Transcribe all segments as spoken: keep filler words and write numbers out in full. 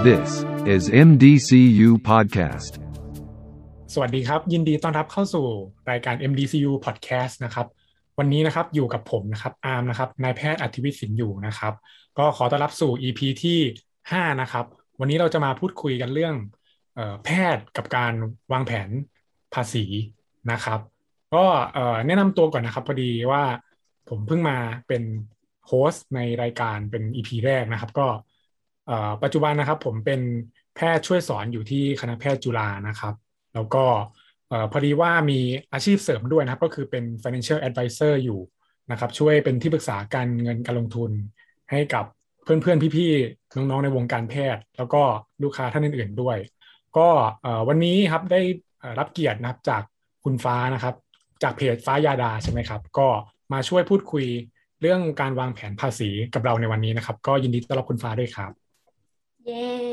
This is เอ็ม ดี ซี ยู Podcast สวัสดีครับยินดีต้อนรับเข้าสู่รายการ เอ็ม ดี ซี ยู Podcast นะครับวันนี้นะครับอยู่กับผมนะครับอาร์มนะครับนายแพทย์อธิวิทย์สินอยู่นะครับก็ขอต้อนรับสู่ อี พี ที่ห้านะครับวันนี้เราจะมาพูดคุยกันเรื่องเอ่อแพทย์กับการวางแผนภาษีนะครับก็เอ่อแนะนำตัวก่อนนะครับพอดีว่าผมเพิ่งมาเป็นโฮสต์ในรายการเป็น อี พี แรกนะครับก็เอ่อปัจจุบันนะครับผมเป็นแพทย์ช่วยสอนอยู่ที่คณะแพทย์จุฬานะครับแล้วก็เอ่อพอดีว่ามีอาชีพเสริมด้วยนะครับก็คือเป็น financial advisor อยู่นะครับช่วยเป็นที่ปรึกษาการเงินการลงทุนให้กับเพื่อนๆพี่ๆน้องๆในวงการแพทย์แล้วก็ลูกค้าท่านอื่นๆด้วยก็เอ่อวันนี้ครับได้รับเกียรตินะครับจากคุณฟ้านะครับจากเพจฟ้ายาดาใช่ไหมครับก็มาช่วยพูดคุยเรื่องการวางแผนภาษีกับเราในวันนี้นะครับก็ยินดีต้อนรับคุณฟ้าด้วยครับเย้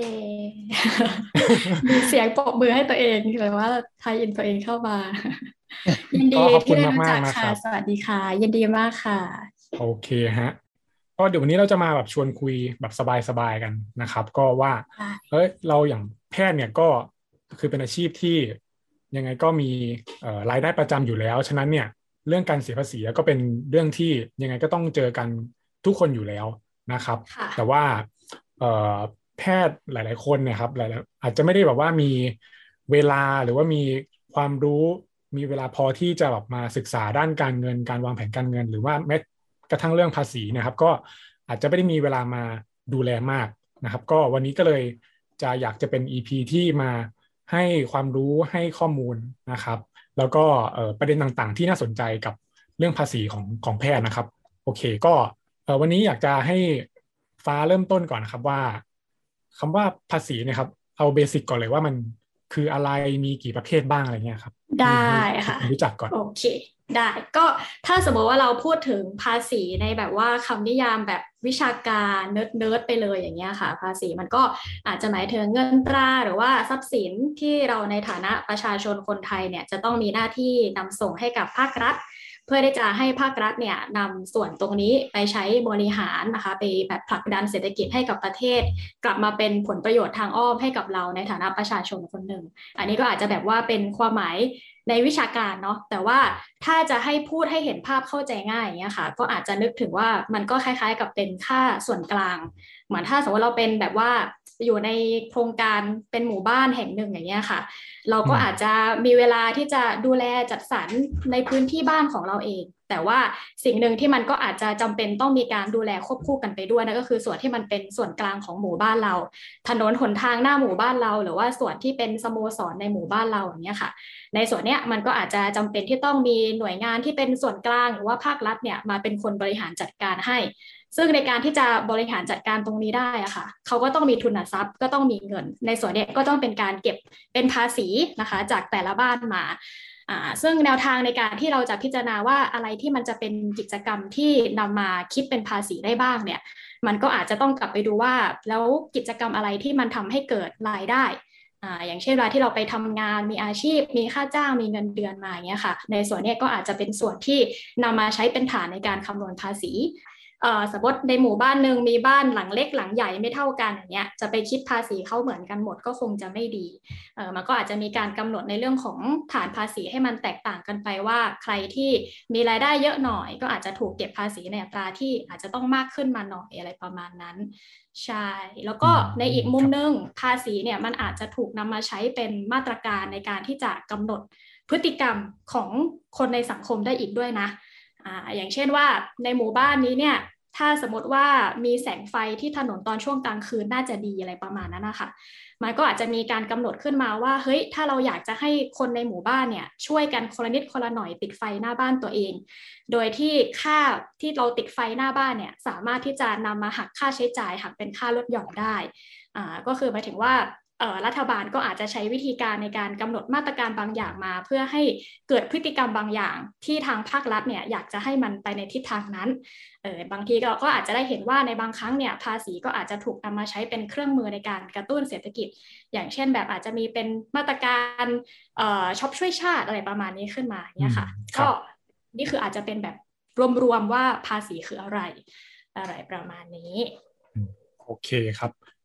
มีเสียงปรบมือให้ตัวเองหรือว่าไทยอินตัวเองเข้ามายินดีที่ได้รู้จักค่ะสวัสดีค่ะยินดีมากค่ะโอเคฮะก็เดี๋ยววันนี้เราจะมาแบบชวนคุยแบบสบายๆกันนะครับก็ว่าเอ้ยเราอย่างแพทย์เนี่ยก็คือเป็นอาชีพที่ยังไงก็มีเอ่อรายได้ประจำอยู่แล้วฉะนั้นเนี่ยเรื่องการเสียภาษีก็เป็นเรื่องที่ยังไงก็ต้องเจอกันทุกคนอยู่แล้วนะครับแต่ว่าเอ่อแพทย์หลายๆคนเนี่ยครับหลายๆอาจจะไม่ได้แบบว่ามีเวลาหรือว่ามีความรู้มีเวลาพอที่จะแบบมาศึกษาด้านการเงินการวางแผนการเงินหรือว่าแม้กระทั่งเรื่องภาษีนะครับก็อาจจะไม่ได้มีเวลามาดูแลมากนะครับก็วันนี้ก็เลยจะอยากจะเป็น อี พี ที่มาให้ความรู้ให้ข้อมูลนะครับแล้วก็ประเด็นต่างๆที่น่าสนใจกับเรื่องภาษีของของแพทย์นะครับโอเคก็วันนี้อยากจะให้ฟ้าเริ่มต้นก่อนนะครับว่าคำว่าภาษีเนี่ยครับเอาเบสิกก่อนเลยว่ามันคืออะไรมีกี่ประเภทบ้างอะไรเงี้ยครับได้ค่ะรู้จักก่อนโอเคได้ก็ถ้าสมมติว่าเราพูดถึงภาษีในแบบว่าคำนิยามแบบวิชาการเนิร์ดเนิร์ดไปเลยอย่างเงี้ยค่ะภาษีมันก็อาจจะหมายถึงเงินตราหรือว่าทรัพย์สินที่เราในฐานะประชาชนคนไทยเนี่ยจะต้องมีหน้าที่นำส่งให้กับภาครัฐเพื่อที่จะให้ภาครัฐเนี่ยนำส่วนตรงนี้ไปใช้บริหารนะคะไปแบบผลักดันเศรษฐกิจให้กับประเทศกลับมาเป็นผลประโยชน์ทางอ้อมให้กับเราในฐานะประชาชนคนหนึ่งอันนี้ก็อาจจะแบบว่าเป็นความหมายในวิชาการเนาะแต่ว่าถ้าจะให้พูดให้เห็นภาพเข้าใจง่ายอย่างเงี้ยค่ะก็อาจจะนึกถึงว่ามันก็คล้ายๆกับเป็นค่าส่วนกลางเหมือนถ้าสมมติเราเป็นแบบว่าอยู่ในโครงการเป็นหมู่บ้านแห่งหนึ่งอย่างเงี้ยค่ะเราก็อาจจะมีเวลาที่จะดูแลจัดสรรในพื้นที่บ้านของเราเองแต่ว่าสิ่งหนึ่งที่มันก็อาจจะจำเป็นต้องมีการดูแลควบคู่กันไปด้วยนะก็คือส่วนที่มันเป็นส่วนกลางของหมู่บ้านเราถนนหนทางหน้าหมู่บ้านเราหรือว่าส่วนที่เป็นสโมสรในหมู่บ้านเราอย่างเงี้ยค่ะในส่วนเนี้ยมันก็อาจจะจำเป็นที่ต้องมีหน่วยงานที่เป็นส่วนกลางหรือว่าภาครัฐเนี่ยมาเป็นคนบริหารจัดการให้ซึ่งในการที่จะบริหารจัดการตรงนี้ได้อะค่ะเขาก็ต้องมีทุนทรัพย์ก็ต้องมีเงินในส่วนนี้ก็ต้องเป็นการเก็บเป็นภาษีนะคะจากแต่ละบ้านมาซึ่งแนวทางในการที่เราจะพิจารณาว่าอะไรที่มันจะเป็นกิจกรรมที่นำมาคิดเป็นภาษีได้บ้างเนี่ยมันก็อาจจะต้องกลับไปดูว่าแล้วกิจกรรมอะไรที่มันทำให้เกิดรายได้อ่าอย่างเช่นเวลาที่เราไปทำงานมีอาชีพมีค่าจ้างมีเงินเดือนมาอย่างเงี้ยค่ะในส่วนนี้ก็อาจจะเป็นส่วนที่นำมาใช้เป็นฐานในการคำนวณภาษีสมมติในหมู่บ้านหนึ่งมีบ้านหลังเล็กหลังใหญ่ไม่เท่ากันอย่างเงี้ยจะไปคิดภาษีเขาเหมือนกันหมดก็คงจะไม่ดีเออมันก็อาจจะมีการกำหนดในเรื่องของฐานภาษีให้มันแตกต่างกันไปว่าใครที่มีรายได้เยอะหน่อยก็อาจจะถูกเก็บภาษีในอัตราที่อาจจะต้องมากขึ้นมาหน่อยอะไรประมาณนั้นใช่แล้วก็ในอีกมุมนึงภาษีเนี่ยมันอาจจะถูกนำมาใช้เป็นมาตรการในการที่จะกำหนดพฤติกรรมของคนในสังคมได้อีกด้วยนะอ่าอย่างเช่นว่าในหมู่บ้านนี้เนี่ยถ้าสมมติว่ามีแสงไฟที่ถนนตอนช่วงกลางคืนน่าจะดีอะไรประมาณนั้นนะคะมันก็อาจจะมีการกำหนดขึ้นมาว่าเฮ้ยถ้าเราอยากจะให้คนในหมู่บ้านเนี่ยช่วยกันคนละนิดคนละหน่อยติดไฟหน้าบ้านตัวเองโดยที่ค่าที่เราติดไฟหน้าบ้านเนี่ยสามารถที่จะนำมาหักค่าใช้จ่ายหักเป็นค่าลดหย่อนได้อ่าก็คือหมายถึงว่ารัฐบาลก็อาจจะใช้วิธีการในการกำหนดมาตรการบางอย่างมาเพื่อให้เกิดพฤติกรรมบางอย่างที่ทางภาครัฐเนี่ยอยากจะให้มันไปในทิศทางนั้นเออบางทีเราก็อาจจะได้เห็นว่าในบางครั้งเนี่ยภาษีก็อาจจะถูกนำมาใช้เป็นเครื่องมือในการกระตุ้นเศรษฐกิจอย่างเช่นแบบอาจจะมีเป็นมาตรการช็อปช่วยชาติอะไรประมาณนี้ขึ้นมาเนี่ยค่ะก็นี่คืออาจจะเป็นแบบรวมๆว่าภาษีคืออะไรอะไรประมาณนี้โอเคครับ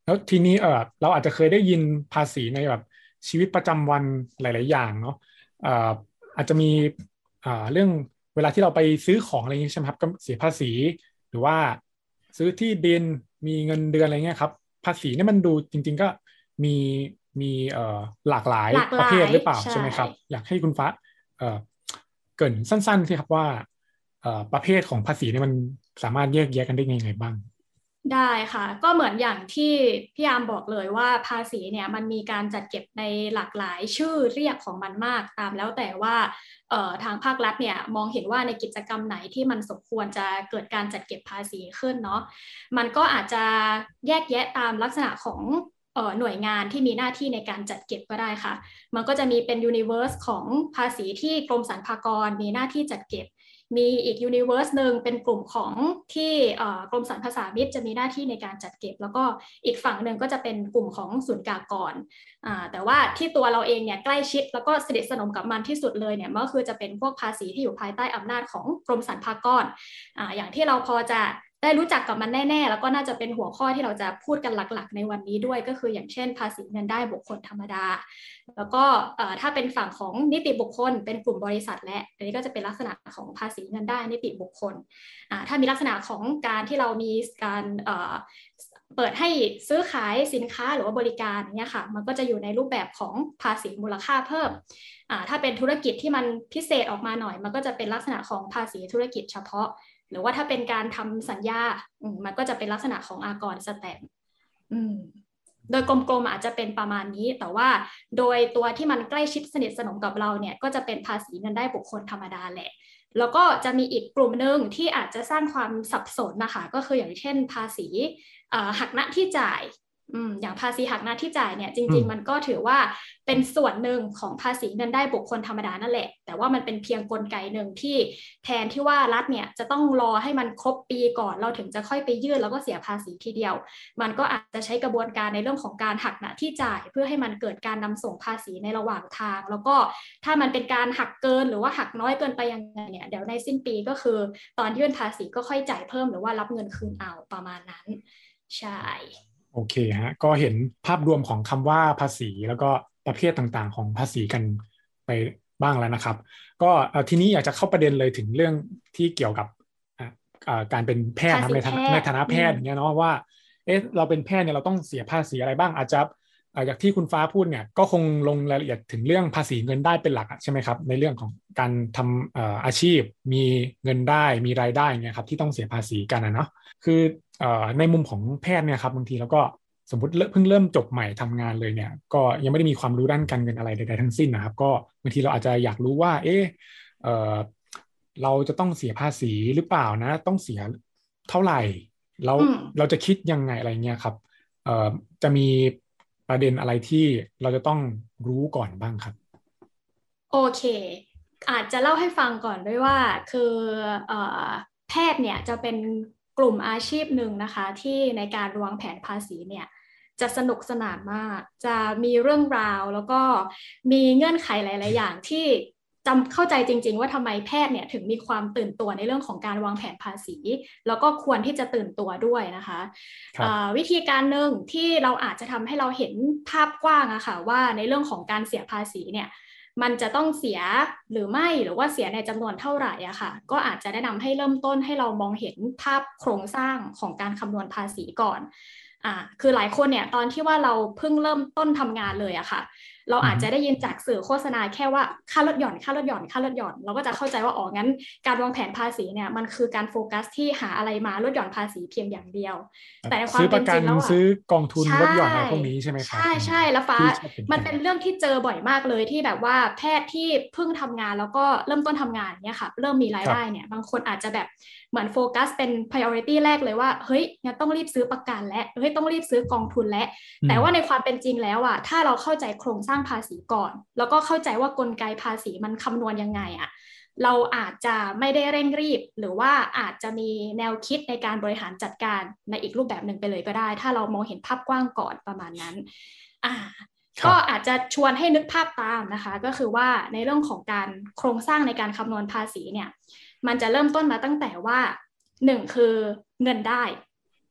แล้วทีนี้เออเราอาจจะเคยได้ยินภาษีในแบบชีวิตประจำวันหลายๆอย่างเนาะเอ่ออาจจะมีอ่าเรื่องเวลาที่เราไปซื้อของอะไรอย่างนี้ใช่ไหมครับก็เสียภาษีหรือว่าซื้อที่ดินมีเงินเดือนอะไรเงี้ยครับภาษีเนี่ยมันดูจริงๆก็มีมีเอ่อหลากหลายหลากประเภหลายทหรือเปล่าใช่ใช่ไหมครับอยากให้คุณฟ้าเอ่อเกริ่นสั้นๆสิครับว่าเอ่อประเภทของภาษีเนี่ยมันสามารถแยกแยะกันได้ยังไงบ้างได้ค่ะก็เหมือนอย่างที่พี่ยามบอกเลยว่าภาษีเนี่ยมันมีการจัดเก็บในหลากหลายชื่อเรียกของมันมากตามแล้วแต่ว่าเอ่อทางภาครัฐเนี่ยมองเห็นว่าในกิจกรรมไหนที่มันสมควรจะเกิดการจัดเก็บภาษีขึ้นเนาะมันก็อาจจะแยกแยะตามลักษณะของเอ่อหน่วยงานที่มีหน้าที่ในการจัดเก็บก็ได้ค่ะมันก็จะมีเป็นยูนิเวอร์สของภาษีที่กรมสรรพากรมีหน้าที่จัดเก็บ มีอีกยูนิเวอร์สหนึ่งเป็นกลุ่มของที่กรมสรรพสามิตจะมีหน้าที่ในการจัดเก็บแล้วก็อีกฝั่งหนึ่งก็จะเป็นกลุ่มของศูนย์กากรแต่ว่าที่ตัวเราเองเนี่ยใกล้ชิดแล้วก็สนิทสนมกับมันที่สุดเลยเนี่ยก็คือจะเป็นพวกภาษีที่อยู่ภายใต้อำนาจของกรมสรรพากร อ, อย่างที่เราพอจะได้รู้จักกับมันแน่ๆแล้วก็น่าจะเป็นหัวข้อที่เราจะพูดกันหลักๆในวันนี้ด้วยก็คืออย่างเช่นภาษีเงินได้บุคคลธรรมดาแล้วก็ถ้าเป็นฝั่งของนิติบุคคลเป็นกลุ่มบริษัทและอันนี้ก็จะเป็นลักษณะของภาษีเงินได้นิติบุคคลถ้ามีลักษณะของการที่เรามีการเปิดให้ซื้อขายสินค้าหรือว่าบริการเนี่ยค่ะมันก็จะอยู่ในรูปแบบของภาษีมูลค่าเพิ่มถ้าเป็นธุรกิจที่มันพิเศษออกมาหน่อยมันก็จะเป็นลักษณะของภาษีธุรกิจเฉพาะหรือว่าถ้าเป็นการทำสัญญามันก็จะเป็นลักษณะของอากรสแตมป์โดยกลมๆอาจจะเป็นประมาณนี้แต่ว่าโดยตัวที่มันใกล้ชิดสนิทสนมกับเราเนี่ยก็จะเป็นภาษีเงินได้บุคคลธรรมดาแหละแล้วก็จะมีอีกกลุ่มหนึ่งที่อาจจะสร้างความสับสนนะคะก็คืออย่างเช่นภาษีหักหน้าที่จ่ายอย่างภาษีหักหน้าที่จ่ายเนี่ยจริงๆมันก็ถือว่าเป็นส่วนหนึ่งของภาษีเงินได้บุคคลธรรมดานั่นแหละแต่ว่ามันเป็นเพียงกลไกหนึ่งที่แทนที่ว่ารัฐเนี่ยจะต้องรอให้มันครบปีก่อนเราถึงจะค่อยไปยื่นแล้วก็เสียภาษีทีเดียวมันก็อาจจะใช้กระบวนการในเรื่องของการหักหน้าที่จ่ายเพื่อให้มันเกิดการนำส่งภาษีในระหว่างทางแล้วก็ถ้ามันเป็นการหักเกินหรือว่าหักน้อยเกินไปยังไงเนี่ยเดี๋ยวในสิ้นปีก็คือตอนยื่นภาษีก็ค่อยจ่ายเพิ่มหรือว่ารับเงินคืนเอาประมาณนั้นใช่โอเคฮะก็เห็นภาพรวมของคำว่าภาษีแล้วก็ประเภทต่างๆของภาษีกันไปบ้างแล้วนะครับก็ทีนี้อยากจะเข้าประเด็นเลยถึงเรื่องที่เกี่ยวกับการเป็นแพทย์ในฐานะในฐานะแพทย์อย่างเงี้ยเนาะว่าเอ๊ะเราเป็นแพทย์เนี่ยเราต้องเสียภาษีอะไรบ้างอาจจะอย่างที่คุณฟ้าพูดเนี่ยก็คงลงรายละเอียดถึงเรื่องภาษีเงินได้เป็นหลักใช่ไหมครับในเรื่องของการทำอาชีพมีเงินได้มีรายได้เนี่ยครับที่ต้องเสียภาษีกันนะเนาะคือในมุมของแพทย์เนี่ยครับบางทีเราก็สมมติเพิ่งเริ่มจบใหม่ทำงานเลยเนี่ยก็ยังไม่ได้มีความรู้ด้านการเงินอะไรใดๆทั้งสิ้นนะครับก็บางทีเราอาจจะอยากรู้ว่าเอ๊ะเราจะต้องเสียภาษีหรือเปล่านะต้องเสียเท่าไหร่แล้วเราจะคิดยังไงอะไรเงี้ยครับจะมีประเด็นอะไรที่เราจะต้องรู้ก่อนบ้างครับโอเคอาจจะเล่าให้ฟังก่อนด้วยว่าคือแพทย์เนี่ยจะเป็นกลุ่มอาชีพหนึ่งนะคะที่ในการวางแผนภาษีเนี่ยจะสนุกสนานมากจะมีเรื่องราวแล้วก็มีเงื่อนไขหลายๆอย่างที่จำเข้าใจจริงๆว่าทำไมแพทย์เนี่ยถึงมีความตื่นตัวในเรื่องของการวางแผนภาษีแล้วก็ควรที่จะตื่นตัวด้วยนะคะวิธีการหนึ่งที่เราอาจจะทำให้เราเห็นภาพกว้างอะค่ะว่าในเรื่องของการเสียภาษีเนี่ยมันจะต้องเสียหรือไม่หรือว่าเสียในจำนวนเท่าไหร่อะค่ะก็อาจจะแนะนำให้เริ่มต้นให้เรามองเห็นภาพโครงสร้างของการคำนวณภาษีก่อนอ่าคือหลายคนเนี่ยตอนที่ว่าเราเพิ่งเริ่มต้นทำงานเลยอะค่ะเราอาจจะได้ยินจากสื่อโฆษณาแค่ว่าค่าลดหย่อนค่าลดหย่อนค่าลดหย่อนเราก็จะเข้าใจว่าอ๋องั้นการวางแผนภาษีเนี่ยมันคือการโฟกัสที่หาอะไรมาลดหย่อนภาษีเพียงอย่างเดียวแต่ในความเป็นจริงแล้วซื้อกองทุนลดหย่อนอะไรพวกนี้ใช่ไหมครับใช่ใช่แล้วฟ้ามันเป็นเรื่องที่เจอบ่อยมากเลยที่แบบว่าแพทย์ที่เพิ่งทำงานแล้วก็เริ่มต้นทำงานเนี่ยค่ะเริ่มมีรายได้เนี่ยบางคนอาจจะแบบเหมือนโฟกัสเป็น priority แรกเลยว่าเฮ้ยงั้นต้องรีบซื้อประกันและเฮ้ยต้องรีบซื้อกองทุนและแต่ว่าในความเป็นจริงแล้วอ่ะถ้าเราเข้าใจโครงสร้างภาษีก่อนแล้วก็เข้าใจว่ากลไกภาษีมันคำนวณยังไงอ่ะเราอาจจะไม่ได้เร่งรีบหรือว่าอาจจะมีแนวคิดในการบริหารจัดการในอีกรูปแบบหนึ่งไปเลยก็ได้ถ้าเรามองเห็นภาพกว้างก่อนประมาณนั้นอ่าก็อาจจะชวนให้นึกภาพตามนะคะก็คือว่าในเรื่องของการโครงสร้างในการคำนวณภาษีเนี่ยมันจะเริ่มต้นมาตั้งแต่ว่าหนึ่งคือเงินได้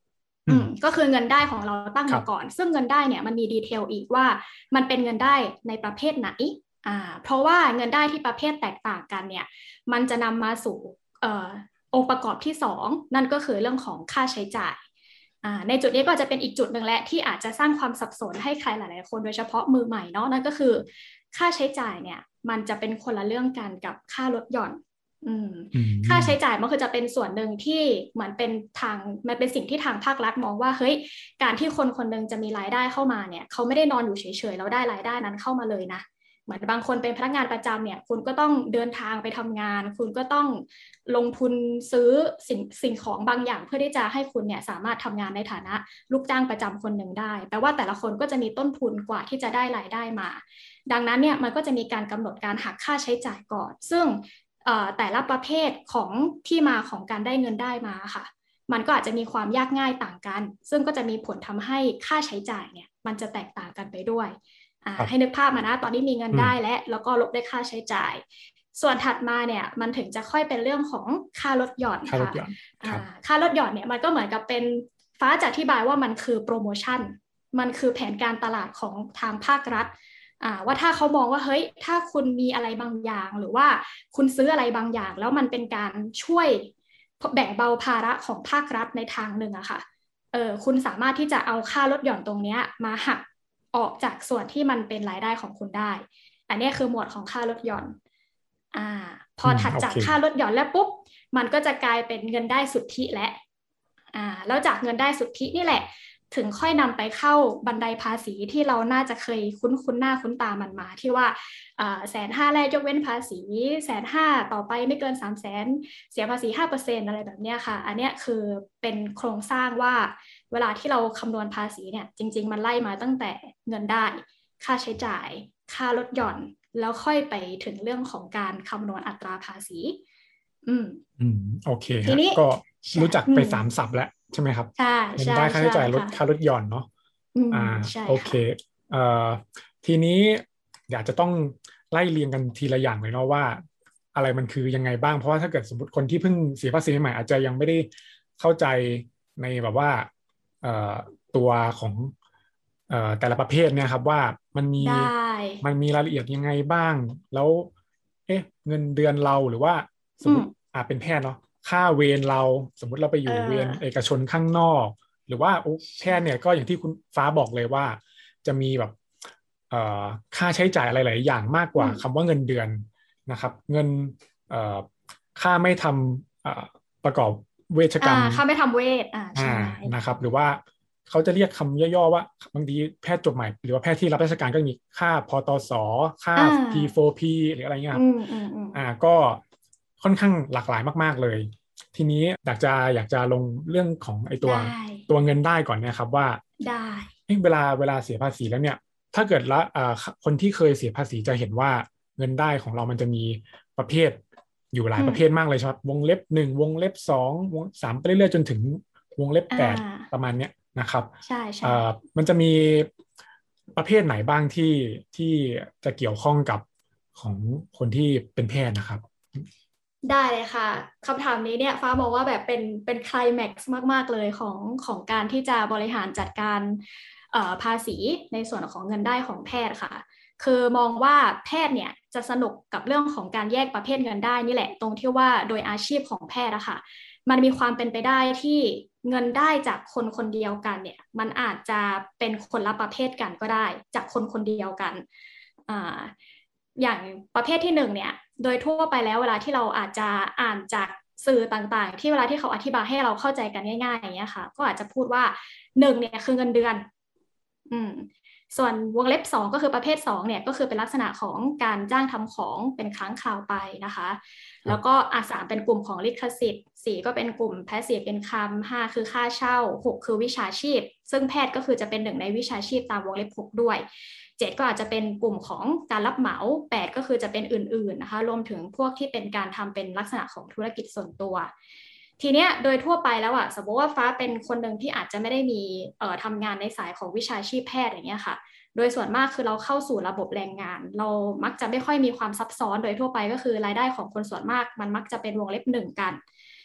อืมก็คือเงินได้ของเราตั้งมาก่อนซึ่งเงินได้เนี่ยมันมีดีเทลอีกว่ามันเป็นเงินได้ในประเภทไหนอ่าเพราะว่าเงินได้ที่ประเภทแตกต่างกันเนี่ยมันจะนำมาสู่เอ่อองค์ประกอบที่สองนั่นก็คือเรื่องของค่าใช้จ่ายในจุดนี้ก็จะเป็นอีกจุดหนึ่งแหละที่อาจจะสร้างความสับสนให้ใครหลายๆคนโดยเฉพาะมือใหม่เนาะนั่นก็คือค่าใช้จ่ายเนี่ยมันจะเป็นคนละเรื่องกันกับค่าลดหย่อนค่าใช้จ่ายมันคือจะเป็นส่วนหนึ่งที่เหมือนเป็นทางมันเป็นสิ่งที่ทางภาครัฐมองว่าเฮ้ยการที่คนคนนึงจะมีรายได้เข้ามาเนี่ยเขาไม่ได้นอนอยู่เฉยๆแล้วได้รายได้นั้นเข้ามาเลยนะเหมือนบางคนเป็นพนักงานประจำเนี่ยคุณก็ต้องเดินทางไปทำงานคุณก็ต้องลงทุนซื้อสิ่งสิ่งของบางอย่างเพื่อที่จะให้คุณเนี่ยสามารถทำงานในฐานะลูกจ้างประจำคนหนึ่งได้แปลว่าแต่ละคนก็จะมีต้นทุนกว่าที่จะได้รายได้มาดังนั้นเนี่ยมันก็จะมีการกำหนดการหักค่าใช้จ่ายก่อนซึ่งแต่ละประเภทของที่มาของการได้เงินได้มาค่ะมันก็อาจจะมีความยากง่ายต่างกันซึ่งก็จะมีผลทำให้ค่าใช้จ่ายเนี่ยมันจะแตกต่างกันไปด้วยให้นึกภาพมานะตอนนี้มีเงินได้และแล้วก็ลบได้ค่าใช้จ่ายส่วนถัดมาเนี่ยมันถึงจะค่อยเป็นเรื่องของค่าลดหย่อนค่ะค่าลดหย่อนเนี่ยมันก็เหมือนกับเป็นฟ้าจะอธิบายว่ามันคือโปรโมชั่นมันคือแผนการตลาดของทางภาครัฐว่าถ้าเขามองว่าเฮ้ยถ้าคุณมีอะไรบางอย่างหรือว่าคุณซื้ออะไรบางอย่างแล้วมันเป็นการช่วยแบ่งเบาภาระของภาครัฐในทางหนึ่งอะค่ะเออคุณสามารถที่จะเอาค่าลดหย่อนตรงนี้มาหักออกจากส่วนที่มันเป็นรายได้ของคุณได้อันนี้คือหมวดของค่าลดหย่อนอ่าพอถัดจากค่าลดหย่อนแล้วปุ๊บมันก็จะกลายเป็นเงินได้สุทธิและอ่าแล้วจากเงินได้สุทธินี่แหละถึงค่อยนำไปเข้าบันไดภาษีที่เราน่าจะเคยคุ้นคุ้นหน้าคุ้นตามันมาที่ว่าแสนห้าแรกยกเว้นภาษีแสนห้าต่อไปไม่เกินสามแสนเสียภาษีห้าเปอร์เซ็นต์อะไรแบบนี้ค่ะอันนี้คือเป็นโครงสร้างว่าเวลาที่เราคำนวณภาษีเนี่ยจริงๆมันไล่มาตั้งแต่เงินได้ค่าใช้จ่ายค่าลดหย่อนแล้วค่อยไปถึงเรื่องของการคำนวณอัตราภาษีอืมอืมโอเคทีนี้ก็รู้จักไปสามศัพท์แล้วใช่ไหมครับใช่เงินได้ค่าใช้จ่ายลดค่าลดหย่อนเนาะอ่าโอเคเอ่อทีนี้อยากจะต้องไล่เรียงกันทีละอย่างเลยเนาะว่าอะไรมันคือยังไงบ้างเพราะว่าถ้าเกิดสมมติคนที่เพิ่งเสียภาษีใหม่อาจจะยังไม่ได้เข้าใจในแบบว่าเอ่อตัวของเอ่อแต่ละประเภทเนี่ยครับว่ามันมีมันมีรายละเอียดยังไงบ้างแล้วเอ๊ะเงินเดือนเราหรือว่าสมมติอ่าเป็นแพทย์เนาะค่าเวรเราสมมติเราไปอยู่เวรเอกชนข้างนอกหรือว่าแพทย์เนี่ยก็อย่างที่คุณฟ้าบอกเลยว่าจะมีแบบค่าใช้จ่ายอะไรหลายอย่างมากกว่าคำว่าเงินเดือนนะครับเงินค่าไม่ทำประกอบเวชกรรมค่าไม่ทำเวชอ่าใช่นะครับหรือว่าเขาจะเรียกคำย่อๆว่าบางทีแพทย์จบใหม่หรือว่าแพทย์ที่รับราชการก็มีค่าพตสค่า พี โฟร์ พี หรืออะไรเงี้ยครับอ่าก็ค่อนข้างหลากหลายมากๆเลยทีนี้อยากจะอยากจะลงเรื่องของไอ้ตัวตัวเงินได้ก่อนนะครับว่าได้เวลาเวลาเสียภาษีแล้วเนี่ยถ้าเกิดละคนที่เคยเสียภาษีจะเห็นว่าเงินได้ของเรามันจะมีประเภทอยู่หลายประเภทมากเลยครับวงเล็บหนึ่งวงเล็บสองวงสามไปเรื่อยๆจนถึงวงเล็บแปดประมาณเนี้ยนะครับใช่ใช่มันจะมีประเภทไหนบ้างที่ที่จะเกี่ยวข้องกับของคนที่เป็นแพทย์นะครับได้เลยค่ะคำถามนี้เนี่ยฟ้ามองว่าแบบเป็นเป็นไคลแม็กซ์มากๆเลยของของการที่จะบริหารจัดการภาษีในส่วนของเงินได้ของแพทย์ค่ะคือมองว่าแพทย์เนี่ยจะสนุกกับเรื่องของการแยกประเภทเงินได้นี่แหละตรงที่ว่าโดยอาชีพของแพทย์อะค่ะมันมีความเป็นไปได้ที่เงินได้จากคนคนเดียวกันเนี่ยมันอาจจะเป็นคนละประเภทกันก็ได้จากคนคนเดียวกันอ่าอย่างประเภทที่หนึ่งเนี่ยโดยทั่วไปแล้วเวลาที่เราอาจจะอ่านจากสื่อต่างๆที่เวลาที่เขาอธิบายให้เราเข้าใจกันง่ายๆอย่างเงี้ยค่ะก็อาจจะพูดว่าหนึ่งเนี่ยคือเงินเดือนอืมส่วนวงเล็บสองก็คือประเภทสองเนี่ยก็คือเป็นลักษณะของการจ้างทำของเป็นครั้งคราวไปนะคะแล้วก็อ่ะสามเป็นกลุ่มของลิขสิทธิ์สี่ก็เป็นกลุ่ม passive income ห้าคือค่าเช่าหกคือวิชาชีพซึ่งแพทย์ก็คือจะเป็นหนึ่งในวิชาชีพตามวงเล็บหกด้วยเจ็ดก็อาจจะเป็นกลุ่มของการรับเหมาแปดก็คือจะเป็นอื่นๆนะคะรวมถึงพวกที่เป็นการทำเป็นลักษณะของธุรกิจส่วนตัวทีเนี้ยโดยทั่วไปแล้วอะสมมติว่าฟ้าเป็นคนหนึ่งที่อาจจะไม่ได้มีเอ่อทำงานในสายของวิชาชีพแพทย์อย่างเงี้ยค่ะโดยส่วนมากคือเราเข้าสู่ระบบแรงงานเรามักจะไม่ค่อยมีความซับซ้อนโดยทั่วไปก็คือรายได้ของคนส่วนมากมันมักจะเป็นวงเล็บหนึ่งกัน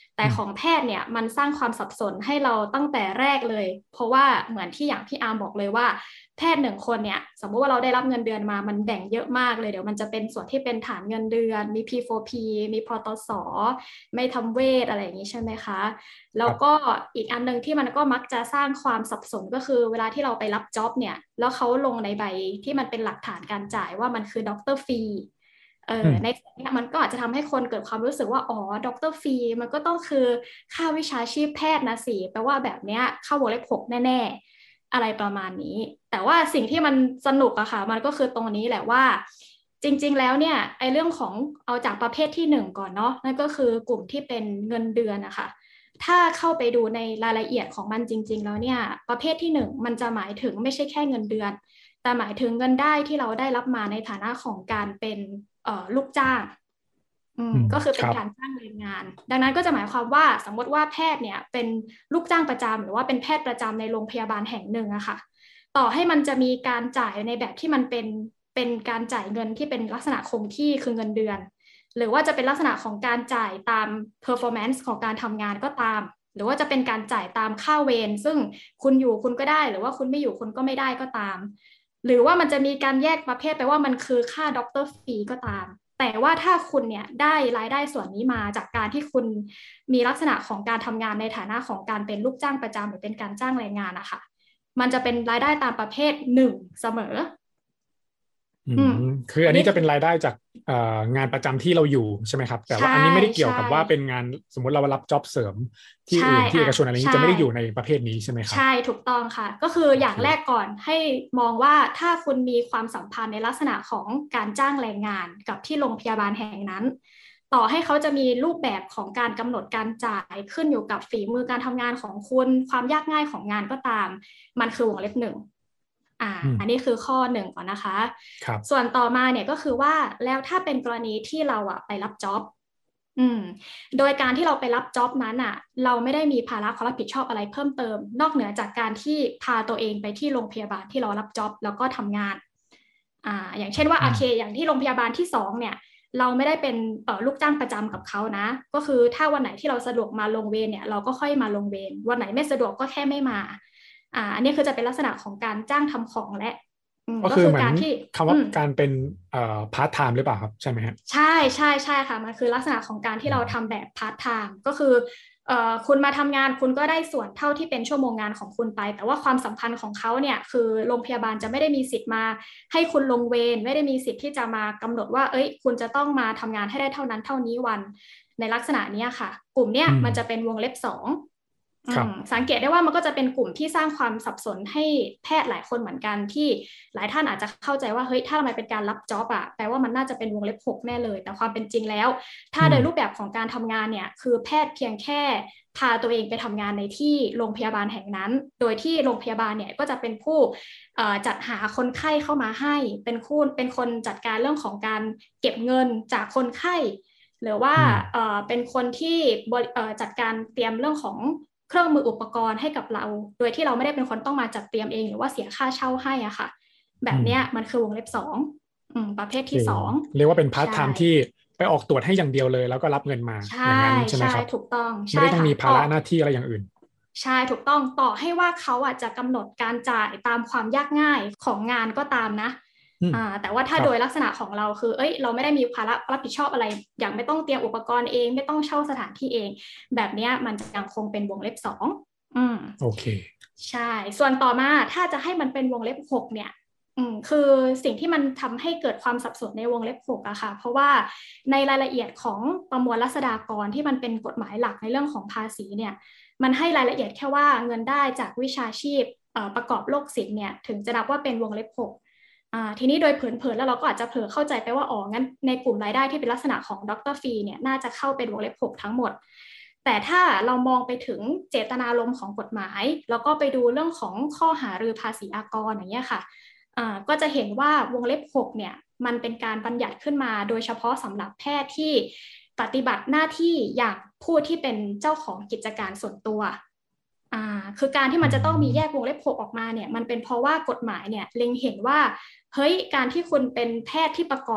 แต่ของแพทย์เนี่ยมันสร้างความสับสนให้เราตั้งแต่แรกเลยเพราะว่าเหมือนที่อย่างพี่อาร์มบอกเลยว่าแพทย์หนึ่งคนเนี่ยสมมุติว่าเราได้รับเงินเดือนมามันแบ่งเยอะมากเลยเดี๋ยวมันจะเป็นส่วนที่เป็นฐานเงินเดือนมี พี โฟร์ พี มีพตส.ไม่ทำเวทอะไรอย่างนี้ใช่ไหมคะแล้วก็อีกอันนึงที่มันก็มักจะสร้างความสับสนก็คือเวลาที่เราไปรับจ็อบเนี่ยแล้วเขาลงในใบที่มันเป็นหลักฐานการจ่ายว่ามันคือด็อกเตอร์ฟรีเออในส่วนนี้มันก็อาจจะทำให้คนเกิดความรู้สึกว่าอ๋อด็อกเตอร์ฟรีมันก็ต้องคือค่าวิชาชีพแพทย์นะสิแปลว่าแบบเนี้ยเข้าวงเล็บหกแน่ๆอะไรประมาณนี้แต่ว่าสิ่งที่มันสนุกอะค่ะมันก็คือตรงนี้แหละว่าจริงๆแล้วเนี่ยไอ้เรื่องของเอาจากประเภทที่หนึ่งก่อนเนาะนั่นก็คือกลุ่มที่เป็นเงินเดือนนะคะถ้าเข้าไปดูในรายละเอียดของมันจริงๆแล้วเนี่ยประเภทที่หนึ่งมันจะหมายถึงไม่ใช่แค่เงินเดือนแต่หมายถึงเงินได้ที่เราได้รับมาในฐานะของการเป็นลูกจ้างก็คือเป็นการจ้างแรงงานดังนั้นก็จะหมายความว่าสมมติว่าแพทย์เนี่ยเป็นลูกจ้างประจำหรือว่าเป็นแพทย์ประจำในโรงพยาบาลแห่งหนึ่งอะค่ะต่อให้มันจะมีการจ่ายในแบบที่มันเป็นเป็นการจ่ายเงินที่เป็นลักษณะคงที่คือเงินเดือนหรือว่าจะเป็นลักษณะของการจ่ายตาม performance ของการทำงานก็ตามหรือว่าจะเป็นการจ่ายตามค่าเวรซึ่งคุณอยู่คุณก็ได้หรือว่าคุณไม่อยู่คุณก็ไม่ได้ก็ตามหรือว่ามันจะมีการแยกประเภทไปว่ามันคือค่าด็อกเตอร์ฟรีก็ตามแต่ว่าถ้าคุณเนี่ยได้รายได้ส่วนนี้มาจากการที่คุณมีลักษณะของการทำงานในฐานะของการเป็นลูกจ้างประจำหรือเป็นการจ้างแรงงานนะคะมันจะเป็นรายได้ตามประเภทหนึ่งเสมออืมคืออันนี้จะเป็นรายได้จากงานประจำที่เราอยู่ใช่ไหมครับแต่ว่าอันนี้ไม่ได้เกี่ยวกับว่าเป็นงานสมมติเรารับจ็อบเสริมที่อื่นที่เอกชนอะไรนี้จะไม่ได้อยู่ในประเภทนี้ใช่ไหมครับใช่ถูกต้องค่ะก็คืออย่างแรกก่อนให้มองว่าถ้าคุณมีความสัมพันธ์ในลักษณะของการจ้างแรงงานกับที่โรงพยาบาลแห่งนั้นต่อให้เขาจะมีรูปแบบของการกำหนดการจ่ายขึ้นอยู่กับฝีมือการทำงานของคุณความยากง่ายของงานก็ตามมันคือวงเล็บหนึ่งอ่าอันนี้คือข้อหนึ่งก่อนนะคะส่วนต่อมาเนี่ยก็คือว่าแล้วถ้าเป็นกรณีที่เราอะไปรับจ็อบอืมโดยการที่เราไปรับจ็อบนั้นอะเราไม่ได้มีภาระความรับผิดชอบอะไรเพิ่มเติมนอกเหนือจากการที่พาตัวเองไปที่โรงพยาบาลที่เรารับจ็อบแล้วก็ทำงานอ่าอย่างเช่นว่าโอเคอย่างที่โรงพยาบาลที่สองเนี่ยเราไม่ได้เป็นเอ่อลูกจ้างประจำกับเขานะก็คือถ้าวันไหนที่เราสะดวกมาลงเวรเนี่ยเราก็ค่อยมาลงเวรวันไหนไม่สะดวกก็แค่ไม่มาอ่าอันนี้คือจะเป็นลักษณะของการจ้างทำของและก็คือเหมือนคำว่าการเป็นเอ่อพาร์ทไทม์หรือเปล่าครับใช่ไหมฮะใช่ใช่ใช่ค่ะมันคือลักษณะของการที่เราทำแบบพาร์ทไทม์ก็คือเอ่อคุณมาทำงานคุณก็ได้ส่วนเท่าที่เป็นชั่วโมงงานของคุณไปแต่ว่าความสัมพันธ์ของเขาเนี่ยคือโรงพยาบาลจะไม่ได้มีสิทธิ์มาให้คุณลงเวรไม่ได้มีสิทธิ์ที่จะมากำหนดว่าเอ้ยคุณจะต้องมาทำงานให้ได้เท่านั้นเท่านี้วันในลักษณะนี้ค่ะกลุ่มเนี้ยมันจะเป็นวงเล็บสองสังเกตได้ว่ามันก็จะเป็นกลุ่มที่สร้างความสับสนให้แพทย์หลายคนเหมือนกันที่หลายท่านอาจจะเข้าใจว่าเฮ้ยถ้ามันเป็นการรับจ็อบอะแปลว่ามันน่าจะเป็นวงเล็บหกแน่เลยแต่ความเป็นจริงแล้วถ้าโดยรูปแบบของการทำงานเนี่ยคือแพทย์เพียงแค่พาตัวเองไปทำงานในที่โรงพยาบาลแห่งนั้นโดยที่โรงพยาบาลเนี่ยก็จะเป็นผู้จัดหาคนไข้เข้ามาให้เป็นคู่เป็นคนจัดการเรื่องของการเก็บเงินจากคนไข้หรือว่าเป็นคนที่จัดการเตรียมเรื่องของเครื่องมืออุปกรณ์ให้กับเราโดยที่เราไม่ได้เป็นคนต้องมาจัดเตรียมเองหรือว่าเสียค่าเช่าให้อ่ะค่ะแบบเนี้ยมันคือวงเล็บสองประเภทที่สองเรียกว่าเป็นพาร์ทไทม์ที่ไปออกตรวจให้อย่างเดียวเลยแล้วก็รับเงินมาอย่างนั้นใช่ไหมครับถูกต้องไม่ได้ต้องมีภาระหน้าที่อะไรอย่างอื่นใช่ถูกต้องต่อให้ว่าเขาอ่ะจะกำหนดการจ่ายตามความยากง่ายของงานก็ตามนะอ่าแต่ว่าถ้าโดยลักษณะของเราคือเอ้ยเราไม่ได้มีภาระรับผิดชอบอะไรอย่างไม่ต้องเตรียมอุปกรณ์เองไม่ต้องเช่าสถานที่เองแบบนี้มันยังคงเป็นวงเล็บสองอืมโอเคใช่ส่วนต่อมาถ้าจะให้มันเป็นวงเล็บหกเนี่ยอืมคือสิ่งที่มันทำให้เกิดความสับสนในวงเล็บหกอะค่ะเพราะว่าในรายละเอียดของประมวลรัษฎากรที่มันเป็นกฎหมายหลักในเรื่องของภาษีเนี่ยมันให้รายละเอียดแค่ว่าเงินได้จากวิชาชีพประกอบโรคศิลป์เนี่ยถึงจะนับว่าเป็นวงเล็บหกอ่าทีนี้โดยเผินๆแล้วเราก็อาจจะเผลอเข้าใจไปว่าอ๋องั้นในกลุ่มรายได้ที่เป็นลักษณะของด็อกเตอร์ฟรีเนี่ยน่าจะเข้าเป็นวงเล็บหกทั้งหมดแต่ถ้าเรามองไปถึงเจตนารมณ์ของกฎหมายแล้วก็ไปดูเรื่องของข้อหารือภาษีอากรอย่างเงี้ยค่ะอ่าก็จะเห็นว่าวงเล็บหกเนี่ยมันเป็นการบัญญัติขึ้นมาโดยเฉพาะสำหรับแพทย์ที่ปฏิบัติหน้าที่อย่างผู้ที่เป็นเจ้าของกิจการส่วนตัวอ่าคือการที่มันจะต้องมีแยกวงเล็บหกออกมาเนี่ยมันเป็นเพราะว่ากฎหมายเนี่ยเล็งเห็นว่าเฮ้ยการที่คุณเป็นแพทย์ที่ประกอบ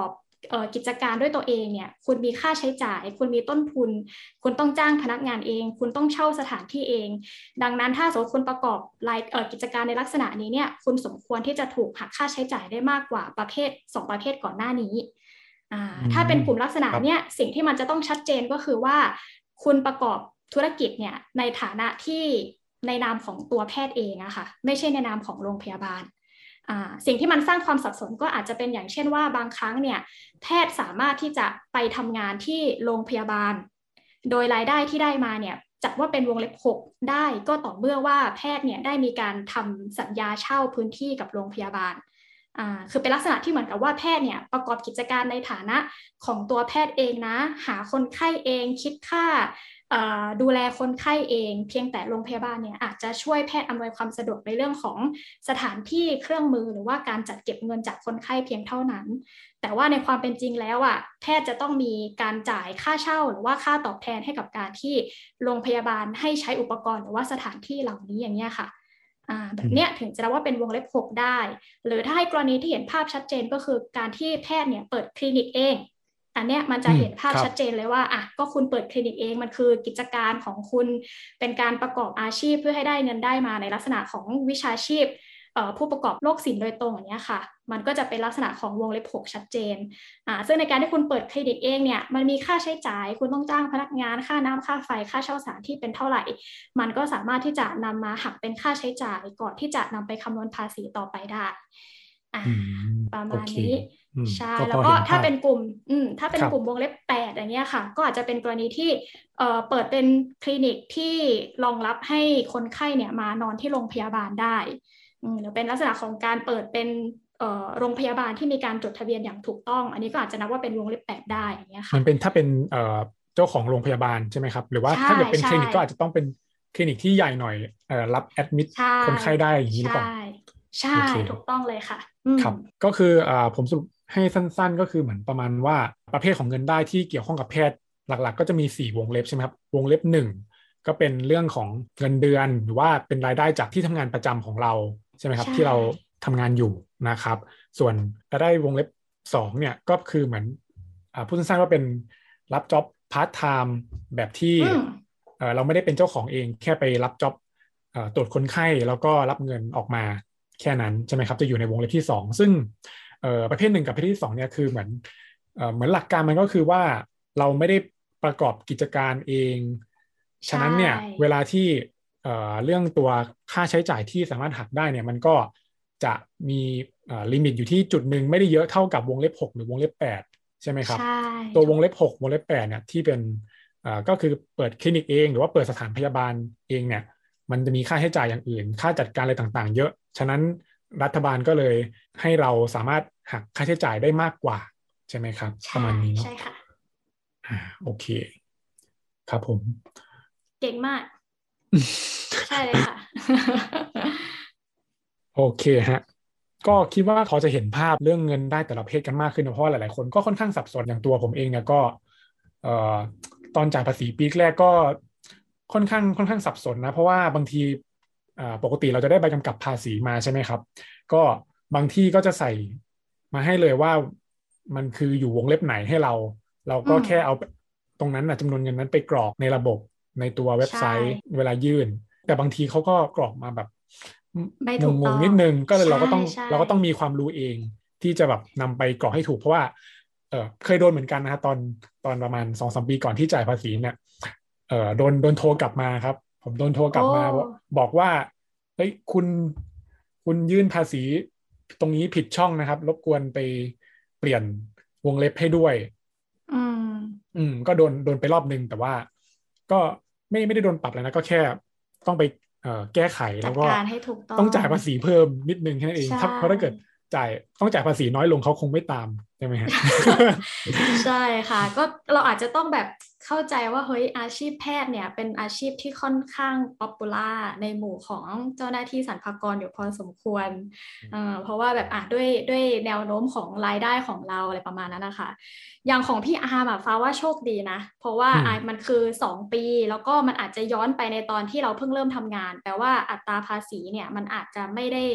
กิจการด้วยตัวเองเนี่ยคุณมีค่าใช้จ่ายคุณมีต้นทุนคุณต้องจ้างพนักงานเองคุณต้องเช่าสถานที่เองดังนั้นถ้าสมมติคุณประกอบรายกิจการในลักษณะนี้เนี่ยคุณสมควรที่จะถูกหักค่าใช้จ่ายได้มากกว่าประเภทสองประเภทก่อนหน้านี้ถ้าเป็นกลุ่มลักษณะเนี่ยสิ่งที่มันจะต้องชัดเจนก็คือว่าคุณประกอบธุรกิจเนี่ยในฐานะที่ในนามของตัวแพทย์เองอะค่ะไม่ใช่ในนามของโรงพยาบาลสิ่งที่มันสร้างความสับสนก็อาจจะเป็นอย่างเช่นว่าบางครั้งเนี่ยแพทย์สามารถที่จะไปทำงานที่โรงพยาบาลโดยรายได้ที่ได้มาเนี่ยจัดว่าเป็นวงเล็บหกได้ก็ต่อเมื่อว่าแพทย์เนี่ยได้มีการทำสัญญาเช่าพื้นที่กับโรงพยาบาลอ่าคือเป็นลักษณะที่เหมือนกับว่าแพทย์เนี่ยประกอบกิจการในฐานะของตัวแพทย์เองนะหาคนไข้เองคิดค่าดูแลคนไข้เองเพียงแต่โรงพยาบาลเนี่ยอาจจะช่วยแพทย์อำนวยความสะดวกในเรื่องของสถานที่เครื่องมือหรือว่าการจัดเก็บเงินจากคนไข้เพียงเท่านั้นแต่ว่าในความเป็นจริงแล้วอ่ะแพทย์จะต้องมีการจ่ายค่าเช่าหรือว่าค่าตอบแทนให้กับการที่โรงพยาบาลให้ใช้อุปกรณ์หรือว่าสถานที่เหล่านี้อย่างเงี้ยค่ะอ่าแบบเนี้ยถึงจะเรียกว่าเป็นวงเล็บหกได้หรือถ้าให้กรณีที่เห็นภาพชัดเจนก็คือการที่แพทย์เนี่ยเปิดคลินิกเองอันเนี้ยมันจะเห็นภาพชัดเจนเลยว่าอ่ะก็คุณเปิดคลินิกเองมันคือกิจการของคุณเป็นการประกอบอาชีพเพื่อให้ได้เงินได้มาในลักษณะของวิชาชีพผู้ประกอบโรคศิลป์โดยตรงอย่างเงี้ยค่ะมันก็จะเป็นลักษณะของวงเล็บหกชัดเจนอ่าซึ่งในการที่คุณเปิดคลินิกเองเนี่ยมันมีค่าใช้จ่ายคุณต้องจ้างพนักงานค่าน้ำค่าไฟค่าเช่าสถานที่เป็นเท่าไหร่มันก็สามารถที่จะนำมาหักเป็นค่าใช้จ่ายก่อนที่จะนำไปคำนวณภาษีต่อไปได้อ่าประมาณนี้ใช่แล้วก็ถ้าเป็นกลุ่มอืมถ้าเป็นกลุ่มวงเล็บแปดอย่างเงี้ยค่ะก็อาจจะเป็นกรณีที่เอ่อเปิดเป็นคลินิกที่รองรับให้คนไข้เนี่ยมานอนที่โรงพยาบาลได้หรือเป็นลักษณะของการเปิดเป็นเอ่อโรงพยาบาลที่มีการจดทะเบียนอย่างถูกต้องอันนี้ก็อาจจะนับว่าเป็นวงเล็บแปดได้อย่างเงี้ยค่ะมันเป็นถ้าเป็นเอ่อเจ้าของโรงพยาบาลใช่ไหมครับหรือว่าถ้าเกิดเป็นคลินิกก็อาจจะต้องเป็นคลินิกที่ใหญ่หน่อยเอ่อรับแอดมิดคนไข้ได้อย่างนี้หรือเปล่าใช่ถูกต้องเลยค่ะครับก็คืออ่าผมสรุปให้สั้นๆก็คือเหมือนประมาณว่าประเภทของเงินได้ที่เกี่ยวข้องกับแพทย์หลักๆก็จะมีสี่วงเล็บใช่ไหมครับวงเล็บหนึ่งก็เป็นเรื่องของเงินเดือนหรือว่าเป็นรายได้จากที่ทำงานประจำของเราใช่ไหมครับที่เราทำงานอยู่นะครับส่วนรายได้วงเล็บสองเนี่ยก็คือเหมือนอ่าพูดสั้นๆว่าเป็นรับจ็อบพาร์ทไทม์แบบที่เอ่อเราไม่ได้เป็นเจ้าของเองแค่ไปรับจ็อบเอ่อตรวจคนไข้แล้วก็รับเงินออกมาแค่นั้นใช่ไหมครับจะอยู่ในวงเล็บที่สองซึ่งเอ่อประเภทหนึ่งกับประเภทที่สองเนี่ยคือเหมือนเอ่อเหมือนหลักการมันก็คือว่าเราไม่ได้ประกอบกิจการเองฉะนั้นเนี่ยเวลาที่เอ่อเรื่องตัวค่าใช้จ่ายที่สามารถหักได้เนี่ยมันก็จะมีลิมิตอยู่ที่จุดหนึ่งไม่ได้เยอะเท่ากับวงเล็บหกหรือวงเล็บแปดใช่ไหมครับตัววงเล็บหกวงเล็บแปดเนี่ยที่เป็นเอ่อก็คือเปิดคลินิกเองหรือว่าเปิดสถานพยาบาลเองเนี่ยมันจะมีค่าใช้จ่ายอย่างอื่นค่าจัดการอะไรต่างๆเยอะฉะนั้นรัฐบาลก็เลยให้เราสามารถหักค่าใช้จ่ายได้มากกว่าใช่ไหมครับประมาณนี้เนาะใช่ค่ะอ่าโอเคครับผมเก่งมากใช่เลยค่ะโอเคฮะก็คิดว่าเขาจะเห็นภาพเรื่องเงินได้แต่ละประเภทกันมากขึ้นเพราะว่าหลายๆคนก็ค่อนข้างสับสนอย่างตัวผมเองเนี่ยก็เอ่อตอนจ่ายภาษีปีแรกก็ค่อนข้างค่อนข้างสับสนนะเพราะว่าบางทีปกติเราจะได้ใบกำกับภาษีมาใช่ไหมครับก็บางที่ก็จะใส่มาให้เลยว่ามันคืออยู่วงเล็บไหนให้เราเราก็แค่เอาตรงนั้นนะจำนวนเงินนั้นไปกรอกในระบบในตัวเว็บไซต์เวลายื่นแต่บางทีเขาก็กรอกมาแบบงงๆนิดนึงก็เลยเราก็ต้องเราก็ต้องมีความรู้เองที่จะแบบนำไปกรอกให้ถูกเพราะว่าเออเคยโดนเหมือนกันนะฮะตอนตอนประมาณสองสามปีก่อนที่จ่ายภาษีเนี่ยเออโดนโดนโทรกลับมาครับผมโดนโทรกลับมาบอกว่าเฮ้ยคุณคุณยื่นภาษีตรงนี้ผิดช่องนะครับรบกวนไปเปลี่ยนวงเล็บให้ด้วยอืมอืมก็โดนโดนไปรอบนึงแต่ว่าก็ไม่ไม่ได้โดนปรับแล้วนะก็แค่ต้องไปเอ่อแก้ไขแล้วก็ต้องจ่ายภาษีเพิ่มนิดนึงแค่นั้นเองเพราะถ้าเกิดจ่ายต้องจ่ายภาษีน้อยลงเขาคงไม่ตามใช่ไหมฮะใช่ค่ะก็เราอาจจะต้องแบบเข้าใจว่าเฮ้ยอาชีพแพทย์เนี่ยเป็นอาชีพที่ค่อนข้างป๊อปปูล่าในหมู่ของเจ้าหน้าที่สรรพากรอยู่พอสมควรเอ่อเพราะว่าแบบอ่ะด้วยด้วยแนวโน้มของรายได้ของเราอะไรประมาณนั้นนะคะอย่างของพี่อาร์มอ่ะฟ้าว่าโชคดีนะเพราะว่าอ่ะมันคือสองปีแล้วก็มันอาจจะย้อนไปในตอนที่เราเพิ่งเริ่มทำงานแปลว่าอัตราภาษีเนี่ยมันอาจจะไม่ได้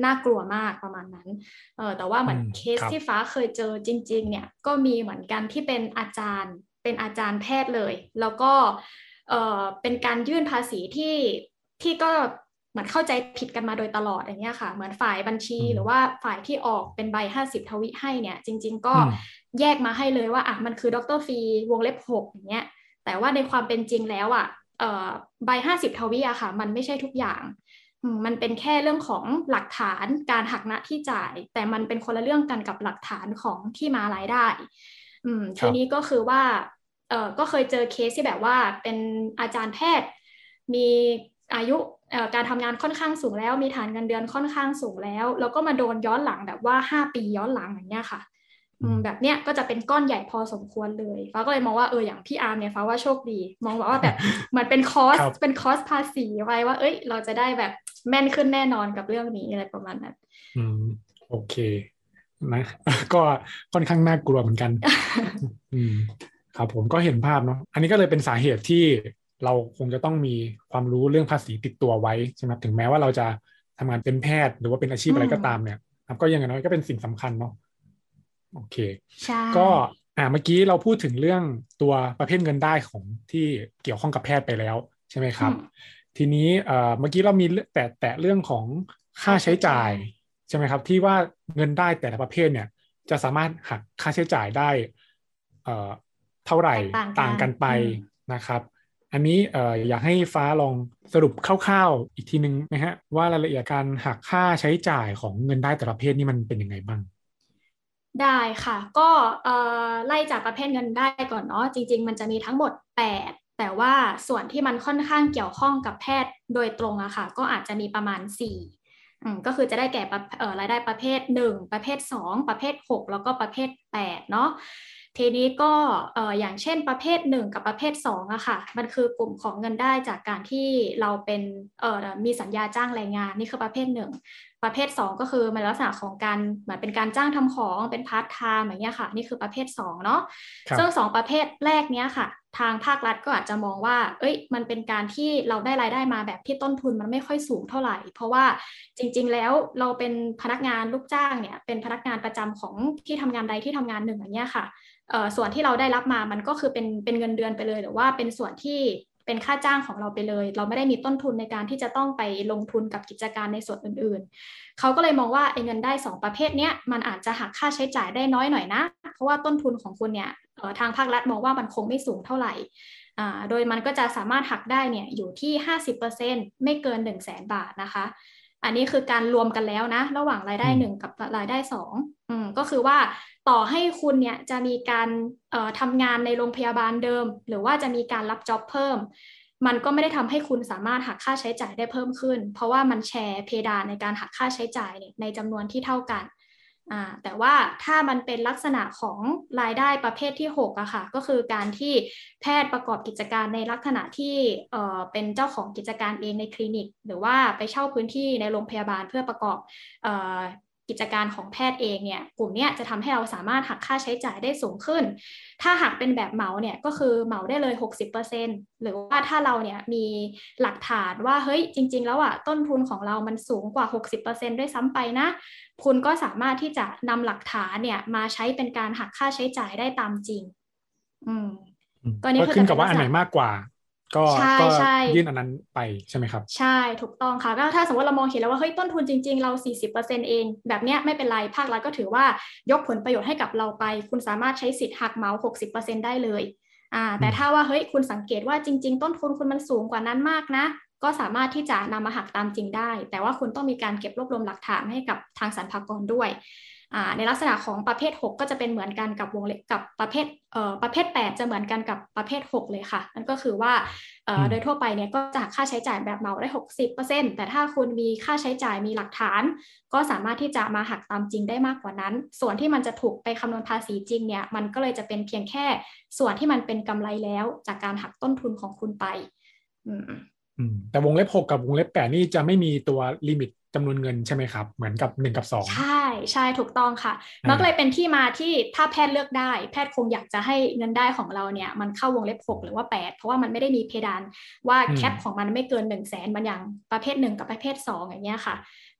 น่ากลัวมากประมาณนั้นเออแต่ว่าเหมือนเคสที่ฟ้าเคยเจอจริงๆเนี่ยก็มีเหมือนกันที่เป็นอาจารย์เป็นอาจารย์แพทย์เลยแล้วก็เออเป็นการยื่นภาษีที่ที่ก็เหมือนเข้าใจผิดกันมาโดยตลอดอย่างเงี้ยค่ะเหมือนฝ่ายบัญชีหรือว่าฝ่ายที่ออกเป็นใบห้าสิบทวิให้เนี่ยจริงๆก็แยกมาให้เลยว่าอ่ะมันคือด็อกเตอร์ฟรีวงเล็บหกอย่างเงี้ยแต่ว่าในความเป็นจริงแล้วอ่ะเอ่อใบห้าสิบทวิอะค่ะมันไม่ใช่ทุกอย่างมันเป็นแค่เรื่องของหลักฐานการหักณที่จ่ายแต่มันเป็นคนละเรื่องกันกับหลักฐานของที่มารายได้ทีนี้ก็คือว่าเออก็เคยเจอเคสที่แบบว่าเป็นอาจารย์แพทย์มีอายุการทำงานค่อนข้างสูงแล้วมีฐานเงินเดือนค่อนข้างสูงแล้วแล้วก็มาโดนย้อนหลังแบบว่าห้าปีย้อนหลังอย่างเงี้ยค่ะแบบเนี้ยก็จะเป็นก้อนใหญ่พอสมควรเลยฟ้าก็เลยมองว่าเอออย่างพี่อาร์มเนี่ยฟ้าว่าโชคดีมองว่าแบบเหมือนเป็นคอสเป็นคอสภาษีไว้ว่าเอ้ยเราจะได้แบบแม่นขึ้นแน่นอนกับเรื่องนี้อะไรประมาณนั้นอืมโอเคนะก็ค่อนข้างน่ากลัวเหมือนกัน อืมครับผมก็เห็นภาพเนาะอันนี้ก็เลยเป็นสาเหตุที่เราคงจะต้องมีความรู้เรื่องภาษีติดตัวไว้ใช่ไหมถึงแม้ว่าเราจะทำงานเป็นแพทย์หรือว่าเป็นอาชีพอะไรก็ตามเนี่ยก็ยังไงน้อยก็เป็นสิ่งสำคัญเนาะโอเคก็อ่าเมื่อกี้เราพูดถึงเรื่องตัวประเภทเงินได้ของที่เกี่ยวข้องกับแพทย์ไปแล้วใช่ไหมครับทีนี้เอ่อเมื่อกี้เรามีแต่แต่เรื่องของค่าใช้จ่ายใช่ไหมครับที่ว่าเงินได้แต่ละประเภทเนี่ยจะสามารถหักค่าใช้จ่ายได้เอ่อเท่าไหร่ต่างกันไปนะครับอันนี้เอ่ออยากให้ฟ้าลองสรุปคร่าวๆอีกทีนึงนะฮะว่ารายละเอียดการหักค่าใช้จ่ายของเงินได้แต่ละประเภทนี่มันเป็นยังไงบ้างได้ค่ะก็ไล่จากประเภทเงินได้ก่อนเนาะจริงๆมันจะมีทั้งหมดแปดแต่ว่าส่วนที่มันค่อนข้างเกี่ยวข้องกับแพทย์โดยตรงอะค่ะก็อาจจะมีประมาณสี่ก็คือจะได้แก่รายได้ประเภทหนึ่งประเภทสองประเภทหกแล้วก็ประเภทแปดเนาะทีนี้ก็อย่างเช่นประเภทหนึ่งกับประเภทสองอะค่ะมันคือกลุ่มของเงินได้จากการที่เราเป็นมีสัญญาจ้างแรงงานนี่คือประเภทหนึ่งประเภทสองก็คือมันลักษณะของการเหมือนเป็นการจ้างทำของเป็นพาร์ทไทม์อย่างเงี้ยค่ะนี่คือประเภทสองเนาะซึ่งสองประเภทแรกเนี้ยค่ะทางภาครัฐก็อาจจะมองว่าเอ้ยมันเป็นการที่เราได้รายได้มาแบบที่ต้นทุนมันไม่ค่อยสูงเท่าไหร่เพราะว่าจริงๆแล้วเราเป็นพนักงานลูกจ้างเนี่ยเป็นพนักงานประจำของที่ทำงานใดที่ทำงานหนึ่งอย่างเงี้ยค่ะส่วนที่เราได้รับมามันก็คือเป็นเป็นเงินเดือนไปเลยหรือว่าเป็นส่วนที่เป็นค่าจ้างของเราไปเลยเราไม่ได้มีต้นทุนในการที่จะต้องไปลงทุนกับกิจการในส่วนอื่นๆเขาก็เลยมองว่าไอ้เงินได้สองประเภทเนี้ยมันอาจจะหักค่าใช้จ่ายได้น้อยหน่อยนะเพราะว่าต้นทุนของคุณเนี่ยทางภาครัฐมองว่ามันคงไม่สูงเท่าไหร่โดยมันก็จะสามารถหักได้เนี่ยอยู่ที่ ห้าสิบเปอร์เซ็นต์ ไม่เกิน หนึ่งแสน บาทนะคะอันนี้คือการรวมกันแล้วนะระหว่างรายได้หนึ่งกับรายได้สองอืมก็คือว่าต่อให้คุณเนี่ยจะมีการทำงานในโรงพยาบาลเดิมหรือว่าจะมีการรับจ็อบเพิ่มมันก็ไม่ได้ทำให้คุณสามารถหักค่าใช้จ่ายได้เพิ่มขึ้นเพราะว่ามันแชร์เพดานในการหักค่าใช้จ่ายในจำนวนที่เท่ากันแต่ว่าถ้ามันเป็นลักษณะของรายได้ประเภทที่หกอะค่ะก็คือการที่แพทย์ประกอบกิจการในลักษณะที่เอ่อเป็นเจ้าของกิจการเองในคลินิกหรือว่าไปเช่าพื้นที่ในโรงพยาบาลเพื่อประกอบเอ่อกิจการของแพทย์เองเนี่ยกลุ่มนี้จะทำให้เราสามารถหักค่าใช้จ่ายได้สูงขึ้นถ้าหักเป็นแบบเหมาเนี่ยก็คือเหมาได้เลย หกสิบเปอร์เซ็นต์ หรือว่าถ้าเราเนี่ยมีหลักฐานว่าเฮ้ยจริงๆแล้วอะต้นทุนของเรามันสูงกว่า หกสิบเปอร์เซ็นต์ ด้วยซ้ำไปนะคุณก็สามารถที่จะนำหลักฐานเนี่ยมาใช้เป็นการหักค่าใช้จ่ายได้ตามจริงอืมก็นี่ขึ้นกับว่าอันไหนมากกว่าก็ก็ยื่นอันนั้นไปใช่ไหมครับใช่ถูกต้องค่ะก็ถ้าสมมติเรามองเห็นแล้วว่าเฮ้ยต้นทุนจริงๆเรา สี่สิบเปอร์เซ็นต์ เองแบบเนี้ยไม่เป็นไรภาครัฐก็ถือว่ายกผลประโยชน์ให้กับเราไปคุณสามารถใช้สิทธิ์หักเหมา หกสิบเปอร์เซ็นต์ ได้เลยอ่าแต่ถ้าว่าเฮ้ยคุณสังเกตว่าจริงๆต้นทุนคุณมันสูงกว่านั้นมากนะก็สามารถที่จะนำมาหักตามจริงได้แต่ว่าคุณต้องมีการเก็บรวบรวมหลักฐานให้กับทางสรรพากรด้วยในลักษณะของประเภทหกก็จะเป็นเหมือนกันกับวงเล็บกับประเภทเอ่อประเภทแปดจะเหมือนกันกับประเภทหกเลยค่ะนั่นก็คือว่าเอ่อโดยทั่วไปเนี่ยก็จะค่าใช้จ่ายแบบเหมาได้ หกสิบเปอร์เซ็นต์ แต่ถ้าคุณมีค่าใช้จ่ายมีหลักฐานก็สามารถที่จะมาหักตามจริงได้มากกว่านั้นส่วนที่มันจะถูกไปคำนวณภาษีจริงเนี่ยมันก็เลยจะเป็นเพียงแค่ส่วนที่มันเป็นกำไรแล้วจากการหักต้นทุนของคุณไปอืมแต่วงเล็บหกกับวงเล็บแปดนี่จะไม่มีตัวลิมิตจำนวนเงินใช่ไหมครับเหมือนกับหนึ่งกับสองใช่ใช่ถูกต้องค่ะมันก็เลยเป็นที่มาที่ถ้าแพทย์เลือกได้แพทย์คงอยากจะให้เงินได้ของเราเนี่ยมันเข้าวงเล็บหกหรือว่าแปดเพราะว่ามันไม่ได้มีเพดานว่าแคปของมันไม่เกินหนึ่งแสนมันอย่างประเภทหนึ่งกับประเภทสองอย่างเงี้ยค่ะ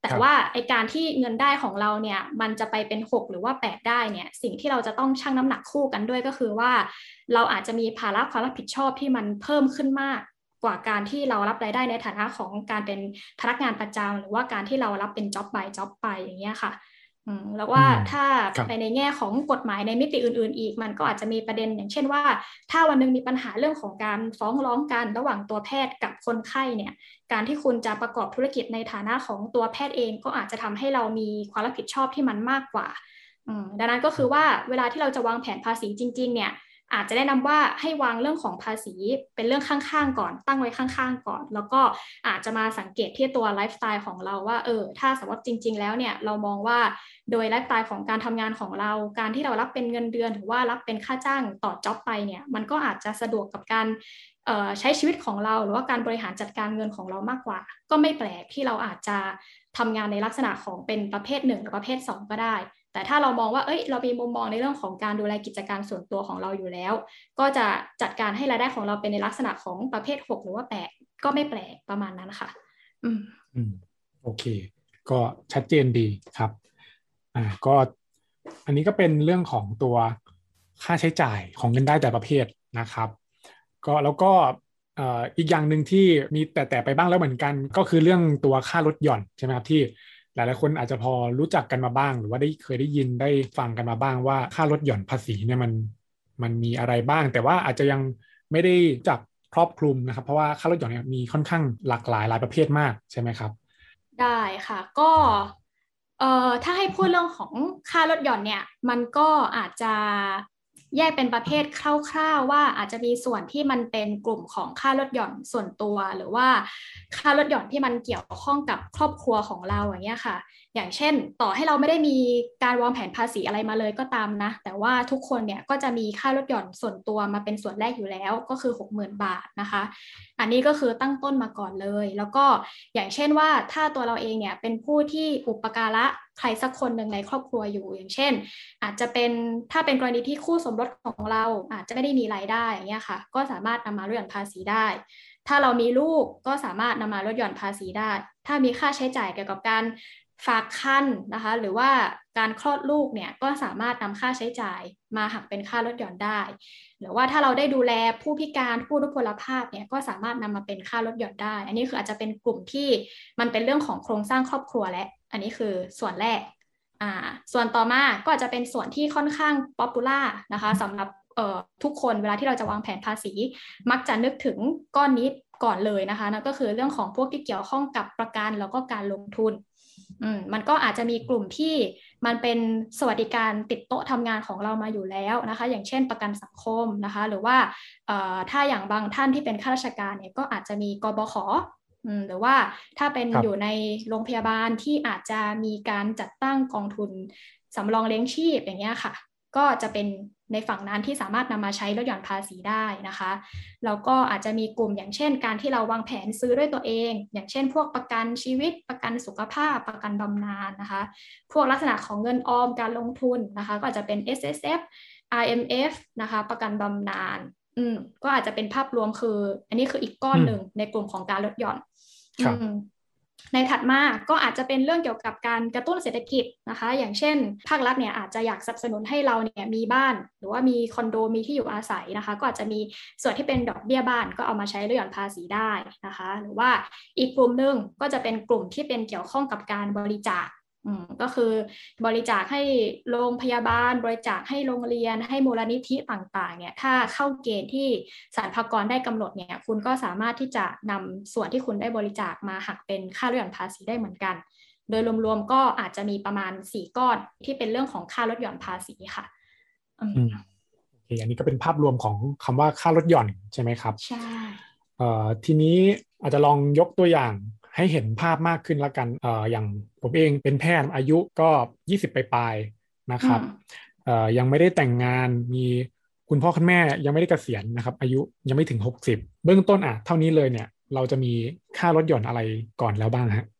แต่ว่าไอการที่เงินได้ของเราเนี่ยมันจะไปเป็นหกหรือว่าแปดได้เนี่ยสิ่งที่เราจะต้องชั่งน้ำหนักคู่กันด้วยก็คือว่าเราอาจจะมีภาระความรับผิดชอบที่มันเพิ่มขึ้นมากกว่าการที่เรารับรายได้ในฐานะของการเป็นพนักงานประจำหรือว่าการที่เรารับเป็น job by job ไปอย่างเงี้ยค่ะแล้วว่าถ้าไปในแง่ของกฎหมายในมิติอื่นๆอีกมันก็อาจจะมีประเด็นอย่างเช่นว่าถ้าวันนึงมีปัญหาเรื่องของการฟ้องร้องกันระหว่างตัวแพทย์กับคนไข้เนี่ยการที่คุณจะประกอบธุรกิจในฐานะของตัวแพทย์เองก็อาจจะทำให้เรามีความรับผิดชอบที่มันมากกว่าดังนั้นก็คือว่าเวลาที่เราจะวางแผนภาษีจริงๆเนี่ยอาจจะแนะนำว่าให้วางเรื่องของภาษีเป็นเรื่องข้างๆก่อนตั้งไว้ข้างๆก่อนแล้วก็อาจจะมาสังเกตที่ตัวไลฟ์สไตล์ของเราว่าเออถ้าสมมติจริงๆแล้วเนี่ยเรามองว่าโดยไลฟ์สไตล์ของการทำงานของเราการที่เรารับเป็นเงินเดือนหรือว่ารับเป็นค่าจ้างต่อจ็อบไปเนี่ยมันก็อาจจะสะดวกกับการใช้ชีวิตของเราหรือว่าการบริหารจัดการเงินของเรามากกว่าก็ไม่แปลกที่เราอาจจะทำงานในลักษณะของเป็นประเภทหนึ่งหรือประเภทสองก็ได้แต่ถ้าเรามองว่าเอ้ยเรามีมุมมองในเรื่องของการดูแลกิจการส่วนตัวของเราอยู่แล้วก็จะจัดการให้รายได้ของเราเป็นในลักษณะของประเภทหกหรือว่าแปดก็ไม่แปลกประมาณนั้นค่ะอืมอืมโอเคก็ชัดเจนดีครับอ่าก็อันนี้ก็เป็นเรื่องของตัวค่าใช้จ่ายของเงินได้แต่ประเภทนะครับก็แล้วก็อ่าอีกอย่างหนึ่งที่มีแต่แต่ไปบ้างแล้วเหมือนกันก็คือเรื่องตัวค่าลดหย่อนใช่ไหมครับที่หลายๆคนอาจจะพอรู้จักกันมาบ้างหรือว่าได้เคยได้ยินได้ฟังกันมาบ้างว่าค่าลดหย่อนภาษีเนี่ยมันมันมีอะไรบ้างแต่ว่าอาจจะยังไม่ได้จับครอบคลุมนะครับเพราะว่าค่าลดหย่อนเนี่ยมีค่อนข้างหลากหลายหลายประเภทมากใช่ไหมครับได้ค่ะก็เอ่อถ้าให้พูดเรื่องของค่าลดหย่อนเนี่ยมันก็อาจจะแยกเป็นประเภทคร่าวๆว่าอาจจะมีส่วนที่มันเป็นกลุ่มของค่าลดหย่อนส่วนตัวหรือว่าค่าลดหย่อนที่มันเกี่ยวข้องกับครอบครัวของเราอย่างเงี้ยค่ะอย่างเช่นต่อให้เราไม่ได้มีการวางแผนภาษีอะไรมาเลยก็ตามนะแต่ว่าทุกคนเนี่ยก็จะมีค่าลดหย่อนส่วนตัวมาเป็นส่วนแรกอยู่แล้วก็คือ หกหมื่น บาทนะคะอันนี้ก็คือตั้งต้นมาก่อนเลยแล้วก็อย่างเช่นว่าถ้าตัวเราเองเนี่ยเป็นผู้ที่อุปการะใครสักคนหนึ่งในครอบครัวอยู่อย่างเช่นอาจจะเป็นถ้าเป็นกรณีที่คู่สมรสของเราอาจจะไม่ได้มีรายได้อย่างเงี้ยค่ะก็สามารถนำมาลดหย่อนภาษีได้ถ้าเรามีลูกก็สามารถนำมาลดหย่อนภาษีได้ถ้ามีค่าใช้จ่ายเกี่ยวกับการฝากครรภ์นะคะหรือว่าการคลอดลูกเนี่ยก็สามารถนำค่าใช้จ่ายมาหักเป็นค่าลดหย่อนได้หรือว่าถ้าเราได้ดูแลผู้พิการผู้ทุพพลภาพเนี่ยก็สามารถนำมาเป็นค่าลดหย่อนได้อันนี้คืออาจจะเป็นกลุ่มที่มันเป็นเรื่องของโครงสร้างครอบครัวและอันนี้คือส่วนแรกอ่าส่วนต่อมาก็อาจจะเป็นส่วนที่ค่อนข้างป๊อปปูล่านะคะสำหรับเอ่อทุกคนเวลาที่เราจะวางแผนภาษีมักจะนึกถึงก้อนนี้ก่อนเลยนะคะนั่นก็คือเรื่องของพวกที่เกี่ยวข้องกับประกันแล้วก็การลงทุนอืมมันก็อาจจะมีกลุ่มที่มันเป็นสวัสดิการติดโต๊ะทำงานของเรามาอยู่แล้วนะคะอย่างเช่นประกันสังคมนะคะหรือว่าถ้าอย่างบางท่านที่เป็นข้าราชการเนี่ยก็อาจจะมีกบข.หรือว่าถ้าเป็นอยู่ในโรงพยาบาลที่อาจจะมีการจัดตั้งกองทุนสำรองเลี้ยงชีพอย่างเงี้ยค่ะก็จะเป็นในฝั่งนั้นที่สามารถนำมาใช้ลดหย่อนภาษีได้นะคะแล้วก็อาจจะมีกลุ่มอย่างเช่นการที่เราวางแผนซื้อด้วยตัวเองอย่างเช่นพวกประกันชีวิตประกันสุขภาพประกันบำนาญนะคะพวกลักษณะของเงินออมการลงทุนนะคะก็อาจจะเป็น เอส เอส เอฟ อาร์ เอ็ม เอฟ นะคะประกันบำนาญอืมก็อาจจะเป็นภาพรวมคืออันนี้คืออีกก้อนหนึ่งในกลุ่มของการลดหย่อนในถัดมาก็อาจจะเป็นเรื่องเกี่ยวกับการกระตุ้นเศรษฐกิจนะคะอย่างเช่นภาครัฐเนี่ยอาจจะอยากสนับสนุนให้เราเนี่ยมีบ้านหรือว่ามีคอนโดมีที่อยู่อาศัยนะคะก็อาจจะมีส่วนที่เป็นดอกเบี้ยบ้านก็เอามาใช้ลดหย่อนภาษีได้นะคะหรือว่าอีกกลุ่มนึงก็จะเป็นกลุ่มที่เป็นเกี่ยวข้องกับการบริจาคอืมก็คือบริจาคให้โรงพยาบาลบริจาคให้โรงเรียนให้มูลนิธิต่างๆเนี่ยถ้าเข้าเกณฑ์ที่สรรพากรได้กำหนดเนี่ยคุณก็สามารถที่จะนำส่วนที่คุณได้บริจาคมาหักเป็นค่าลดหย่อนภาษีได้เหมือนกันโดยรวมๆก็อาจจะมีประมาณสี่ก้อนที่เป็นเรื่องของค่าลดหย่อนภาษีค่ะอืมโอเคอันนี้ก็เป็นภาพรวมของคำว่าค่าลดหย่อนใช่ไหมครับใช่เอ่อทีนี้อาจจะลองยกตัวอย่างให้เห็นภาพมากขึ้นละกันเอ่ออย่างผมเองเป็นแพทย์อายุก็ยี่สิบปลายๆนะครับเอ่อยังไม่ได้แต่งงานมีคุณพ่อคุณแม่ยังไม่ได้เกษียณนะครับอายุยังไม่ถึงหกสิบเบื้องต้นอ่ะเท่านี้เลยเนี่ยเราจะมีค่าลดหย่อนอะไรก่อนแล้วบ้างฮะ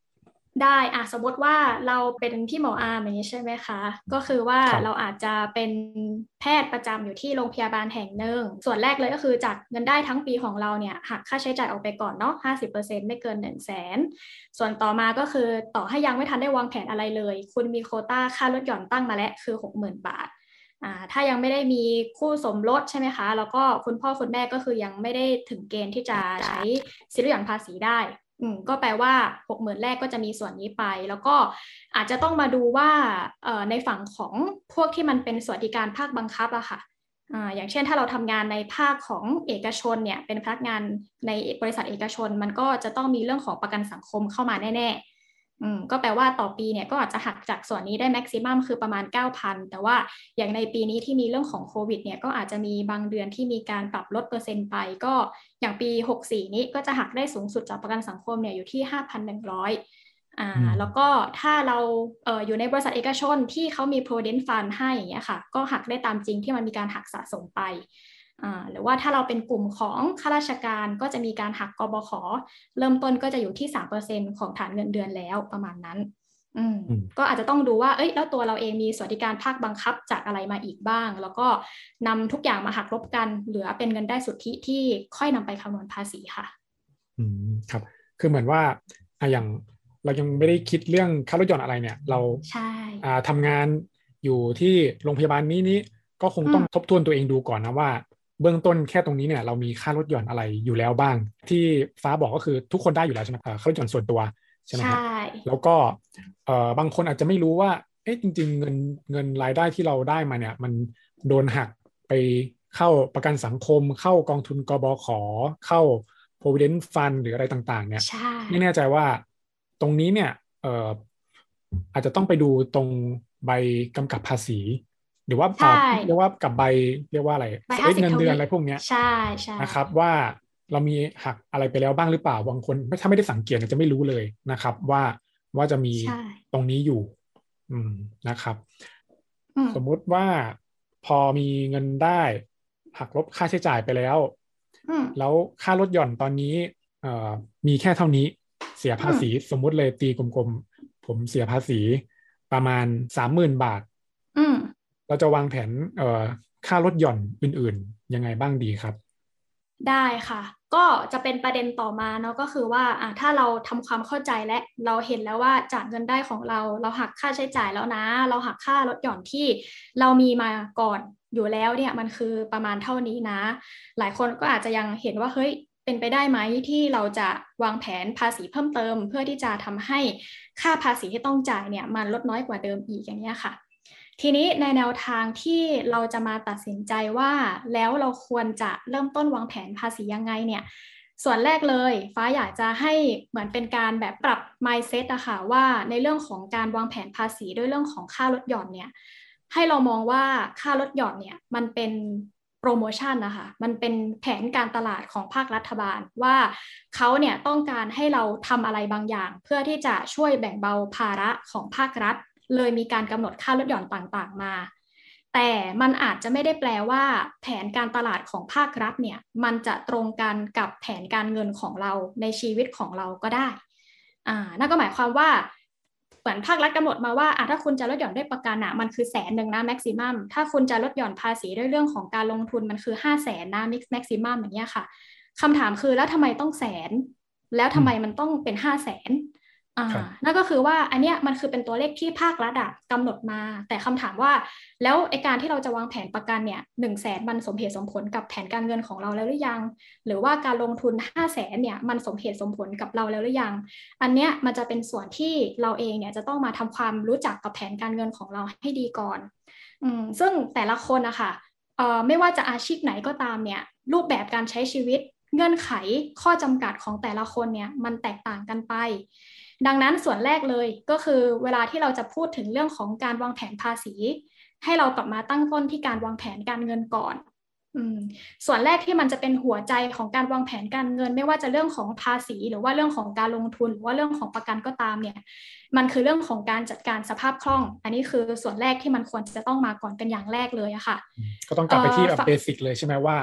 ได้อ่ะสมมติว่าเราเป็นพี่หมออาร์มอย่างนี้ใช่ไหมคะก็คือว่าครับเราอาจจะเป็นแพทย์ประจำอยู่ที่โรงพยาบาลแห่งหนึ่งส่วนแรกเลยก็คือจากเงินได้ทั้งปีของเราเนี่ยหักค่าใช้จ่ายออกไปก่อนเนาะห้าสิบเปอร์เซ็นต์ไม่เกินหนึ่งแสนส่วนต่อมาก็คือต่อให้ยังไม่ทันได้วางแผนอะไรเลยคุณมีโควต้าค่าลดหย่อนตั้งมาแล้วคือหกหมื่นบาทอ่าถ้ายังไม่ได้มีคู่สมรสใช่ไหมคะแล้วก็คุณพ่อคุณแม่ก็คือยังไม่ได้ถึงเกณฑ์ที่จะใช้สิทธิลดหย่อนภาษีได้อืมก็แปลว่าหกหมื่นแรกก็จะมีส่วนนี้ไปแล้วก็อาจจะต้องมาดูว่าเอ่อในฝั่งของพวกที่มันเป็นสวัสดิการภาคบังคับอะค่ะอ่าอย่างเช่นถ้าเราทำงานในภาคของเอกชนเนี่ยเป็นพนักงานในบริษัทเอกชนมันก็จะต้องมีเรื่องของประกันสังคมเข้ามาแน่ๆอืมก็แปลว่าต่อปีเนี่ยก็อาจจะหักจากส่วนนี้ได้แม็กซิมัมคือประมาณ เก้าพัน แต่ว่าอย่างในปีนี้ที่มีเรื่องของโควิดเนี่ยก็อาจจะมีบางเดือนที่มีการปรับลดเปอร์เซ็นต์ไปก็อย่างปีหกสิบสี่นี้ก็จะหักได้สูงสุดจากประกันสังคมเนี่ยอยู่ที่ ห้าพันหนึ่งร้อย อ่าแล้วก็ถ้าเราเอ่ออยู่ในบริษัทเอกชนที่เขามี provident fund ให้อย่างเงี้ยค่ะก็หักได้ตามจริงที่มันมีการหักสะสมไปอ่าหรือว่าถ้าเราเป็นกลุ่มของข้าราชการก็จะมีการหักกบข.เริ่มต้นก็จะอยู่ที่ สามเปอร์เซ็นต์ ของฐานเงินเดือนแล้วประมาณนั้นอืมก็อาจจะต้องดูว่าเอ้ยแล้วตัวเราเองมีสวัสดิการภาคบังคับจากอะไรมาอีกบ้างแล้วก็นำทุกอย่างมาหักลบกันเหลือเป็นเงินได้สุทธิที่ค่อยนำไปคำนวณภาษีค่ะอืมครับคือเหมือนว่าอ่ะอย่างเรายังไม่ได้คิดเรื่องค่าลดหย่อนอะไรเนี่ยเราใช่อ่าทำงานอยู่ที่โรงพยาบาลนี้นี้ก็คงต้องทบทวนตัวเองดูก่อนนะว่าเบื้องต้นแค่ตรงนี้เนี่ยเรามีค่าลดหย่อนอะไรอยู่แล้วบ้างที่ฟ้าบอกก็คือทุกคนได้อยู่แล้วใช่ไหมอ่าค่าลดหย่อนส่วนตัวใช่ไหมใช่ฮะแล้วก็เอ่อบางคนอาจจะไม่รู้ว่าเอ๊ะจริงๆเงินเงินรายได้ที่เราได้มาเนี่ยมันโดนหักไปเข้าประกันสังคมเข้ากองทุนกบข.เข้า provident fund หรืออะไรต่างๆเนี่ยใช่ไม่แน่ใจว่าตรงนี้เนี่ยเอ่ออาจจะต้องไปดูตรงใบกำกับภาษีหรือว่าใช่เรียกว่ากับใบเรียกว่าอะไรใบสห้าสิบทวีลิปเงินเดือนอะไรพวกเนี้ยใช่ใช่นะครับว่าเรามีหักอะไรไปแล้วบ้างหรือเปล่าบางคนถ้าไม่ได้สังเกตจะไม่รู้เลยนะครับว่าว่าจะมีใช่ตรงนี้อยู่อืมนะครับอืมสมมุติว่าพอมีเงินได้หักลบค่าใช้จ่ายไปแล้วอืมแล้วค่าลดหย่อนตอนนี้เอ่อมีแค่เท่านี้เสียอืมภาษีสมมุติเลยตีกลมๆผมเสียภาษีประมาณสามหมื่นบาทอืมเราจะวางแผนเอ่อค่าลดหย่อนอื่นๆยังไงบ้างดีครับได้ค่ะก็จะเป็นประเด็นต่อมาเนาะก็คือว่าอ่ะถ้าเราทำความเข้าใจและเราเห็นแล้วว่าจากเงินได้ของเราเราหักค่าใช้จ่ายแล้วนะเราหักค่าลดหย่อนที่เรามีมาก่อนอยู่แล้วเนี่ยมันคือประมาณเท่านี้นะหลายคนก็อาจจะยังเห็นว่าเฮ้ยเป็นไปได้ไหมที่เราจะวางแผนภาษีเพิ่มเติมเพื่อที่จะทำให้ค่าภาษีที่ต้องจ่ายเนี่ยมันลดน้อยกว่าเดิมอีกอย่างเงี้ยค่ะ ทีนี้ในแนวทางที่เราจะมาตัดสินใจว่าแล้วเราควรจะเริ่มต้นวางแผนภาษียังไงเนี่ยส่วนแรกเลยฟ้าอยากจะให้เหมือนเป็นการแบบปรับ mindset อะค่ะว่าในเรื่องของการวางแผนภาษีด้วยเรื่องของค่าลดหย่อนเนี่ยให้เรามองว่าค่าลดหย่อนเนี่ยมันเป็นโปรโมชั่นนะคะมันเป็นแผนการตลาดของภาครัฐบาลว่าเขาเนี่ยต้องการให้เราทำอะไรบางอย่างเพื่อที่จะช่วยแบ่งเบาภาระของภาครัฐ เลยมีการกำหนดค่าลดหย่อนต่างๆมา แต่มันอาจจะไม่ได้แปลว่าแผนการตลาดของภาครัฐเนี่ยมันจะตรงกันกับแผนการเงินของเราในชีวิตของเราก็ได้อ่านั่นก็หมายความว่าเหมือนภาครัฐกำหนดมาว่าอ่ะถ้าคุณจะลดหย่อนด้วยประกันอ่ะมันคือแสนหนึ่งนะแม็กซิมัมถ้าคุณจะลดหย่อนภาษีด้วยเรื่องของการลงทุนมันคือห้าแสนนะมิกซ์แม็กซิมัมอย่างเงี้ยค่ะคำถามคือแล้วทำไมต้องแสนแล้วทำไมมันต้องเป็นห้าแสน อ่านั่นก็คือว่าอันเนี้ยมันคือเป็นตัวเลขที่ภาครัฐอะกำหนดมาแต่คำถามว่าแล้วไอการที่เราจะวางแผนประกันเนี่ยหนึ่งแสนมันสมเหตุสมผลกับแผนการเงินของเราแล้วหรือยังหรือว่าการลงทุนห้าแสนเนี่ยมันสมเหตุสมผลกับเราแล้วหรือยังอันเนี้ยมันจะเป็นส่วนที่เราเองเนี่ยจะต้องมาทำความรู้จักกับแผนการเงินของเราให้ดีก่อนอืมซึ่งแต่ละคนนะคะเอ่อไม่ว่าจะอาชีพไหนก็ตามเนี่ยรูปแบบการใช้ชีวิตเงื่อนไขข้อจำกัดของแต่ละคนเนี่ยมันแตกต่างกันไปดังนั้นส่วนแรกเลยก็คือเวลาที่เราจะพูดถึงเรื่องของการวางแผนภาษีให้เรากลับมาตั้งต้นที่การวางแผนการเงินก่อนอืมส่วนแรกที่มันจะเป็นหัวใจของการวางแผนการเงินไม่ว่าจะเรื่องของภาษีหรือว่าเรื่องของการลงทุนหรือว่าเรื่องของประกันก็ตามเนี่ยมันคือเรื่องของการจัดการสภาพคล่องอันนี้คือส่วนแรกที่มันควรจะต้องมาก่อนเป็นอย่างแรกเลยอะค่ะก็ต้องกลับไปที่แบบเบสิกเลยใช่ไหมว่า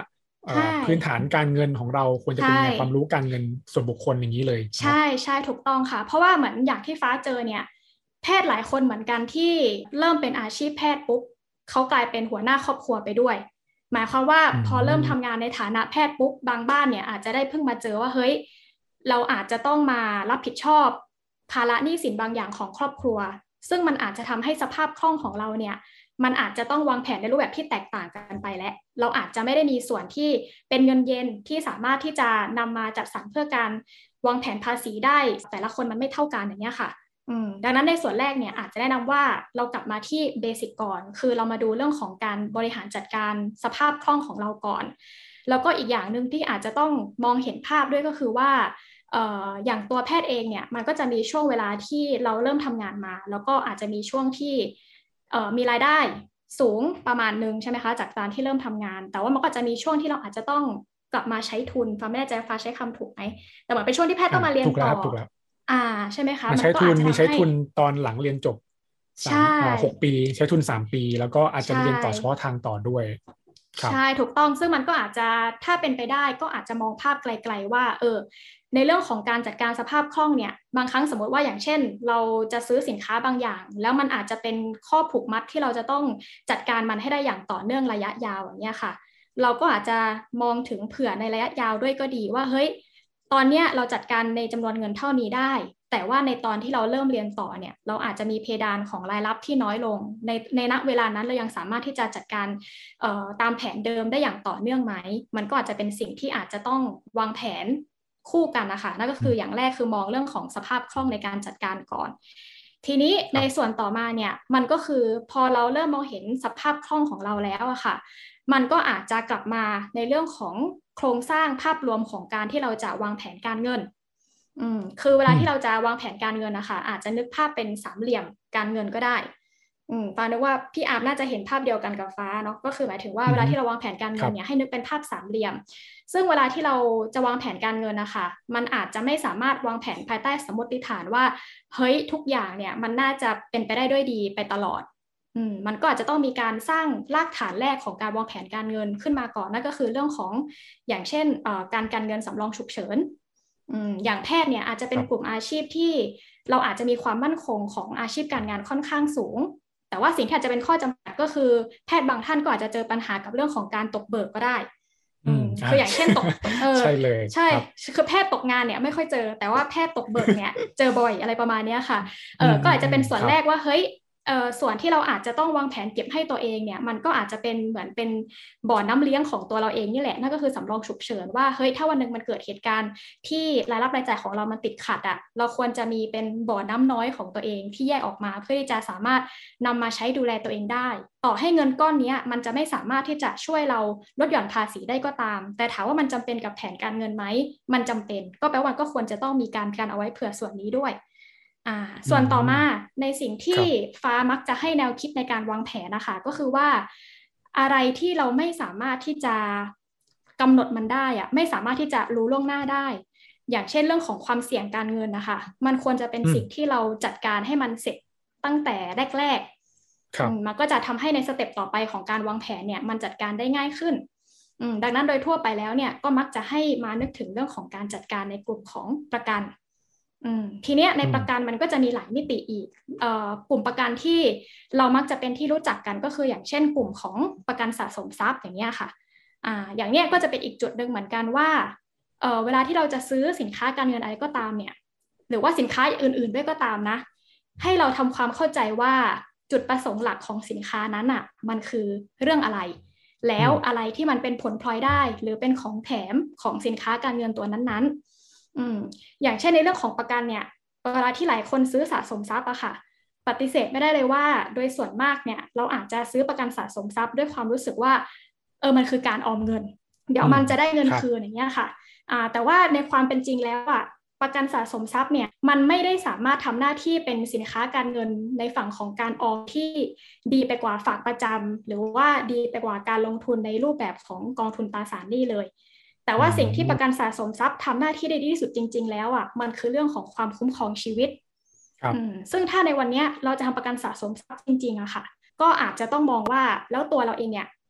พื้นฐานการเงินของเราควรจะเป็นยังไงความรู้การเงินส่วนบุคคลอย่างนี้เลยใช่ใช่ถูกต้องค่ะเพราะว่าเหมือนอย่างที่ฟ้าเจอเนี่ยแพทย์หลายคนเหมือนกันที่เริ่มเป็นอาชีพแพทย์ปุ๊บเขากลายเป็นหัวหน้าครอบครัวไปด้วยหมายความว่าพอเริ่มทำงานในฐานะแพทย์ปุ๊บบางบ้านเนี่ยอาจจะได้เพิ่งมาเจอว่าเฮ้ยเราอาจจะต้องมารับผิดชอบภาระหนี้สินบางอย่างของครอบครัวซึ่งมันอาจจะทำให้สภาพคล่องของเราเนี่ยมันอาจจะต้องวางแผนในรูปแบบที่แตกต่างกันไปและเราอาจจะไม่ได้มีส่วนที่เป็นเงินเย็นที่สามารถที่จะนำมาจัดสรรเพื่อการวางแผนภาษีได้แต่ละคนมันไม่เท่ากันอย่างนี้ค่ะดังนั้นในส่วนแรกเนี่ยอาจจะแนะนำว่าเรากลับมาที่เบสิกก่อนคือเรามาดูเรื่องของการบริหารจัดการสภาพคล่องของเราก่อนแล้วก็อีกอย่างหนึ่งที่อาจจะต้องมองเห็นภาพด้วยก็คือว่าเอ่ออย่างตัวแพทย์เองเนี่ยมันก็จะมีช่วงเวลาที่เราเริ่มทำงานมาแล้วก็อาจจะมีช่วงที่เอ่อมีรายได้สูงประมาณนึงใช่ไหมคะจากการที่เริ่มทำงานแต่ว่ามันก็จะมีช่วงที่เราอาจจะต้องกลับมาใช้ทุนฟ้าไม่แน่ใจฟ้าใช้คำถูกไหมแต่เหมือนเป็นช่วงที่แพทย์ต้องมาเรียนต่ออ่าใช่ไหมคะมาใช้ทุนมีใช้ทุนตอนหลังเรียนจบสามหกปีใช้ทุนสามปีแล้วก็อาจจะเรียนต่อเฉพาะทางต่อด้วยใช่ถูกต้องซึ่งมันก็อาจจะถ้าเป็นไปได้ก็อาจจะมองภาพไกลๆว่าเออในเรื่องของการจัดการสภาพคล่องเนี่ยบางครั้งสมมติว่าอย่างเช่นเราจะซื้อสินค้าบางอย่างแล้วมันอาจจะเป็นข้อผูกมัดที่เราจะต้องจัดการมันให้ได้อย่างต่อเนื่องระยะยาวอย่างเงี้ยค่ะเราก็อาจจะมองถึงเผื่อในระยะยาวด้วยก็ดีว่าเฮ้ยตอนเนี้ยเราจัดการในจำนวนเงินเท่านี้ได้แต่ว่าในตอนที่เราเริ่มเรียนต่อเนี่ยเราอาจจะมีเพดานของรายรับที่น้อยลงในในณเวลานั้นเรายังสามารถที่จะจัดการตามแผนเดิมได้อย่างต่อเนื่องไหมมันก็อาจจะเป็นสิ่งที่อาจจะต้องวางแผนคู่กันนะคะนั่นก็คืออย่างแรกคือมองเรื่องของสภาพคล่องในการจัดการก่อนทีนี้ในส่วนต่อมาเนี่ยมันก็คือพอเราเริ่มมองเห็นสภาพคล่องของเราแล้วอะค่ะมันก็อาจจะกลับมาในเรื่องของโครงสร้างภาพรวมของการที่เราจะวางแผนการเงินอืมคือเวลาที่เราจะวางแผนการเงินนะคะอาจจะนึกภาพเป็นสามเหลี่ยมการเงินก็ได้อืมฟ้านึกว่าพี่อาร์มน่าจะเห็นภาพเดียวกันกับฟ้าเนาะก็คือหมายถึงว่าเวลาที่เราวางแผนการเงินเนี่ยให้นึกเป็นภาพสามเหลี่ยมซึ่งเวลาที่เราจะวางแผนการเงินนะคะมันอาจจะไม่สามารถวางแผนภายใต้สมมติฐานว่าเฮ้ยทุกอย่างเนี่ยมันน่าจะเป็นไปได้ด้วยดีไปตลอดอืมมันก็อาจจะต้องมีการสร้างรากฐานแรกของการวางแผนการเงินขึ้นมาก่อนนั่นก็คือเรื่องของอย่างเช่นการการเงินสำรองฉุกเฉินอย่างแพทย์เนี่ยอาจจะเป็นกลุ่มอาชีพที่เราอาจจะมีความมั่นคงของอาชีพการงานค่อนข้างสูงแต่ว่าสิ่งที่อาจจะเป็นข้อจำกัดก็คือแพทย์บางท่านก็อาจจะเจอปัญหากับเรื่องของการตกเบิกก็ได้คืออย่างเช่นตกเออใช่เลยใช่คือแพทย์ตกงานเนี่ยไม่ค่อยเจอแต่ว่าแพทย์ตกเบิกเนี่ยเจอบ่อยอะไรประมาณนี้ค่ะเออก็อาจจะเป็นส่วนแรกว่าเฮ้ยเอ่อส่วนที่เราอาจจะต้องวางแผนเก็บให้ตัวเองเนี่ยมันก็อาจจะเป็นเหมือนเป็นบ่อน้ำเลี้ยงของตัวเราเองนี่แหละนั่นก็คือสำรองฉุกเฉินว่าเฮ้ยถ้าวันนึงมันเกิดเหตุการณ์ที่รายรับรายจ่ายของเรามันติดขัดอ่ะเราควรจะมีเป็นบ่อน้ำน้อยของตัวเองที่แยกออกมาเพื่อที่จะสามารถนำมาใช้ดูแลตัวเองได้ต่อให้เงินก้อนนี้มันจะไม่สามารถที่จะช่วยเราลดหย่อนภาษีได้ก็ตามแต่ถามว่ามันจำเป็นกับแผนการเงินไหมมันจำเป็นก็แปลว่าก็ควรจะต้องมีการการเอาไว้เผื่อส่วนนี้ด้วยอ่าส่วนต่อมาในสิ่งที่ฟ้ามักจะให้แนวคิดในการวางแผนนะคะก็คือว่าอะไรที่เราไม่สามารถที่จะกำหนดมันได้อะไม่สามารถที่จะรู้ล่วงหน้าได้อย่างเช่นเรื่องของความเสี่ยงการเงินนะคะมันควรจะเป็นสิ่งที่เราจัดการให้มันเสร็จตั้งแต่แรกๆมันก็จะทำให้ในสเต็ปต่อไปของการวางแผนเนี่ยมันจัดการได้ง่ายขึ้นดังนั้นโดยทั่วไปแล้วเนี่ยก็มักจะให้มานึกถึงเรื่องของการจัดการในกลุ่มของประกันทีเนี้ยในประกันมันก็จะมีหลายมิติอีกเอ่อกลุ่มประกันที่เรามักจะเป็นที่รู้จักกันก็คืออย่างเช่นกลุ่มของประกันสะสมทรัพย์อย่างเงี้ยค่ะอ่าอย่างเนี้ยก็จะเป็นอีกจุดหนึ่งเหมือนกันว่าเอ่อเวลาที่เราจะซื้อสินค้าการเงินอะไรก็ตามเนี่ยหรือว่าสินค้าอื่นๆด้วยก็ตามนะให้เราทำความเข้าใจว่าจุดประสงค์หลักของสินค้านั้นอ่ะมันคือเรื่องอะไรแล้วอะไรที่มันเป็นผลพลอยได้หรือเป็นของแถมของสินค้าการเงินตัวนั้นๆอืมอย่างเช่นในเรื่องของประกันเนี่ยเวลาที่หลายคนซื้อสะสมทรัพย์อะค่ะปฏิเสธไม่ได้เลยว่าโดยส่วนมากเนี่ยเราอาจจะซื้อประกันสะสมทรัพย์ด้วยความรู้สึกว่าเออมันคือการออมเงินเดี๋ยวมันจะได้เงินคืนอย่างเงี้ยค่ะอ่าแต่ว่าในความเป็นจริงแล้วอะประกันสะสมทรัพย์เนี่ยมันไม่ได้สามารถทำหน้าที่เป็นสินค้าการเงินในฝั่งของการออมที่ดีไปกว่าฝากประจำหรือว่าดีไปกว่าการลงทุนในรูปแบบของกองทุนตราสารหนี้เลยแต่ว่าสิ่งที่ประกันสะสมทรัพย์ทำหน้าที่ได้ดีที่สุดจริงๆแล้วอ่ะมันคือเรื่องของความคุ้มครองชีวิตซึ่งถ้าในวันนี้เราจะทำประกันสะสมทรัพย์จริงๆอะค่ะก็อาจจะต้องมองว่าแล้วตัวเราเองเนี่ย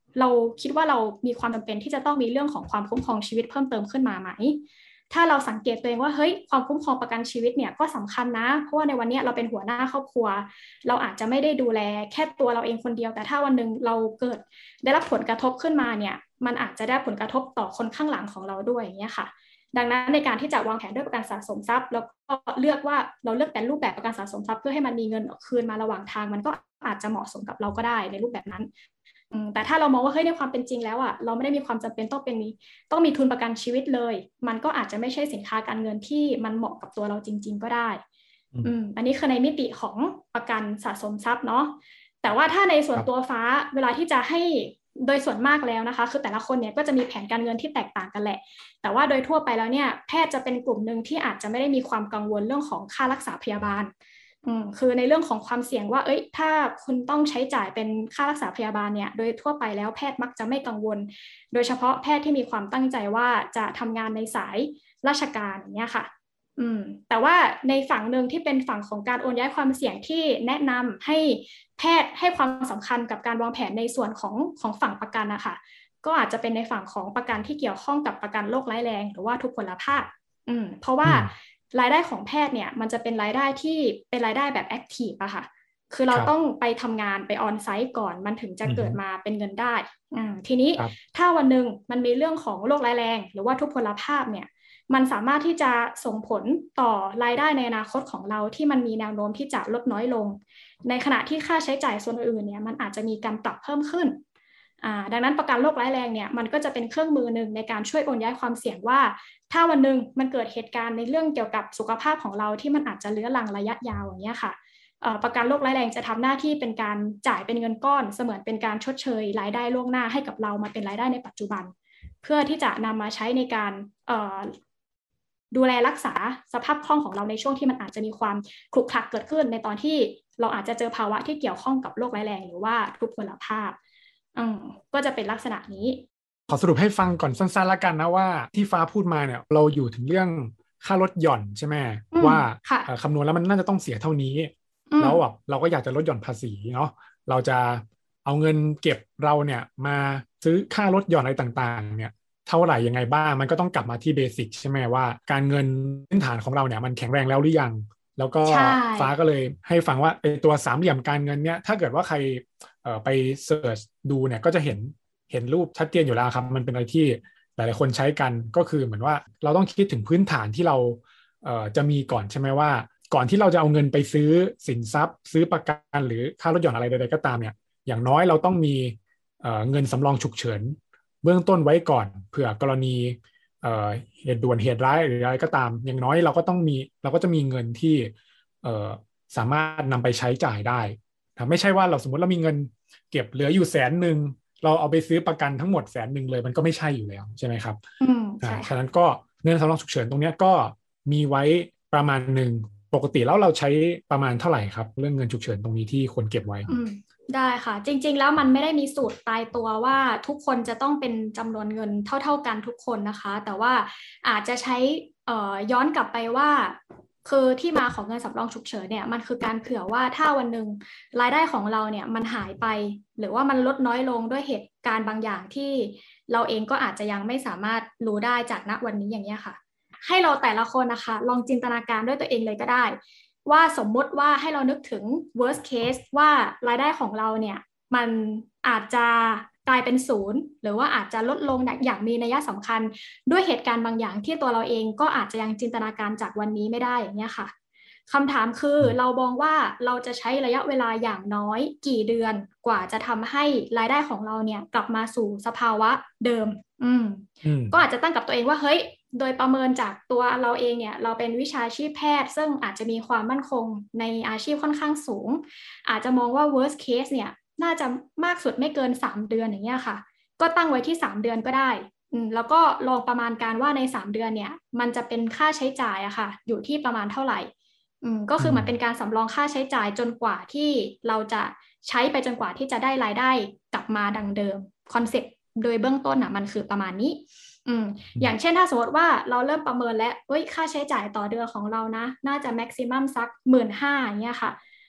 เราคิดว่าเรามีความจำเป็นที่จะต้องมีเรื่องของความคุ้มครองชีวิตเพิ่มเติมขึ้นมาไหมถ้าเราสังเกตตัวเองว่าเฮ้ยความคุ้มครองประกันชีวิตเนี่ยก็สำคัญนะเพราะว่าในวันนี้เราเป็นหัวหน้าครอบครัวเราอาจจะไม่ได้ดูแลแค่ตัวเราเองคนเดียวแต่ถ้าวันหนึ่งเราเกิดได้รับผลกระทบขึ้นมาเนี่ยมันอาจจะได้ผลกระทบต่อคนข้างหลังของเราด้วยอย่างเงี้ยค่ะดังนั้นในการที่จะวางแผนด้วยประกันสะสมทรัพย์แล้วก็เลือกว่าเราเลือกแต่รูปแบบประกันสะสมทรัพย์เพื่อให้มันมีเงินคืนมาระหว่างทางมันก็อาจจะเหมาะสมกับเราก็ได้ในรูปแบบนั้นแต่ถ้าเรามองว่าเฮ้ยในความเป็นจริงแล้วอ่ะเราไม่ได้มีความจำเป็นต้องเป็นต้องมีทุนประกันชีวิตเลยมันก็อาจจะไม่ใช่สินค้าการเงินที่มันเหมาะกับตัวเราจริงๆก็ได้อืมอันนี้คือในมิติของประกันสะสมทรัพย์เนาะแต่ว่าถ้าในส่วนตัวฟ้าเวลาที่จะให้โดยส่วนมากแล้วนะคะคือแต่ละคนเนี่ยก็จะมีแผนการเงินที่แตกต่างกันแหละแต่ว่าโดยทั่วไปแล้วเนี่ยแพทย์จะเป็นกลุ่มหนึ่งที่อาจจะไม่ได้มีความกังวลเรื่องของค่ารักษาพยาบาลอืมคือในเรื่องของความเสี่ยงว่าเอ้ยถ้าคุณต้องใช้จ่ายเป็นค่ารักษาพยาบาลเนี่ยโดยทั่วไปแล้วแพทย์มักจะไม่กังวลโดยเฉพาะแพทย์ที่มีความตั้งใจว่าจะทำงานในสายราชการอย่างเงี้ยค่ะอืมแต่ว่าในฝั่งหนึ่งที่เป็นฝั่งของการโอนย้ายความเสี่ยงที่แนะนำให้แพทย์ให้ความสำคัญกับการวางแผนในส่วนของของฝั่งประกันนะคะก็อาจจะเป็นในฝั่งของประกันที่เกี่ยวข้องกับประกันโรคร้ายแรงหรือว่าทุพพลภาพอืมเพราะว่ารายได้ของแพทย์เนี่ยมันจะเป็นรายได้ที่เป็นรายได้แบบแอคทีฟอะค่ะคือเราต้องไปทำงานไปออนไซต์ก่อนมันถึงจะเกิดมาเป็นเงินได้อืมทีนี้ถ้าวันหนึ่งมันมีเรื่องของโรคร้ายแรงหรือว่าทุพพลภาพเนี่ยมันสามารถที่จะส่งผลต่อรายได้ในอนาคตของเราที่มันมีแนวโน้มที่จะลดน้อยลงในขณะที่ค่าใช้จ่ายส่วนอื่นเนี่ยมันอาจจะมีการปรับเพิ่มขึ้นอ่าดังนั้นประกันโรคร้ายแรงเนี่ยมันก็จะเป็นเครื่องมือหนึ่งในการช่วยโอนย้ายความเสี่ยงว่าถ้าวันหนึ่งมันเกิดเหตุการณ์ในเรื่องเกี่ยวกับสุขภาพของเราที่มันอาจจะเลื้อรังระยะยาวอย่างเงี้ยค่ะประกันโรคร้ายแรงจะทำหน้าที่เป็นการจ่ายเป็นเงินก้อนเสมือนเป็นการชดเชยรายได้ล่วงหน้าให้กับเรามาเป็นรายได้ในปัจจุบันเพื่อที่จะนำมาใช้ในการดูแลรักษาสภาพคล่องของเราในช่วงที่มันอาจจะมีความขรุขระเกิดขึ้นในตอนที่เราอาจจะเจอภาวะที่เกี่ยวข้องกับโรคร้ายแรงหรือว่าทุพพลภาพอืมก็จะเป็นลักษณะนี้ขอสรุปให้ฟังก่อนสั้นๆแล้วกันนะว่าที่ฟ้าพูดมาเนี่ยเราอยู่ถึงเรื่องค่าลดหย่อนใช่ไหมว่าคำนวณแล้วมันน่าจะต้องเสียเท่านี้แล้วแบบเราก็อยากจะลดหย่อนภาษีเนาะเราจะเอาเงินเก็บเราเนี่ยมาซื้อค่าลดหย่อนอะไรต่างๆเนี่ยเท่าไหร่ยังไงบ้างมันก็ต้องกลับมาที่เบสิกใช่ไหมว่าการเงินพื้นฐานของเราเนี่ยมันแข็งแรงแล้วหรือยังแล้วก็ฟ้าก็เลยให้ฟังว่าไอ้ตัวสามเหลี่ยมการเงินเนี่ยถ้าเกิดว่าใครเอ่อไปเสิร์ชดูเนี่ยก็จะเห็นเห็นรูปชัดเจนอยู่แล้วครับมันเป็นอะไรที่หลายๆคนใช้กันก็คือเหมือนว่าเราต้องคิดถึงพื้นฐานที่เราเอ่อจะมีก่อนใช่ไหมว่าก่อนที่เราจะเอาเงินไปซื้อสินทรัพย์ซื้อประกันหรือค่ารถหย่อนอะไรใดๆก็ตามเนี่ยอย่างน้อยเราต้องมีเอ่อเงินสำรองฉุกเฉินเบื้องต้นไว้ก่อนเผื่อกรณีเอ่อเหตุด่วนเหตุร้ายหรืออะไรก็ตามอย่างน้อยเราก็ต้องมีเราก็จะมีเงินที่เอ่อสามารถนำไปใช้จ่ายได้ไม่ใช่ว่าเราสมมติเรามีเงินเก็บเหลืออยู่แสนหนึ่งเราเอาไปซื้อประกันทั้งหมดแสนหนึ่งเลยมันก็ไม่ใช่อยู่แล้วใช่ไหมครับอืมใช่ฉะนั้นก็เงินสำรองฉุกเฉินตรงนี้ก็มีไว้ประมาณหนึ่งปกติแล้วเราใช้ประมาณเท่าไหร่ครับเรื่องเงินฉุกเฉินตรงนี้ที่ควรเก็บไว้ได้ค่ะจริงๆแล้วมันไม่ได้มีสูตรตายตัวว่าทุกคนจะต้องเป็นจำนวนเงินเท่าๆกันทุกคนนะคะแต่ว่าอาจจะใช้ย้อนกลับไปว่าคือที่มาของเงินสำรองฉุกเฉินเนี่ยมันคือการเผื่อว่าถ้าวันหนึ่งรายได้ของเราเนี่ยมันหายไปหรือว่ามันลดน้อยลงด้วยเหตุการณ์บางอย่างที่เราเองก็อาจจะยังไม่สามารถรู้ได้จากณวันนี้อย่างนี้ค่ะให้เราแต่ละคนนะคะลองจินตนาการด้วยตัวเองเลยก็ได้ว่าสมมติว่าให้เรานึกถึง worst case ว่ารายได้ของเราเนี่ยมันอาจจะกลายเป็นศูนย์หรือว่าอาจจะลดลงอย่างมีนัยสำคัญด้วยเหตุการณ์บางอย่างที่ตัวเราเองก็อาจจะยังจินตนาการจากวันนี้ไม่ได้อย่างเงี้ยค่ะคำถามคือเรามองว่าเราจะใช้ระยะเวลาอย่างน้อยกี่เดือนกว่าจะทำให้รายได้ของเราเนี่ยกลับมาสู่สภาวะเดิมอืมก็อาจจะตั้งกับตัวเองว่าเฮ้ยโดยประเมินจากตัวเราเองเนี่ยเราเป็นวิชาชีพแพทย์ซึ่งอาจจะมีความมั่นคงในอาชีพค่อนข้างสูงอาจจะมองว่า worst case เนี่ยน่าจะมากสุดไม่เกินสามเดือนอย่างเงี้ยค่ะก็ตั้งไว้ที่สามเดือนก็ได้อืมแล้วก็ลองประมาณการว่าในสามเดือนเนี่ยมันจะเป็นค่าใช้จ่ายอะค่ะอยู่ที่ประมาณเท่าไหร่อืมก็คือมันเป็นการสำรองค่าใช้จ่ายจนกว่าที่เราจะใช้ไปจนกว่าที่จะได้รายได้กลับมาดังเดิมคอนเซ็ปต์โดยเบื้องต้นอะมันคือประมาณนี้อืมอย่างเช่นถ้าสมมติว่าเราเริ่มประเมินแล้วเอ้ยค่าใช้จ่ายต่อเดือนของเรานะน่าจะแม็กซิมัมสักหมื่นห้าอย่างเงี้ยค่ะ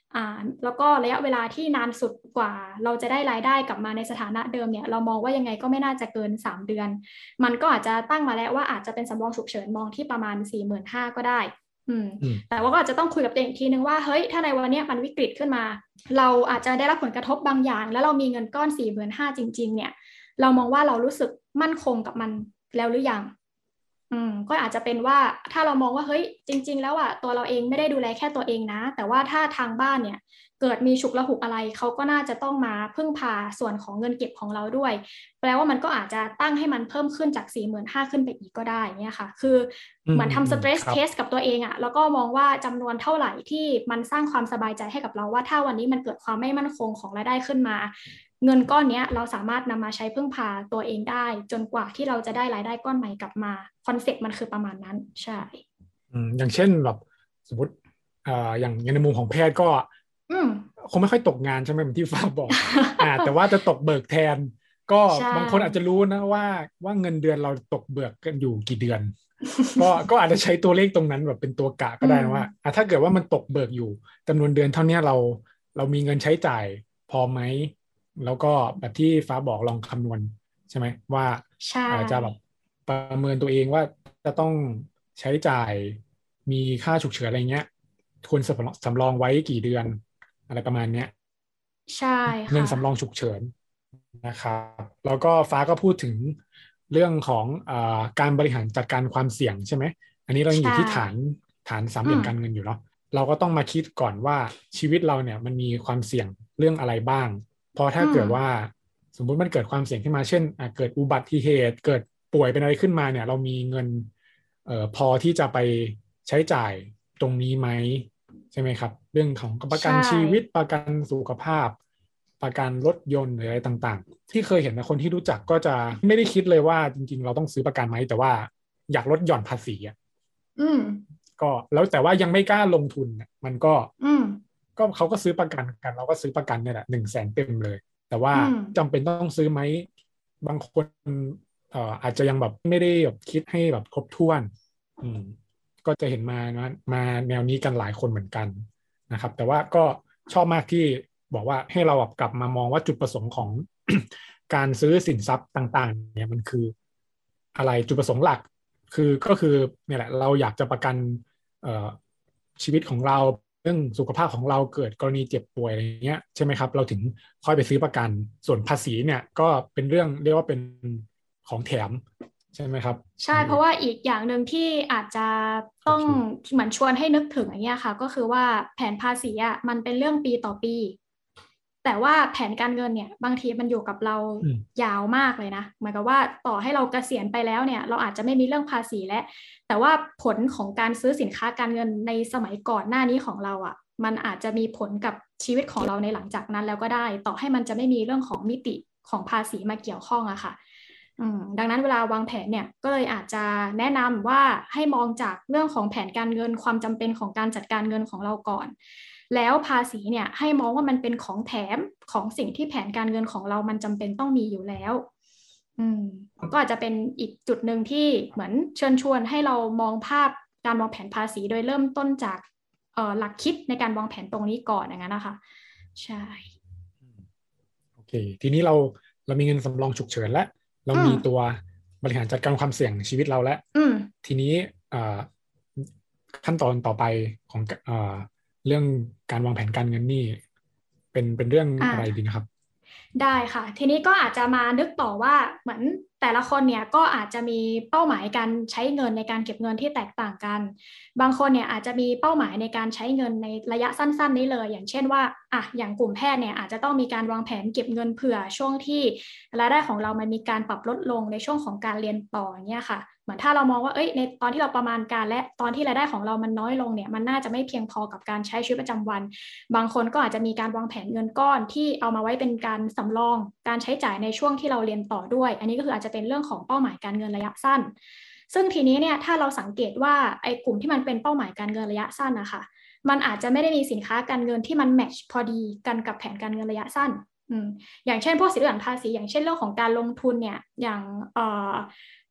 อ่าแล้วก็ระยะเวลาที่นานสุดกว่าเราจะได้รายได้กลับมาในสถานะเดิมเนี่ยเรามองว่ายังไงก็ไม่น่าจะเกินสามเดือนมันก็อาจจะตั้งมาแล้วว่าอาจจะเป็นสำรองฉุกเฉินมองที่ประมาณ สี่หมื่นห้าพัน ก็ได้อืมแต่ว่าก็อาจจะต้องคุยกับตัวเองอีกทีนึงว่าเฮ้ยถ้าในวันนี้มันวิกฤตขึ้นมาเราอาจจะได้รับผลกระทบบางอย่างแล้วเรามีเงินก้อน สี่หมื่นห้าพัน จริงๆเนี่ยเรามองว่าเรารู้สึกมั่นคงกับมันแล้วหรือยังอืมก็อาจจะเป็นว่าถ้าเรามองว่าเฮ้ยจริงๆแล้วอ่ะตัวเราเองไม่ได้ดูแลแค่ตัวเองนะแต่ว่าถ้าทางบ้านเนี่ยเกิดมีฉุกละหุกอะไรเขาก็น่าจะต้องมาพึ่งพาส่วนของเงินเก็บของเราด้วยแปลว่ามันก็อาจจะตั้งให้มันเพิ่มขึ้นจาก สี่หมื่นห้าพัน ขึ้นไปอีกก็ได้เนี่ยค่ะคือเหมือนทำสเตรสเทสกับตัวเองอ่ะแล้วก็มองว่าจำนวนเท่าไหร่ที่มันสร้างความสบายใจให้กับเราว่าถ้าวันนี้มันเกิดความไม่มั่นคงของรายได้ขึ้นมาเงินก้อนนี้เราสามารถนำมาใช้พึ่งพาตัวเองได้จนกว่าที่เราจะได้รายได้ก้อนใหม่กลับมาคอนเซ็ปต์มันคือประมาณนั้นใช่อืมอย่างเช่นแบบสมมติเอ่ออย่างในมุมของแพทย์ก็คงไม่ค่อยตกงานใช่ไหมเหมือนที่ฟ้าบอก อ่าแต่ว่าจะตกเบิกแทนก็บางคนอาจจะรู้นะว่าว่าเงินเดือนเราตกเบิกกันอยู่กี่เดือน ก็ก็อาจจะใช้ตัวเลขตรงนั้นแบบเป็นตัวกะก็ได้นะว่าอ่ะถ้าเกิดว่ามันตกเบิกอยู่จำนวนเดือนเท่านี้เราเรามีเงินใช้จ่ายพอไหมแล้วก็แบบที่ฟ้าบอกลองคำนวณใช่ไหมว่าจะแบบประเมินตัวเองว่าจะต้องใช้จ่ายมีค่าฉุกเฉินอะไรเงี้ยควรสำรองไว้กี่เดือนอะไรประมาณเนี้ยใช่ค่ะเงินสำรองฉุกเฉินนะครับแล้วก็ฟ้าก็พูดถึงเรื่องของอ่าการบริหารจัดการความเสี่ยงใช่ไหมอันนี้เราอยู่ที่ฐานฐานสามเหลี่ยมการเงินอยู่เนาะเราก็ต้องมาคิดก่อนว่าชีวิตเราเนี่ยมันมีความเสี่ยงเรื่องอะไรบ้างเพราะถ้าเกิดว่าสมมุติมันเกิดความเสี่ยงขึ้นมาเช่นเกิดอุบัติเหตุเกิดป่วยเป็นอะไรขึ้นมาเนี่ยเรามีเงินเอ่อพอที่จะไปใช้จ่ายตรงนี้ไหมใช่ไหมครับเรื่องของประกันชีวิตประกันสุขภาพประกันรถยนต์หรืออะไรต่างๆที่เคยเห็นนะคนที่รู้จักก็จะไม่ได้คิดเลยว่าจริงๆเราต้องซื้อประกันไหมแต่ว่าอยากลดหย่อนภาษีอ่ะก็แล้วแต่ว่ายังไม่กล้าลงทุนมันก็ก็เขาก็ซื้อประกันกันเราก็ซื้อประกันเนี่ยแหละหนึ่งแสนเต็มเลยแต่ว่าจำเป็นต้องซื้อไหมบางคนเอ่ออาจจะยังแบบไม่ได้แบบคิดให้แบบครบถ้วนอืมก็จะเห็นมานะมาแนวนี้กันหลายคนเหมือนกันนะครับแต่ว่าก็ชอบมากที่บอกว่าให้เราแบบกลับมามองว่าจุดประสงค์ของ การซื้อสินทรัพย์ต่างๆเนี่ยมันคืออะไรจุดประสงค์หลักคือก็คือเนี่ยแหละเราอยากจะประกันเอ่อชีวิตของเราเรื่องสุขภาพของเราเกิดกรณีเจ็บป่วยอะไรเงี้ยใช่ไหมครับเราถึงค่อยไปซื้อประกันส่วนภาษีเนี่ยก็เป็นเรื่องเรียกว่าเป็นของแถมใช่ไหมครับใช่เพราะว่าอีกอย่างหนึ่งที่อาจจะต้องเหมือนชวนให้นึกถึงอย่างเงี้ยค่ะก็คือว่าแผนภาษีอ่ะมันเป็นเรื่องปีต่อปีแต่ว่าแผนการเงินเนี่ยบางทีมันอยู่กับเรายาวมากเลยนะหมายกับว่าต่อให้เราเกษียณไปแล้วเนี่ยเราอาจจะไม่มีเรื่องภาษีและแต่ว่าผลของการซื้อสินค้าการเงินในสมัยก่อนหน้านี้ของเราอ่ะมันอาจจะมีผลกับชีวิตของเราในหลังจากนั้นแล้วก็ได้ต่อให้มันจะไม่มีเรื่องของมิติของภาษีมาเกี่ยวข้องอะค่ะดังนั้นเวลาวางแผนเนี่ยก็เลยอาจจะแนะนำว่าให้มองจากเรื่องของแผนการเงินความจำเป็นของการจัดการเงินของเราก่อนแล้วภาษีเนี่ยให้มองว่ามันเป็นของแถมของสิ่งที่แผนการเงินของเรามันจำเป็นต้องมีอยู่แล้วอืมก็อาจจะเป็นอีกจุดหนึ่งที่เหมือนเชิญชวนให้เรามองภาพการวางแผนภาษีโดยเริ่มต้นจากเอ่อหลักคิดในการวางแผนตรงนี้ก่อนอย่างนั้นนะคะใช่โอเคทีนี้เราเรามีเงินสำรองฉุกเฉินแล้วเรามีตัวบริหารจัดการความเสี่ยงในชีวิตเราแล้วทีนี้ขั้นตอนต่อไปของเรื่องการวางแผนการเงินนี่เป็นเป็นเรื่องอะไรดีนะครับได้ค่ะทีนี้ก็อาจจะมานึกต่อว่าเหมือนแต่ละคนเนี่ยก็อาจจะมีเป้าหมายการใช้เงินในการเก็บเงินที่แตกต่างกันบางคนเนี่ยอาจจะมีเป้าหมายในการใช้เงินในระยะสั้นๆนี้เลยอย่างเช่นว่าอ่ะอย่างกลุ่มแพทย์เนี่ยอาจจะต้องมีการวางแผนเก็บเงินเผื่อช่วงที่รายได้ของเรามันมีการปรับลดลงในช่วงของการเรียนต่อเนี่ยค่ะเหมือนถ้าเรามองว่าเอ้ยในตอนที่เราประมาณการและตอนที่รายได้ของเรามันน้อยลงเนี่ยมันน่าจะไม่เพียงพอกับการใช้ชีวิตประจำวันบางคนก็อาจจะมีการวางแผนเงินก้อนที่เอามาไว้เป็นการสำรองการใช้จ่ายในช่วงที่เราเรียนต่อด้วยอันนี้ก็คืออาจจะเป็นเรื่องของเป้าหมายการเงินระยะสั้นซึ่งทีนี้เนี่ยถ้าเราสังเกตว่าไอ้กลุ่มที่มันเป็นเป้าหมายการเงินระยะสั้นนะคะมันอาจจะไม่ได้มีสินค้าการเงินที่มันแมทช์พอดีกันกับแผนการเงินระยะสั้นอืมอย่างเช่นพวกสินเรื่องภาษีอย่างเช่นเรื่องของการลงทุนเนี่ยอย่างเอ่อ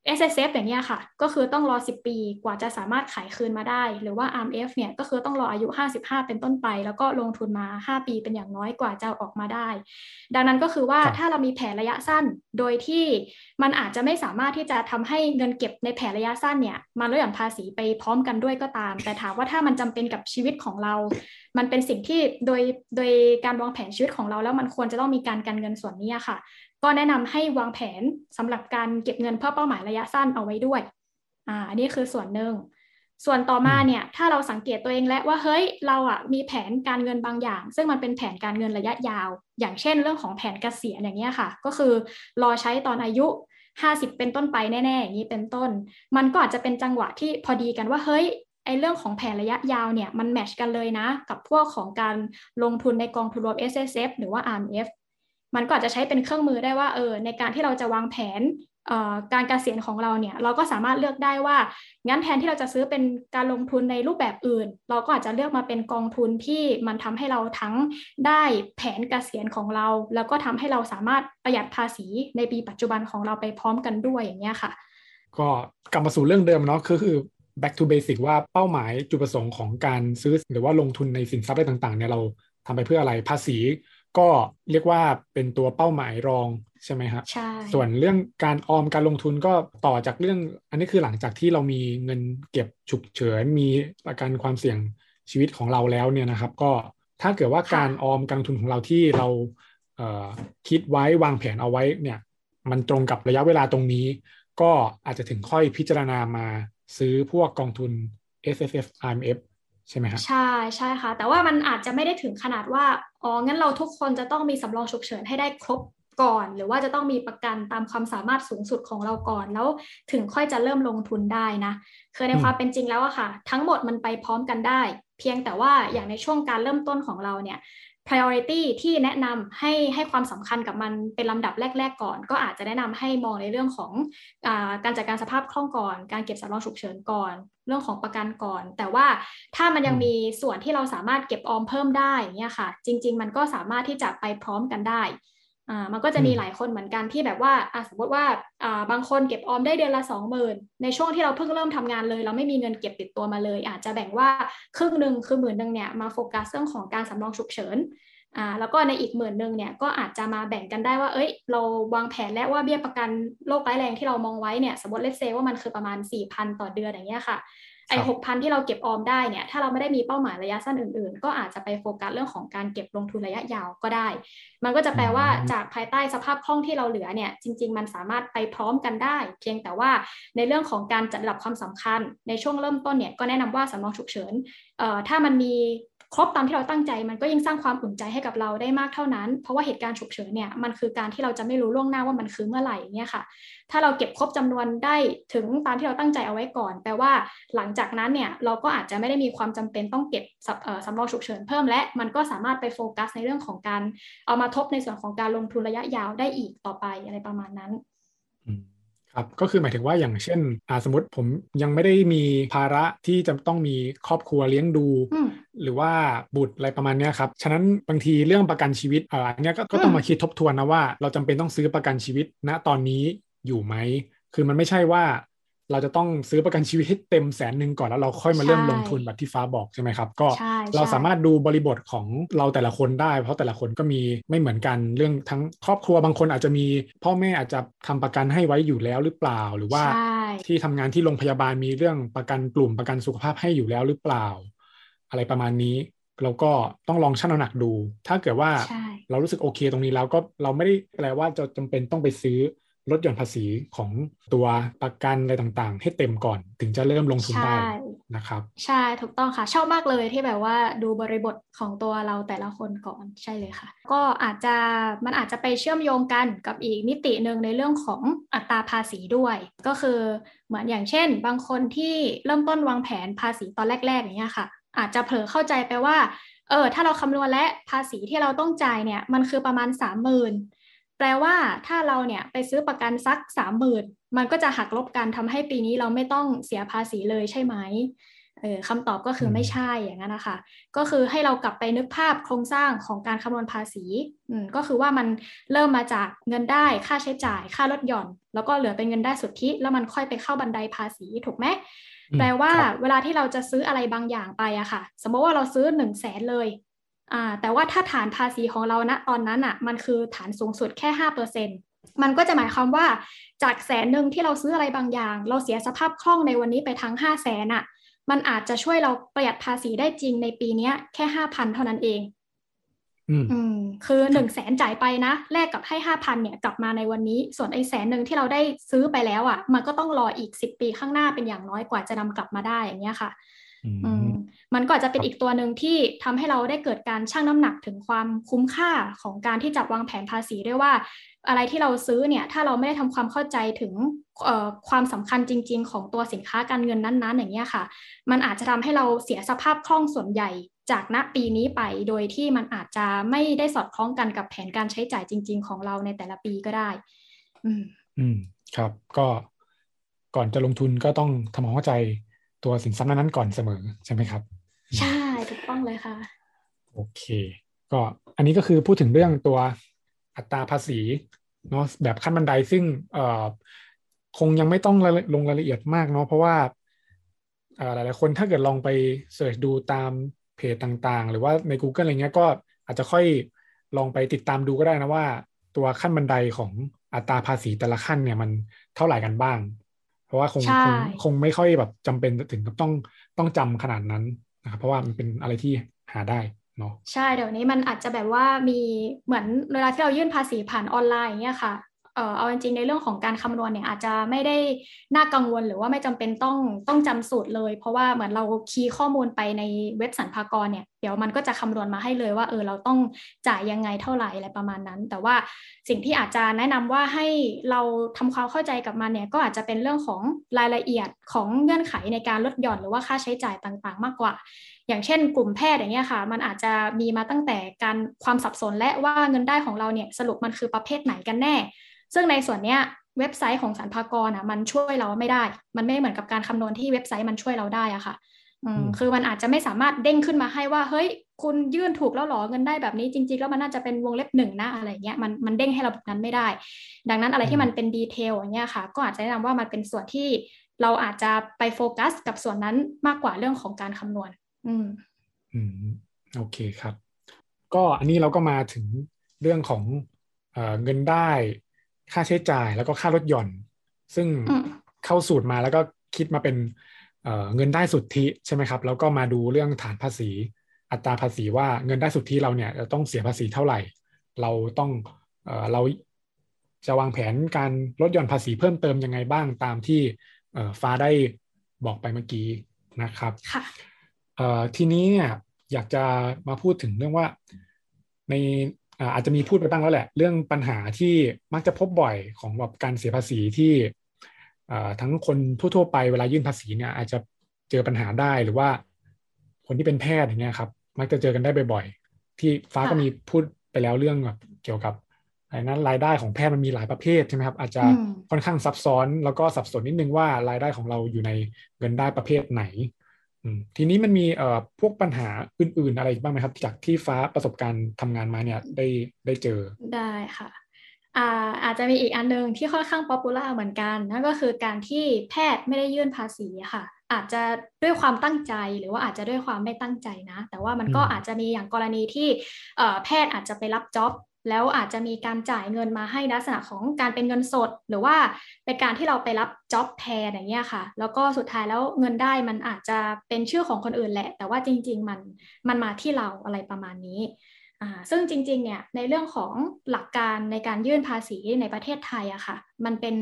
เอส เอส เอฟ อย่างเงี้ยค่ะก็คือต้องรอสิบปีกว่าจะสามารถขายคืนมาได้หรือว่า อาร์ เอ็ม เอฟ เนี่ยก็คือต้องรออายุห้าสิบห้าเป็นต้นไปแล้วก็ลงทุนมาห้าปีเป็นอย่างน้อยกว่าจะออกมาได้ดังนั้นก็คือว่าถ้าเรามีแผนระยะสั้นโดยที่มันอาจจะไม่สามารถที่จะทำให้เงินเก็บในแผนระยะสั้นเนี่ยมาลดหย่อนภาษีไปพร้อมกันด้วยก็ตามแต่ถามว่าถ้ามันจำเป็นกับชีวิตของเรามันเป็นสิ่งที่โดยโดยการวางแผนชีวิตของเราแล้วมันควรจะต้องมีการกันเงินส่วนนี้ค่ะก็แนะนำให้วางแผนสำหรับการเก็บเงินเพื่อเป้าหมายระยะสั้นเอาไว้ด้วยอ่าอันนี้คือส่วนหนึ่งส่วนต่อมาเนี่ยถ้าเราสังเกตตัวเองแล้วว่าเฮ้ยเราอ่ะมีแผนการเงินบางอย่างซึ่งมันเป็นแผนการเงินระยะยาวอย่างเช่นเรื่องของแผนเกษียณอย่างเงี้ยค่ะก็คือรอใช้ตอนอายุห้าสิบเป็นต้นไปแน่ๆอย่างนี้เป็นต้นมันก็อาจจะเป็นจังหวะที่พอดีกันว่าเฮ้ยไอ้เรื่องของแผนระยะยาวเนี่ยมันแมทช์กันเลยนะกับพวกของการลงทุนในกองทุนรวม เอส เอส เอฟ หรือว่า อาร์ เอ็ม เอฟ มันก็อาจจะใช้เป็นเครื่องมือได้ว่าเออในการที่เราจะวางแผนการเกษียณของเราเนี่ยเราก็สามารถเลือกได้ว่างั้นแทนที่เราจะซื้อเป็นการลงทุนในรูปแบบอื่นเราก็อาจจะเลือกมาเป็นกองทุนที่มันทำให้เราทั้งได้แผนเกษียณของเราแล้วก็ทำให้เราสามารถประหยัดภาษีในปีปัจจุบันของเราไปพร้อมกันด้วยอย่างเงี้ยค่ะก็กลับมาสู่เรื่องเดิมเนาะคือคือ back to basic ว่าเป้าหมายจุดประสงค์ของการซื้อหรือว่าลงทุนในสินทรัพย์อะไรต่างๆเนี่ยเราทำไปเพื่ออะไรภาษีก็เรียกว่าเป็นตัวเป้าหมายรองใช่ไหมครับใช่ส่วนเรื่องการออมการลงทุนก็ต่อจากเรื่องอันนี้คือหลังจากที่เรามีเงินเก็บฉุกเฉินมีประกันความเสี่ยงชีวิตของเราแล้วเนี่ยนะครับก็ถ้าเกิดว่าการออมการลงทุนของเราที่เราเอ่อคิดไว้วางแผนเอาไว้เนี่ยมันตรงกับระยะเวลาตรงนี้ก็อาจจะถึงค่อยพิจารณามาซื้อพวกกองทุน เอส เอส เอฟ อาร์ เอ็ม เอฟ ใช่ไหมครับใช่ใช่ค่ะแต่ว่ามันอาจจะไม่ได้ถึงขนาดว่าอ๋องั้นเราทุกคนจะต้องมีสำรองฉุกเฉินให้ได้ครบก่อนหรือว่าจะต้องมีประกันตามความสามารถสูงสุดของเราก่อนแล้วถึงค่อยจะเริ่มลงทุนได้นะคือในความเป็นจริงแล้วอะค่ะทั้งหมดมันไปพร้อมกันได้เพียงแต่ว่าอย่างในช่วงการเริ่มต้นของเราเนี่ย priority ที่แนะนำให้ให้ความสำคัญกับมันเป็นลำดับแรกๆก่อนก็อาจจะแนะนำให้มองในเรื่องของอ่าการจัดการสภาพคล่องก่อนการเก็บสำรองฉุกเฉินก่อนเรื่องของประกันก่อนแต่ว่าถ้ามันยังมีส่วนที่เราสามารถเก็บออมเพิ่มได้เนี่ยค่ะจริงๆมันก็สามารถที่จะไปพร้อมกันได้อ่ามันก็จะมีหลายคนเหมือนกันที่แบบว่าอ่าสมมติว่าอ่าบางคนเก็บออมได้เดือนละสองหมื่นในช่วงที่เราเพิ่งเริ่มทำงานเลยเราไม่มีเงินเก็บติดตัวมาเลยอาจจะแบ่งว่าครึ่งหนึ่งคือหมื่นหนึ่งเนี่ยมาโฟกัสเรื่องของการสำรองฉุกเฉินอ่าแล้วก็ในอีกหมื่นหนึ่งเนี่ยก็อาจจะมาแบ่งกันได้ว่าเอ้ยเราวางแผนแล้วว่าเบี้ยประกันโรคร้ายแรงที่เรามองไว้เนี่ยสมมติเลทเซว่ามันคือประมาณ สี่พัน ต่อเดือนอย่างเงี้ยค่ะไอ้ หกพัน ที่เราเก็บออมได้เนี่ยถ้าเราไม่ได้มีเป้าหมายระยะสั้นอื่นๆก็อาจจะไปโฟกัสเรื่องของการเก็บลงทุนระยะยาวก็ได้มันก็จะแปลว่าจากภายใต้สภาพคล่องที่เราเหลือเนี่ยจริงๆมันสามารถไปพร้อมกันได้เพียงแต่ว่าในเรื่องของการจัดระดับความสำคัญในช่วงเริ่มต้นเนี่ยก็แนะนำว่าสำรองฉุกเฉินเอ่อถ้ามันมีครบตามที่เราตั้งใจมันก็ยิ่งสร้างความอุ่นใจให้กับเราได้มากเท่านั้นเพราะว่าเหตุการณ์ฉุกเฉินเนี่ยมันคือการที่เราจะไม่รู้ล่วงหน้าว่ามันคือเมื่อไหร่เนี่ยค่ะถ้าเราเก็บครบจำนวนได้ถึงตามที่เราตั้งใจเอาไว้ก่อนแปลว่าหลังจากนั้นเนี่ยเราก็อาจจะไม่ได้มีความจำเป็นต้องเก็บสำรองฉุกเฉินเพิ่มและมันก็สามารถไปโฟกัสในเรื่องของการเอามาทบในส่วนของการลงทุนระยะยาวได้อีกต่อไปอะไรประมาณนั้นครับก็คือหมายถึงว่าอย่างเช่นอ่าสมมติผมยังไม่ได้มีภาระที่จะต้องมีครอบครัวเลี้ยงดูหรือว่าบุตรอะไรประมาณนี้ครับฉะนั้นบางทีเรื่องประกันชีวิตอ่าอันนี้ก็ก็ต้องมาคิดทบทวนนะว่าเราจำเป็นต้องซื้อประกันชีวิตณตอนนี้อยู่ไหมคือมันไม่ใช่ว่าเราจะต้องซื้อประกันชีวิตให้เต็มแสนหนึ่งก่อนแล้วเราค่อยมาเริ่มลงทุนแบบที่ฟ้าบอกใช่ไหมครับก็เราสามารถดูบริบทของเราแต่ละคนได้เพราะแต่ละคนก็มีไม่เหมือนกันเรื่องทั้งครอบครัวบางคนอาจจะมีพ่อแม่อาจจะทำประกันให้ไว้อยู่แล้วหรือเปล่าหรือว่าที่ทำงานที่โรงพยาบาลมีเรื่องประกันกลุ่มประกันสุขภาพให้อยู่แล้วหรือเปล่าอะไรประมาณนี้เราก็ต้องลองชั่งน้ำหนักดูถ้าเกิดว่าเรารู้สึกโอเคตรงนี้แล้วก็เราไม่ได้แปลว่าจะจำเป็นต้องไปซื้อลดหย่อนภาษีของตัวประกันอะไรต่างๆให้เต็มก่อนถึงจะเริ่มลงทุนได้นะครับใช่ถูกต้องค่ะชอบมากเลยที่แบบว่าดูบริบทของตัวเราแต่ละคนก่อนใช่เลยค่ะก็อาจจะมันอาจจะไปเชื่อมโยงกันกับอีกมิติหนึ่งในเรื่องของอัตราภาษีด้วยก็คือเหมือนอย่างเช่นบางคนที่เริ่มต้นวางแผนภาษีตอนแรกๆอย่างเงี้ยค่ะอาจจะเผลอเข้าใจไปว่าเออถ้าเราคำนวณและภาษีที่เราต้องจ่ายเนี่ยมันคือประมาณ สามหมื่นแปลว่าถ้าเราเนี่ยไปซื้อประกันสัก สามหมื่น มันก็จะหักลบกันทำให้ปีนี้เราไม่ต้องเสียภาษีเลยใช่ไหมเออคำตอบก็คือไม่ใช่อย่างนั้นนะคะก็คือให้เรากลับไปนึกภาพโครงสร้างของการคำนวณภาษีอืมก็คือว่ามันเริ่มมาจากเงินได้ค่าใช้จ่ายค่าลดหย่อนแล้วก็เหลือเป็นเงินได้สุทธิแล้วมันค่อยไปเข้าบันไดภาษีถูกไหมแปลว่าเวลาที่เราจะซื้ออะไรบางอย่างไปอะค่ะสมมติว่าเราซื้อหนึ่งแสนเลยอ่าแต่ว่าถ้าฐานภาษีของเราณตอนนั้นอะมันคือฐานสูงสุดแค่ ห้าเปอร์เซ็นต์ มันก็จะหมายความว่าจากแสนหนึ่งที่เราซื้ออะไรบางอย่างเราเสียสภาพคล่องในวันนี้ไปทั้งห้าแสนอะมันอาจจะช่วยเราประหยัดภาษีได้จริงในปีนี้แค่ห้าพันเท่านั้นเองอืมอืมคือหนึ่งแสนจ่ายไปนะแลกกับให้ห้าพันเนี่ยกลับมาในวันนี้ส่วนไอ้แสนหนึ่งที่เราได้ซื้อไปแล้วอ่ะมันก็ต้องรออีกสิบปีข้างหน้าเป็นอย่างน้อยกว่าจะนำกลับมาได้อย่างเงี้ยค่ะอืมมันก็จะเป็นอีกตัวหนึ่งที่ทำให้เราได้เกิดการชั่งน้ำหนักถึงความคุ้มค่าของการที่จะวางแผนภาษีด้วยว่าอะไรที่เราซื้อเนี่ยถ้าเราไม่ได้ทำความเข้าใจถึงความสำคัญจริงๆของตัวสินค้าการเงินนั้นๆอย่างเงี้ยค่ะมันอาจจะทำให้เราเสียสภาพคล่องส่วนใหญ่จากณปีนี้ไปโดยที่มันอาจจะไม่ได้สอดคล้องกันกับแผนการใช้จ่ายจริงๆของเราในแต่ละปีก็ได้อืมอืมครับก็ก่อนจะลงทุนก็ต้องทำความเข้าใจตัวสินทรัพย์นั้นๆก่อนเสมอใช่ไหมครับใช่ถูกต้องเลยค่ะโอเคก็อันนี้ก็คือพูดถึงเรื่องตัวอัตราภาษีเนาะแบบขั้นบันไดซึ่งเอ่อคงยังไม่ต้องลงรายละเอียดมากเนาะเพราะว่าหลายๆคนถ้าเกิดลองไปเสิร์ชดูตามเพจต่างๆหรือว่าใน Google อะไรเงี้ยก็อาจจะค่อยลองไปติดตามดูก็ได้นะว่าตัวขั้นบันไดของอัตราภาษีแต่ละขั้นเนี่ยมันเท่าไหร่กันบ้างเพราะว่าคงคงคงไม่ค่อยแบบจำเป็นถึงกับต้องต้องจำขนาดนั้นนะครับเพราะว่ามันเป็นอะไรที่หาได้เนาะใช่เดี๋ยวนี้มันอาจจะแบบว่ามีเหมือนเวลาที่เรายื่นภาษีผ่านออนไลน์อย่างเงี้ยค่ะเอ่อเอาจริงๆในเรื่องของการคำนวณเนี่ยอาจจะไม่ได้น่ากังวลหรือว่าไม่จำเป็นต้องต้องจำสูตรเลยเพราะว่าเหมือนเราคีย์ข้อมูลไปในเว็บสรรพากรเนี่ยเดี๋ยวมันก็จะคำนวณมาให้เลยว่าเออเราต้องจ่ายยังไงเท่าไหร่อะไรประมาณนั้นแต่ว่าสิ่งที่อาจจะแนะนำว่าให้เราทำความเข้าใจกับมันเนี่ยก็อาจจะเป็นเรื่องของรายละเอียดของเงื่อนไขในการลดหย่อนหรือว่าค่าใช้จ่ายต่างๆมากกว่าอย่างเช่นกลุ่มแพทย์อย่างเงี้ยค่ะมันอาจจะมีมาตั้งแต่การความสับสนและว่าเงินได้ของเราเนี่ยสรุปมันคือประเภทไหนกันแน่ซึ่งในส่วนเนี้ยเว็บไซต์ของสรรพากรอ่ะมันช่วยเราไม่ได้มันไม่เหมือนกับการคำนวณที่เว็บไซต์มันช่วยเราได้อะค่ะอืมคือมันอาจจะไม่สามารถเด้งขึ้นมาให้ว่าเฮ้ยคุณยื่นถูกแล้วหรอเงินได้แบบนี้จริงๆแล้วมันน่าจะเป็นวงเล็บหนึ่งนะอะไรเงี้ยมันมันเด้งให้เราแบบนั้นไม่ได้ดังนั้นอะไรที่มันเป็นดีเทลอย่างเงี้ยค่ะก็อาจจะแนะนำว่ามันเป็นส่วนที่เราอาจจะไปโฟกัสกับส่วนนั้นมากกว่าเรื่องของการคำนวณอืมอืมโอเคครับก็อันนี้เราก็มาถึงเรื่องของเอ่อเงินได้ค่าใช้จ่ายแล้วก็ค่าลดหย่อนซึ่งเข้าสูตรมาแล้วก็คิดมาเป็นเอ่อเงินได้สุทธิใช่ไหมครับแล้วก็มาดูเรื่องฐานภาษีอัตราภาษีว่าเงินได้สุทธิเราเนี่ยจะต้องเสียภาษีเท่าไหร่เราต้องเอ่อเราจะวางแผนการลดหย่อนภาษีเพิ่มเติมยังไงบ้างตามที่เอ่อฟ้าได้บอกไปเมื่อกี้นะครับค่ะเอ่อทีนี้เนี่ยอยากจะมาพูดถึงเรื่องว่าในอ่าอาจจะมีพูดไปบ้างแล้วแหละเรื่องปัญหาที่มักจะพบบ่อยของแบบการเสียภาษีที่อ่าทั้งคนทั่วๆไปเวลายื่นภาษีเนี่ยอาจจะเจอปัญหาได้หรือว่าคนที่เป็นแพทย์อย่างเงี้ยครับมักจะเจอกันได้บ่อยๆที่ฟ้าก็มีพูดไปแล้วเรื่องแบบเกี่ยวกับอะไรนั้นรายได้ของแพทย์มันมีหลายประเภทใช่ไหมครับอาจจะค่อนข้างซับซ้อนแล้วก็สับสนนิดนึงว่ารายได้ของเราอยู่ในเงินได้ประเภทไหนทีนี้มันมีเอ่อพวกปัญหาอื่นๆอะไรบ้างไหมครับจากที่ฟ้าประสบการณ์ทำงานมาเนี่ยได้ได้เจอได้ค่ะอ่าอาจจะมีอีกอันนึงที่ค่อนข้างป๊อปปูล่าเหมือนกันนั่นก็คือการที่แพทย์ไม่ได้ยื่นภาษีค่ะอาจจะด้วยความตั้งใจหรือว่าอาจจะด้วยความไม่ตั้งใจนะแต่ว่ามันก็อาจจะมีอย่างกรณีที่แพทย์อาจจะไปรับจ็อบแล้วอาจจะมีการจ่ายเงินมาให้ลักษณะของการเป็นเงินสดหรือว่าเป็นการที่เราไปรับจ็อบแทนอย่างเงี้ยค่ะแล้วก็สุดท้ายแล้วเงินได้มันอาจจะเป็นชื่อของคนอื่นแหละแต่ว่าจริงๆมันมันมาที่เราอะไรประมาณนี้ซึ่งจริงๆเนี่ยในเรื่องของหลักการในการยื่นภาษีในประเทศไทยอะค่ะมันเป็น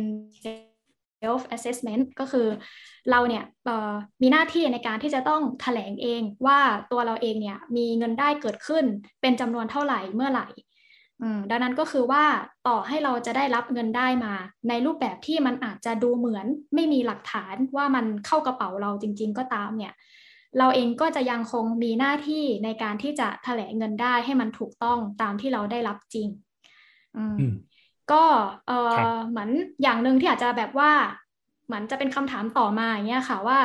self assessment ก็คือเราเนี่ยมีหน้าที่ในการที่จะต้องแถลงเองว่าตัวเราเองเนี่ยมีเงินได้เกิดขึ้นเป็นจำนวนเท่าไหร่เมื่อไหร่ดังนั้นก็คือว่าต่อให้เราจะได้รับเงินได้มาในรูปแบบที่มันอาจจะดูเหมือนไม่มีหลักฐานว่ามันเข้ากระเป๋าเราจริงๆก็ตามเนี่ยเราเองก็จะยังคงมีหน้าที่ในการที่จะแถลงเงินได้ให้มันถูกต้องตามที่เราได้รับจริงก็เออเหมือนอย่างหนึ่งที่อาจจะแบบว่าเหมือนจะเป็นคำถามต่อมาอย่างเงี้ยค่ะว่า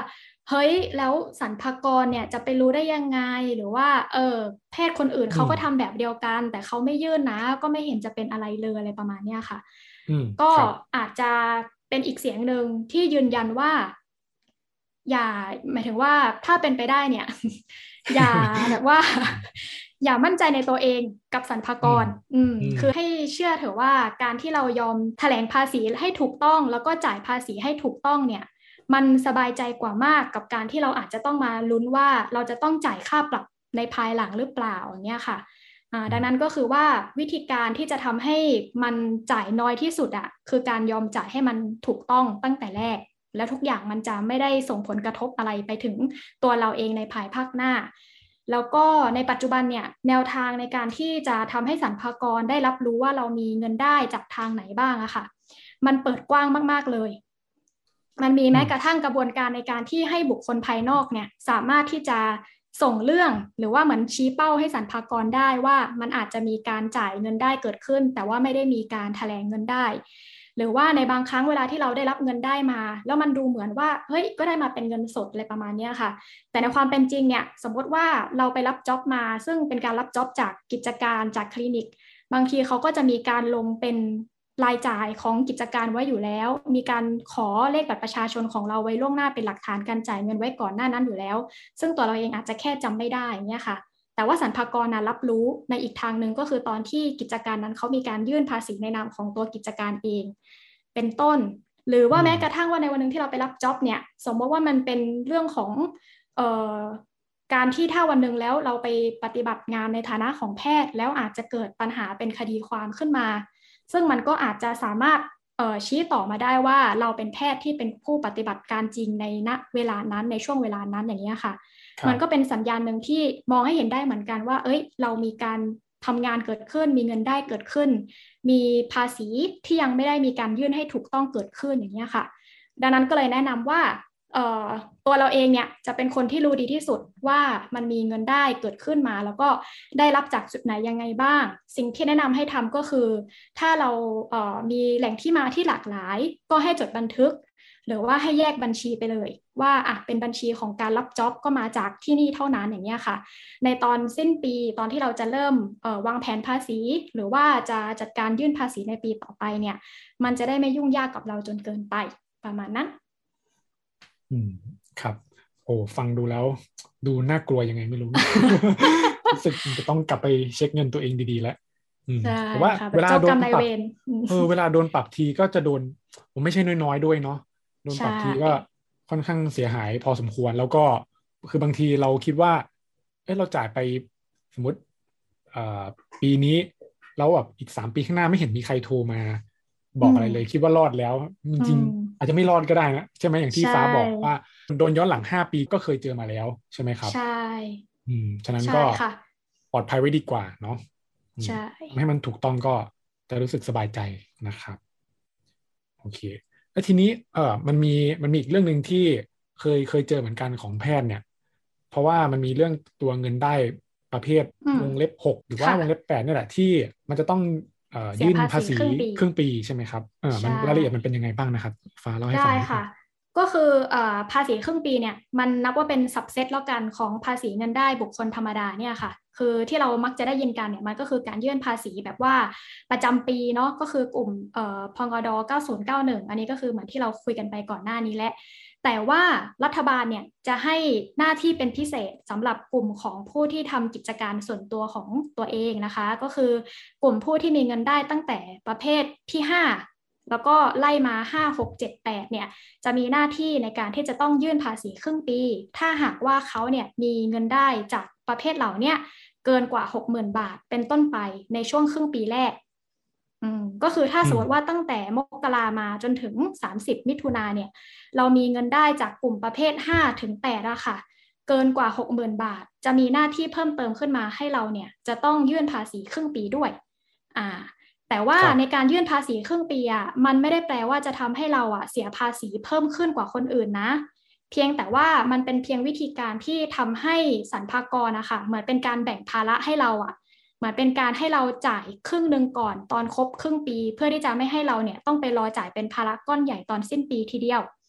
เฮ้ยแล้วสรรพากรเนี่ยจะไปรู้ได้ยังไงหรือว่าเออแพทย์คนอื่นเขาก็ทำแบบเดียวกันแต่เขาไม่ยื่นนะก็ไม่เห็นจะเป็นอะไรเลยอะไรประมาณเนี้ยค่ะก็อาจจะเป็นอีกเสียงหนึ่งที่ยืนยันว่าอย่าหมายถึงว่าถ้าเป็นไปได้เนี่ยอย่าแบบว่าอย่ามั่นใจในตัวเองกับสรรพากรอืมคือให้เชื่อเถอะว่าการที่เรายอมแถลงภาษีให้ถูกต้องแล้วก็จ่ายภาษีให้ถูกต้องเนี่ยมันสบายใจกว่ามากกับการที่เราอาจจะต้องมาลุ้นว่าเราจะต้องจ่ายค่าปรับในภายหลังหรือเปล่าอย่างเงี้ยค่ะดังนั้นก็คือว่าวิธีการที่จะทำให้มันจ่ายน้อยที่สุดอะคือการยอมจ่ายให้มันถูกต้องตั้งแต่แรกแล้วทุกอย่างมันจะไม่ได้ส่งผลกระทบอะไรไปถึงตัวเราเองในภายภาคหน้าแล้วก็ในปัจจุบันเนี่ยแนวทางในการที่จะทำให้สรรพากรได้รับรู้ว่าเรามีเงินได้จากทางไหนบ้างอะค่ะมันเปิดกว้างมากๆเลยมันมีแม้กระทั่งกระบวนการในการที่ให้บุคคลภายนอกเนี่ยสามารถที่จะส่งเรื่องหรือว่าเหมือนชี้เป้าให้สรรพากรได้ว่ามันอาจจะมีการจ่ายเงินได้เกิดขึ้นแต่ว่าไม่ได้มีการแถลงเงินได้หรือว่าในบางครั้งเวลาที่เราได้รับเงินได้มาแล้วมันดูเหมือนว่าเฮ้ยก็ได้มาเป็นเงินสดอะไรประมาณนี้ค่ะแต่ในความเป็นจริงเนี่ยสมมติว่าเราไปรับจ็อบมาซึ่งเป็นการรับจ็อบจากกิจการจากคลินิกบางทีเขาก็จะมีการลงเป็นรายจ่ายของกิจการไว้อยู่แล้วมีการขอเลขบัตรประชาชนของเราไว้ล่วงหน้าเป็นหลักฐานการจ่ายเงินไว้ก่อนหน้านั้นอยู่แล้วซึ่งตัวเราเองอาจจะแค่จำไม่ได้เนี่ยค่ะแต่ว่าสรรพากรนะรับรู้ในอีกทางหนึ่งก็คือตอนที่กิจการนั้นเขามีการยื่นภาษีในนามของตัวกิจการเองเป็นต้นหรือว่าแม้กระทั่งว่าในวันนึงที่เราไปรับจ็อบเนี่ยสมมติว่ามันเป็นเรื่องของเอ่อการที่ถ้าวันนึงแล้วเราไปปฏิบัติงานในฐานะของแพทย์แล้วอาจจะเกิดปัญหาเป็นคดีความขึ้นมาซึ่งมันก็อาจจะสามารถเอ่อชี้ต่อมาได้ว่าเราเป็นแพทย์ที่เป็นผู้ปฏิบัติการจริงในณเวลานั้นในช่วงเวลานั้นอย่างนี้ค่ะมันก็เป็นสัญญาณหนึ่งที่มองให้เห็นได้เหมือนกันว่าเอ้ยเรามีการทำงานเกิดขึ้นมีเงินได้เกิดขึ้นมีภาษีที่ยังไม่ได้มีการยื่นให้ถูกต้องเกิดขึ้นอย่างนี้ค่ะดังนั้นก็เลยแนะนำว่าเอ่อตัวเราเองเนี่ยจะเป็นคนที่รู้ดีที่สุดว่ามันมีเงินได้เกิดขึ้นมาแล้วก็ได้รับจากจุดไหนยังไงบ้างสิ่งที่แนะนำให้ทำก็คือถ้าเราเอ่อมีแหล่งที่มาที่หลากหลายก็ให้จดบันทึกหรือว่าให้แยกบัญชีไปเลยว่าอ่ะเป็นบัญชีของการรับจ็อบก็มาจากที่นี่เท่านั้นอย่างเงี้ยค่ะในตอนสิ้นปีตอนที่เราจะเริ่มเอ่อวางแผนภาษีหรือว่าจะจัดการยื่นภาษีในปีต่อไปเนี่ยมันจะได้ไม่ยุ่งยากกับเราจนเกินไปประมาณนั้นอืมครับโอ้ฟังดูแล้วดูน่ากลัวยังไงไม่รู้ รู้สึกจะต้องกลับไปเช็คเงินตัวเองดีๆแล้วแต่ว่าเวลาโดนปรับเออเวลาโดนปรับทีก็จะโดนผมไม่ใช่น้อยๆด้วยเนาะโดนปรับทีก็ค่อนข้างเสียหายพอสมควรแล้วก็คือบางทีเราคิดว่าเออเราจ่ายไปสมมติอ่าปีนี้แล้วแบบอีกสามปีข้างหน้าไม่เห็นมีใครโทรมาบอกอะไรเลยคิดว่ารอดแล้วจริงๆอาจจะไม่รอดก็ได้นะใช่ไหมอย่างที่ฟ้าบอกว่าโดนย้อนหลังห้าปีก็เคยเจอมาแล้วใช่ไหมครับใช่อืมฉะนั้นก็ปลอดภัยไว้ดีกว่าเนาะใช่ให้มันถูกต้องก็จะรู้สึกสบายใจนะครับโอเคแล้วทีนี้เออมันมีมันมีอีกเรื่องนึงที่เคยเคยเจอเหมือนกันของแพทย์เนี่ยเพราะว่ามันมีเรื่องตัวเงินได้ประเภทวงเล็บหกหรือว่าวงเล็บแปดนี่แหละที่มันจะต้องเอ่อยื่นภาษีครึ่งปีใช่ไหมครับเออมันรายละเอียดมันเป็นยังไงบ้างนะครับฟ้าเล่าให้ฟังได้ค่ะก็คือภาษีครึ่งปีเนี่ยมันนับว่าเป็นซับเซตแล้วกันของภาษีเงินได้บุคคลธรรมดาเนี่ยค่ะคือที่เรามักจะได้ยินกันเนี่ยมันก็คือการยื่นภาษีแบบว่าประจำปีเนาะก็คือกลุ่มพงดเก้าศูนย์เก้าหนึ่งอันนี้ก็คือเหมือนที่เราคุยกันไปก่อนหน้านี้แหละแต่ว่ารัฐบาลเนี่ยจะให้หน้าที่เป็นพิเศษสำหรับกลุ่มของผู้ที่ทำกิจการส่วนตัวของตัวเองนะคะก็คือกลุ่มผู้ที่มีเงินได้ตั้งแต่ประเภทที่ห้าแล้วก็ไล่มาห้า หก เจ็ด แปดเนี่ยจะมีหน้าที่ในการที่จะต้องยื่นภาษีครึ่งปีถ้าหากว่าเขาเนี่ยมีเงินได้จากประเภทเหล่านี้เกินกว่า หกหมื่น บาทเป็นต้นไปในช่วงครึ่งปีแรกอืมก็คือถ้าสมมติว่าตั้งแต่มกรามาจนถึงสามสิบมิถุนาเนี่ยเรามีเงินได้จากกลุ่มประเภทห้าถึงแปดอะค่ะเกินกว่า หกหมื่น บาทจะมีหน้าที่เพิ่มเติมขึ้นมาให้เราเนี่ยจะต้องยื่นภาษีครึ่งปีด้วยอ่าแต่ว่าในการยื่นภาษีครึ่งปีอ่ะมันไม่ได้แปลว่าจะทำให้เราอ่ะเสียภาษีเพิ่มขึ้นกว่าคนอื่นนะเพียงแต่ว่ามันเป็นเพียงวิธีการที่ทำให้สรรพากรนะคะเหมือนเป็นการแบ่งภาระให้เราอ่ะเหมือนเป็นการให้เราจ่ายครึ่งนึงก่อนตอนครบครึ่งปีเพื่อที่จะไม่ให้เราเนี่ยต้องไปรอจ่ายเป็นภาระก้อนใหญ่ตอนสิ้นปีทีเดียว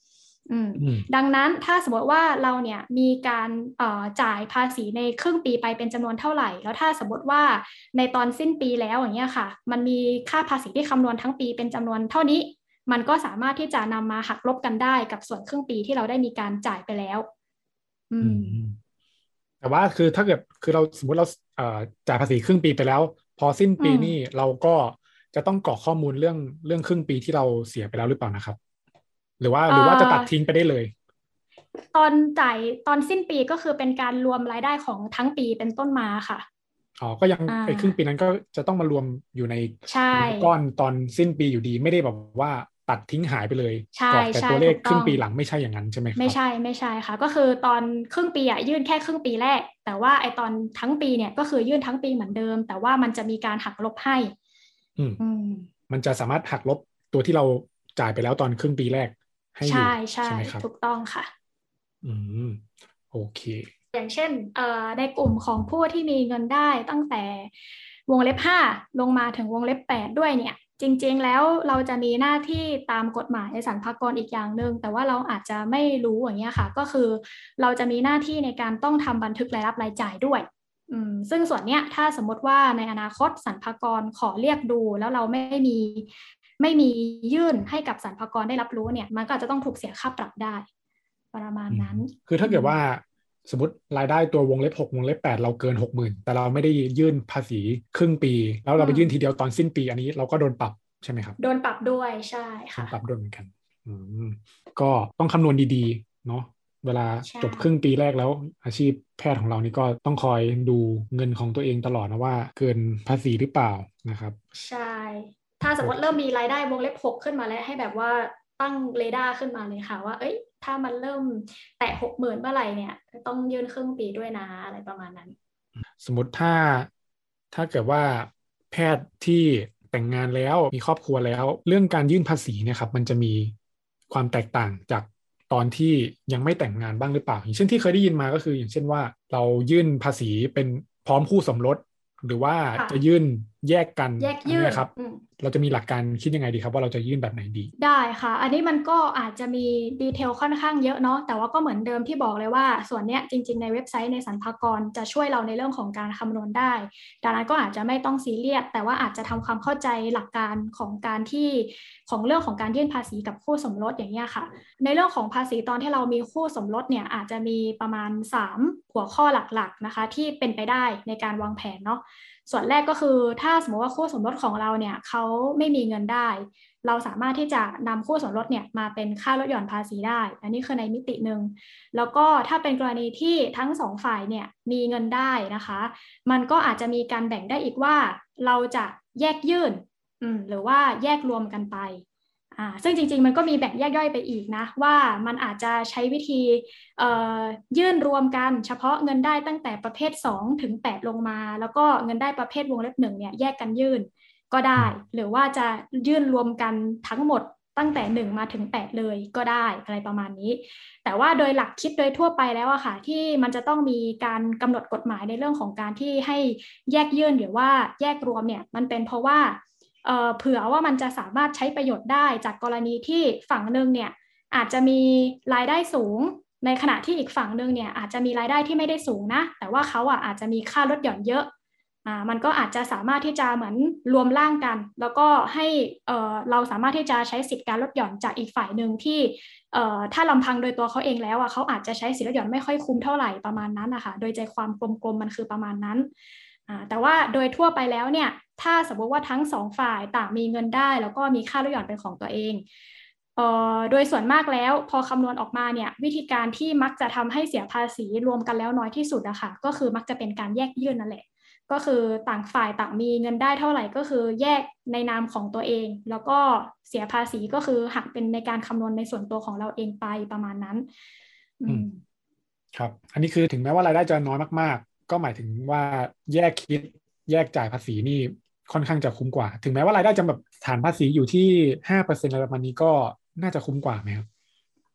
อืมอืมดังนั้นถ้าสมมติว่าเราเนี่ยมีการเอ่อจ่ายภาษีในครึ่งปีไปเป็นจำนวนเท่าไหร่แล้วถ้าสมมติว่าในตอนสิ้นปีแล้วอย่างเงี้ยค่ะมันมีค่าภาษีที่คำนวณทั้งปีเป็นจำนวนเท่านี้มันก็สามารถที่จะนำมาหักลบกันได้กับส่วนครึ่งปีที่เราได้มีการจ่ายไปแล้วอือืมมแต่ว่าคือถ้าเกิดคือเราสมมติเราเอ่อจ่ายภาษีครึ่งปีไปแล้วพอสิ้นอืมปีนี่เราก็จะต้องกรอกข้อมูลเรื่องเรื่องครึ่งปีที่เราเสียไปแล้วหรือเปล่านะครับหรือว่าเอ่หรือว่าจะตัดอทิ้งไปได้เลยตอนจ่ายตอนสิ้นปีก็คือเป็นการรวมรายได้ของทั้งปีเป็นต้นมาค่ะอ๋อก็ยังอ่ไอ้ครึ่งปีานั้นก็จะต้องมารวมอยู่ในใช่อยู่ในก้อนตอนสิ้นปีอยู่ดีไม่ได้แบบว่าตัดทิ้งหายไปเลยใช่กรอกแต่ใช่ตัวเลขครึ่งถูกต้องปีหลังไม่ใช่อย่างนั้นใช่ไหมครับไม่ใช่ไม่ใช่ค่ะก็คือตอนครึ่งปีอ่ะยื่นแค่ครึ่งปีแรกแต่ว่าไอตอนทั้งปีเนี่ยก็คือยื่นทั้งปีเหมือนเดิมแต่ว่ามันจะมีการหักลบให้อืมอืมมันจะสามารถหักลบตัวที่เราจ่ายไปแล้วตอนครึ่งปีแรกให้อใช่ยู่ใช่ใช่ไหมครับถูกต้องค่ะอืมโอเคอย่างเช่นเอ่อในกลุ่มของผู้ที่มีเงินได้ตั้งแต่วงเล็บห้าลงมาถึงวงเล็บแปดด้วยเนี่ยจริงๆแล้วเราจะมีหน้าที่ตามกฎหมายสรรพากรอีกอย่างหนึ่งแต่ว่าเราอาจจะไม่รู้อย่างเงี้ยค่ะก็คือเราจะมีหน้าที่ในการต้องทำบันทึกรายรับรายจ่ายด้วยอืมซึ่งส่วนเนี้ยถ้าสมมติว่าในอนาคตสรรพากรขอเรียกดูแล้วเราไม่มีไม่มียื่นให้กับสรรพากรได้รับรู้เนี่ยมันก็อาจจะต้องถูกเสียค่าปรับได้ประมาณอืมนั้นคือถ้าอืมเกิดว่าสมมติรายได้ตัววงเล็บหกวงเล็บแปดเราเกินหกหมื่นแต่เราไม่ได้ยื่นภาษีครึ่งปีแล้วอืเราไปยื่นทีมเดียวตอนสิ้นปีอันนี้เราก็โดนปรับใช่ไหมครับโดนปรับด้วยใช่ค่ะโดนปรับด้วยเหมือนกันอืมก็ต้องคำนวณดีๆเนาะเวลาใช่จบครึ่งปีแรกแล้วอาชีพแพทย์ของเรานี่ก็ต้องคอยดูเงินของตัวเองตลอดนะว่าเกินภาษีหรือเปล่านะครับใช่ถ้าสมมติโอเคเริ่มมีรายได้วงเล็บหกขึ้นมาแล้วให้แบบว่าตั้งเรดาร์ขึ้นมาเลยค่ะว่าเอ้ยถ้ามันเริ่มแตะหกหมื่นเมื่อไหร่เนี่ยต้องยื่นครึ่งปีด้วยนะอะไรประมาณนั้นสมมติถ้าถ้าเกิดว่าแพทย์ที่แต่งงานแล้วมีครอบครัวแล้วเรื่องการยื่นภาษีเนี่ยครับมันจะมีความแตกต่างจากตอนที่ยังไม่แต่งงานบ้างหรือเปล่าอย่างเช่นที่เคยได้ยินมาก็คืออย่างเช่นว่าเรายื่นภาษีเป็นพร้อมคู่สมรสหรือว่าค่ะจะยื่นแยกกันแยกยื่นอันเนี้ยครับอืมเราจะมีหลักการคิดยังไงดีครับว่าเราจะยื่นแบบไหนดีได้ค่ะ อันนี้มันก็อาจจะมีดีเทลค่อนข้างเยอะเนาะแต่ว่าก็เหมือนเดิมที่บอกเลยว่าส่วนเนี้ยจริงๆในเว็บไซต์ในสรรพากรจะช่วยเราในเรื่องของการคำนวณได้ดังนั้นก็อาจจะไม่ต้องซีเรียสแต่ว่าอาจจะทำความเข้าใจหลักการของการที่ของเรื่องของการยื่นภาษีกับคู่สมรสอย่างเงี้ยค่ะในเรื่องของภาษีตอนที่เรามีคู่สมรสเนี่ยอาจจะมีประมาณสามหัวข้อหลักๆนะคะที่เป็นไปได้ในการวางแผนเนาะส่วนแรกก็คือถ้าสมมติว่าคู่สมรสของเราเนี่ยเขาไม่มีเงินได้ เราสามารถที่จะนำคู่สมรสเนี่ยมาเป็นค่าลดหย่อนภาษีได้ อันนี้คือในมิติหนึ่ง แล้วก็ถ้าเป็นกรณีที่ทั้งสองฝ่ายเนี่ยมีเงินได้นะคะ มันก็อาจจะมีการแบ่งได้อีกว่าเราจะแยกยื่นหรือว่าแยกรวมกันไปอ่าซึ่งจริงๆมันก็มีแบ่งแยกย่อยไปอีกนะว่ามันอาจจะใช้วิธียื่นรวมกันเฉพาะเงินได้ตั้งแต่ประเภทสองถึงแปดลงมาแล้วก็เงินได้ประเภทวงเล็บหนึ่งเนี่ยแยกกันยื่น ก็ได้อืมหรือว่าจะยื่นรวมกันทั้งหมดตั้งแต่หนึ่งมาถึงแปดเลยก็ได้อะไรประมาณนี้แต่ว่าโดยหลักคิดโดยทั่วไปแล้วอะค่ะที่มันจะต้องมีการกำหนดกฎหมายในเรื่องของการที่ให้แยกยื่นหรือว่าแยกรวมเนี่ยมันเป็นเพราะว่าเอ่อเผื่อว่ามันจะสามารถใช้ประโยชน์ได้จากกรณีที่ฝั่งหนึ่งเนี่ยอาจจะมีรายได้สูงในขณะที่อีกฝั่งหนึ่งเนี่ยอาจจะมีรายได้ที่ไม่ได้สูงนะแต่ว่าเขาอ่ะอาจจะมีค่าลดหย่อนเยอะ อ่ามันก็อาจจะสามารถที่จะเหมือนรวมร่างกัน แล้วก็ให้เอ่อเราสามารถที่จะใช้สิทธิการลดหย่อนจากอีกฝ่ายหนึ่งที่เอ่อถ้าลำพังโดยตัวเขาเองแล้วอ่ะเขาอาจจะใช้สิทธิลดหย่อนไม่ค่อยคุ้มเท่าไหร่ประมาณนั้นนะคะโดยใจความกลมๆมันคือประมาณนั้นอ่าแต่ว่าโดยทั่วไปแล้วเนี่ยถ้าสมมติว่าทั้งสองฝ่ายต่างมีเงินได้แล้วก็มีค่าลดหย่อนเป็นของตัวเองเอ่อโดยส่วนมากแล้วพอคำนวณออกมาเนี่ยวิธีการที่มักจะทำให้เสียภาษีรวมกันแล้วน้อยที่สุดอะค่ะก็คือมักจะเป็นการแยกยื่นนั่นแหละ ก็คือต่างฝ่ายต่างมีเงินได้เท่าไหร่ก็คือแยกในนามของตัวเองแล้วก็เสียภาษีก็คือหักเป็นในการคำนวณในส่วนตัวของเราเองไปประมาณนั้นอือืมมครับอันนี้คือถึงแม้ว่ารายได้จะน้อยมากๆก็หมายถึงว่าแยกคิดแยกจ่ายภาษีนี่ค่อนข้างจะคุ้มกว่าถึงแม้ว่ารายได้จะแบบฐานภาษีอยู่ที่ห้าเปอร์เซ็นต์อะไรประมาณนี้ก็น่าจะคุ้มกว่าไหมครับ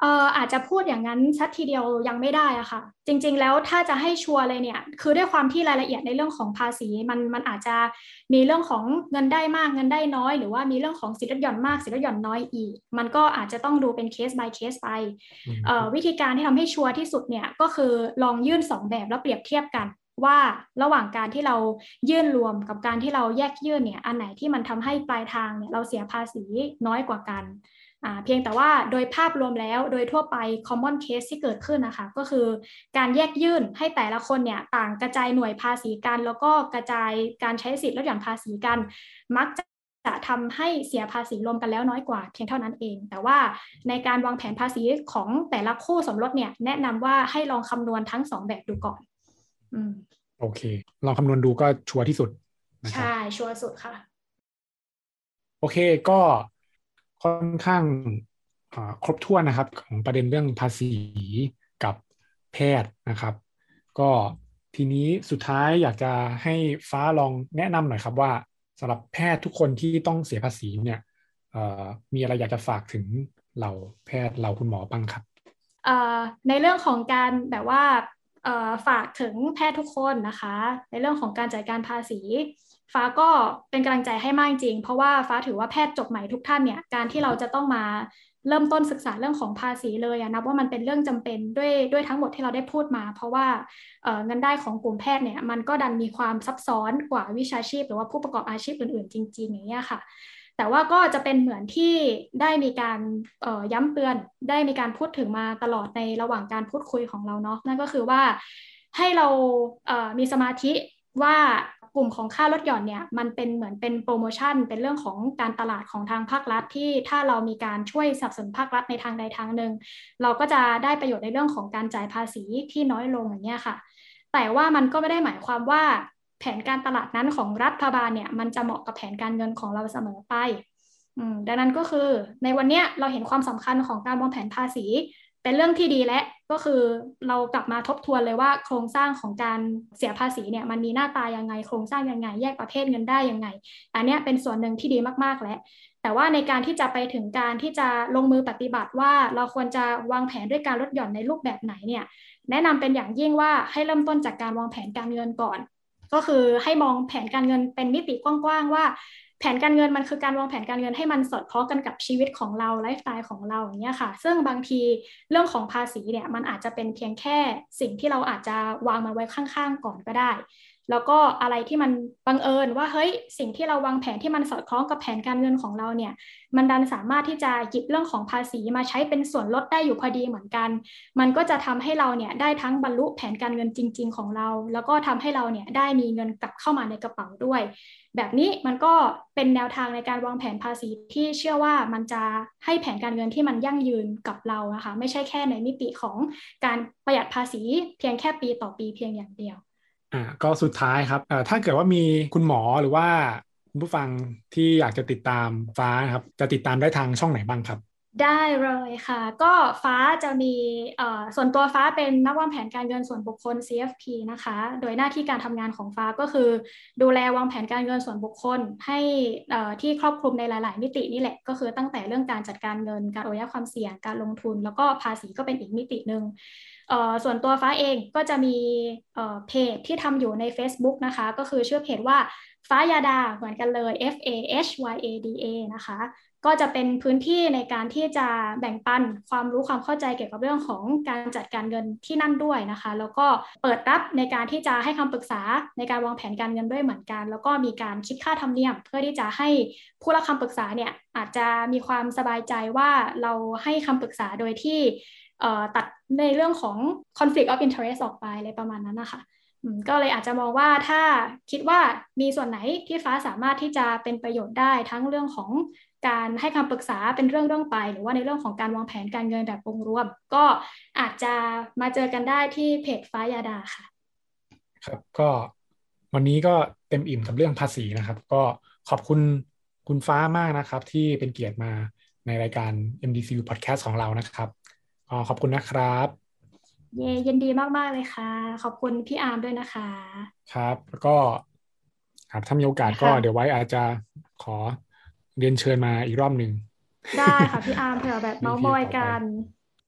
เอ่ออาจจะพูดอย่างนั้นชัดทีเดียวยังไม่ได้อะค่ะจริงๆแล้วถ้าจะให้ชัวร์เลยเนี่ยคือด้วยความที่รายละเอียดในเรื่องของภาษีมันมันอาจจะมีเรื่องของเงินได้มากเงินได้น้อยหรือว่ามีเรื่องของสิทธิลดหย่อนมากสิทธิลดหย่อนน้อยอีกมันก็อาจจะต้องดูเป็นเคส by เคสไปเอ่อวิธีการที่ทำให้ชัวร์ที่สุดเนี่ยก็คือลองยื่นสองแบบแล้วเปรียบเทียบกันว่าระหว่างการที่เรายื่นรวมกับการที่เราแยกยื่นเนี่ยอันไหนที่มันทำให้ปลายทางเนี่ยเราเสียภาษีน้อยกว่ากันเพียงแต่ว่าโดยภาพรวมแล้วโดยทั่วไป common case ที่เกิดขึ้นนะคะก็คือการแยกยื่นให้แต่ละคนเนี่ยต่างกระจายหน่วยภาษีกันแล้วก็กระจายการใช้สิทธิ์ลดหย่อนภาษีกันมักจะจะทำให้เสียภาษีรวมกันแล้วน้อยกว่าเพียงเท่านั้นเองแต่ว่าในการวางแผนภาษีของแต่ละคู่สมรสเนี่ยแนะนำว่าให้ลองคำนวณทั้งสองแบบดูก่อนอืมโอเคลองคำนวณดูก็ชัวร์ที่สุดนะครับใช่ชัวร์สุดค่ะโอเคก็ค่อนข้างครบถ้วนนะครับของประเด็นเรื่องภาษีกับแพทย์นะครับก็ทีนี้สุดท้ายอยากจะให้ฟ้าลองแนะนำหน่อยครับว่าสำหรับแพทย์ทุกคนที่ต้องเสียภาษีเนี่ยมีอะไรอยากจะฝากถึงเหล่าแพทย์เหล่าคุณหมอบ้างครับในเรื่องของการแบบว่าฝากถึงแพทย์ทุกคนนะคะในเรื่องของการจัดการภาษีฟ้าก็เป็นกำลังใจให้มากจริงเพราะว่าฟ้าถือว่าแพทย์จบใหม่ทุกท่านเนี่ยการที่เราจะต้องมาเริ่มต้นศึกษาเรื่องของภาษีเลยนับว่ามันเป็นเรื่องจำเป็นด้วยด้วยทั้งหมดที่เราได้พูดมาเพราะว่าเอ่อเงินได้ของกลุ่มแพทย์เนี่ยมันก็ดันมีความซับซ้อนกว่าวิชาชีพหรือว่าผู้ประกอบอาชีพอื่นๆจริงๆอย่างเงี้ยค่ะแต่ว่าก็จะเป็นเหมือนที่ได้มีการย้ำเตือนได้มีการพูดถึงมาตลอดในระหว่างการพูดคุยของเราเนาะนั่นก็คือว่าให้เรามีสมาธิว่ากลุ่มของค่าลดหย่อนเนี่ยมันเป็นเหมือนเป็นโปรโมชั่นเป็นเรื่องของการตลาดของทางภาครัฐที่ถ้าเรามีการช่วยสนับสนุนภาครัฐในทางใดทางหนึ่งเราก็จะได้ประโยชน์ในเรื่องของการจ่ายภาษีที่น้อยลงอย่างนี้ค่ะแต่ว่ามันก็ไม่ได้หมายความว่าแผนการตลาดนั้นของรัฐบาลเนี่ยมันจะเหมาะกับแผนการเงินของเราเสมอไปดังนั้นก็คือในวันนี้เราเห็นความสำคัญของการวางแผนภาษีเป็นเรื่องที่ดีและก็คือเรากลับมาทบทวนเลยว่าโครงสร้างของการเสียภาษีเนี่ยมันมีหน้าตายังไงโครงสร้างยังไงแยกประเภทเงินได้ยังไงอันนี้เป็นส่วนหนึ่งที่ดีมากๆแล้วแต่ว่าในการที่จะไปถึงการที่จะลงมือปฏิบัติว่าเราควรจะวางแผนด้วยการลดหย่อนในรูปแบบไหนเนี่ยแนะนำเป็นอย่างยิ่งว่าให้เริ่มต้นจากการวางแผนการเงินก่อนก็คือให้มองแผนการเงินเป็นมิติกว้างๆว่าแผนการเงินมันคือการวางแผนการเงินให้มันสอดคล้องกันกับชีวิตของเราไลฟ์สไตล์ของเราอย่างเงี้ยค่ะซึ่งบางทีเรื่องของภาษีเนี่ยมันอาจจะเป็นเพียงแค่สิ่งที่เราอาจจะวางมันไว้ข้างๆก่อนก็ได้แล้วก็อะไรที่มันบังเอิญว่าเฮ้ยสิ่งที่เราวางแผนที่มันสอดคล้องกับแผนการเงินของเราเนี่ยมันดันสามารถที่จะหยิบเรื่องของภาษีมาใช้เป็นส่วนลดได้อยู่พอดีเหมือนกันมันก็จะทำให้เราเนี่ยได้ทั้งบรรลุแผนการเงินจริงๆของเราแล้วก็ทำให้เราเนี่ยได้มีเงินกลับเข้ามาในกระเป๋าด้วยแบบนี้มันก็เป็นแนวทางในการวางแผนภาษีที่เชื่อว่ามันจะให้แผนการเงินที่มันยั่งยืนกับเรานะคะไม่ใช่แค่ในมิติของการประหยัดภาษีเพียงแค่ปีต่อปีเพียงอย่างเดียวอ่าก็สุดท้ายครับเอ่อถ้าเกิดว่ามีคุณหมอหรือว่าคุณผู้ฟังที่อยากจะติดตามฟ้าครับจะติดตามได้ทางช่องไหนบ้างครับได้เลยค่ะก็ฟ้าจะมีส่วนตัวฟ้าเป็นนักวางแผนการเงินส่วนบุคคล ซี เอฟ พี นะคะโดยหน้าที่การทำงานของฟ้าก็คือดูแลวางแผนการเงินส่วนบุคคลให้ที่ครอบคลุมในหลายๆมิตินี่แหละก็คือตั้งแต่เรื่องการจัดการเงินการโอนย้ายความเสี่ยงการลงทุนแล้วก็ภาษีก็เป็นอีกมิติหนึ่งส่วนตัวฟ้าเองก็จะมีเพจที่ทำอยู่ใน Facebook นะคะก็คือชื่อเพจว่าฟ้ายาดาเหมือนกันเลย F A H Y A D A นะคะก็จะเป็นพื้นที่ในการที่จะแบ่งปันความรู้ความเข้าใจเกี่ยวกับเรื่องของการจัดการเงินที่นั่นด้วยนะคะแล้วก็เปิดรับในการที่จะให้คำปรึกษาในการวางแผนการเงินด้วยเหมือนกันแล้วก็มีการคิดค่าธรรมเนียมเพื่อที่จะให้ผู้รับคำปรึกษาเนี่ยอาจจะมีความสบายใจว่าเราให้คำปรึกษาโดยที่ตัดในเรื่องของ conflict of interest ออกไปอะไรประมาณนั้นนะคะก็เลยอาจจะมองว่าถ้าคิดว่ามีส่วนไหนที่ฟ้าสามารถที่จะเป็นประโยชน์ได้ทั้งเรื่องของการให้คำปรึกษาเป็นเรื่องๆไปหรือว่าในเรื่องของการวางแผนการเงินแบบองค์รวมก็อาจจะมาเจอกันได้ที่เพจฟ้ายาดาค่ะครับก็วันนี้ก็เต็มอิ่มกับเรื่องภาษีนะครับก็ขอบคุณคุณฟ้ามากนะครับที่เป็นเกียรติมาในรายการ เอ็ม ดี ซี ยู Podcast ของเรานะครับขอบคุณนะครับเย่ยินดีมากๆเลยค่ะขอบคุณพี่อาร์มด้วยนะคะครับแล้วก็ครับถ้ามีโอกาสก็เดี๋ยวไว้อาจจะขอเรียนเชิญมาอีกรอบหนึ่งได้ค่ะพี่อาร์มเผื่อแบบเมาส์มอยกัน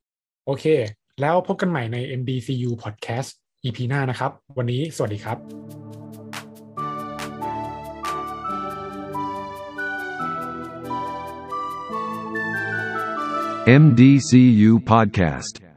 โอเคแล้วพบกันใหม่ใน เอ็ม ดี ซี ยู Podcast อี พี หน้านะครับวันนี้สวัสดีครับเอ็ม ดี ซี ยู Podcast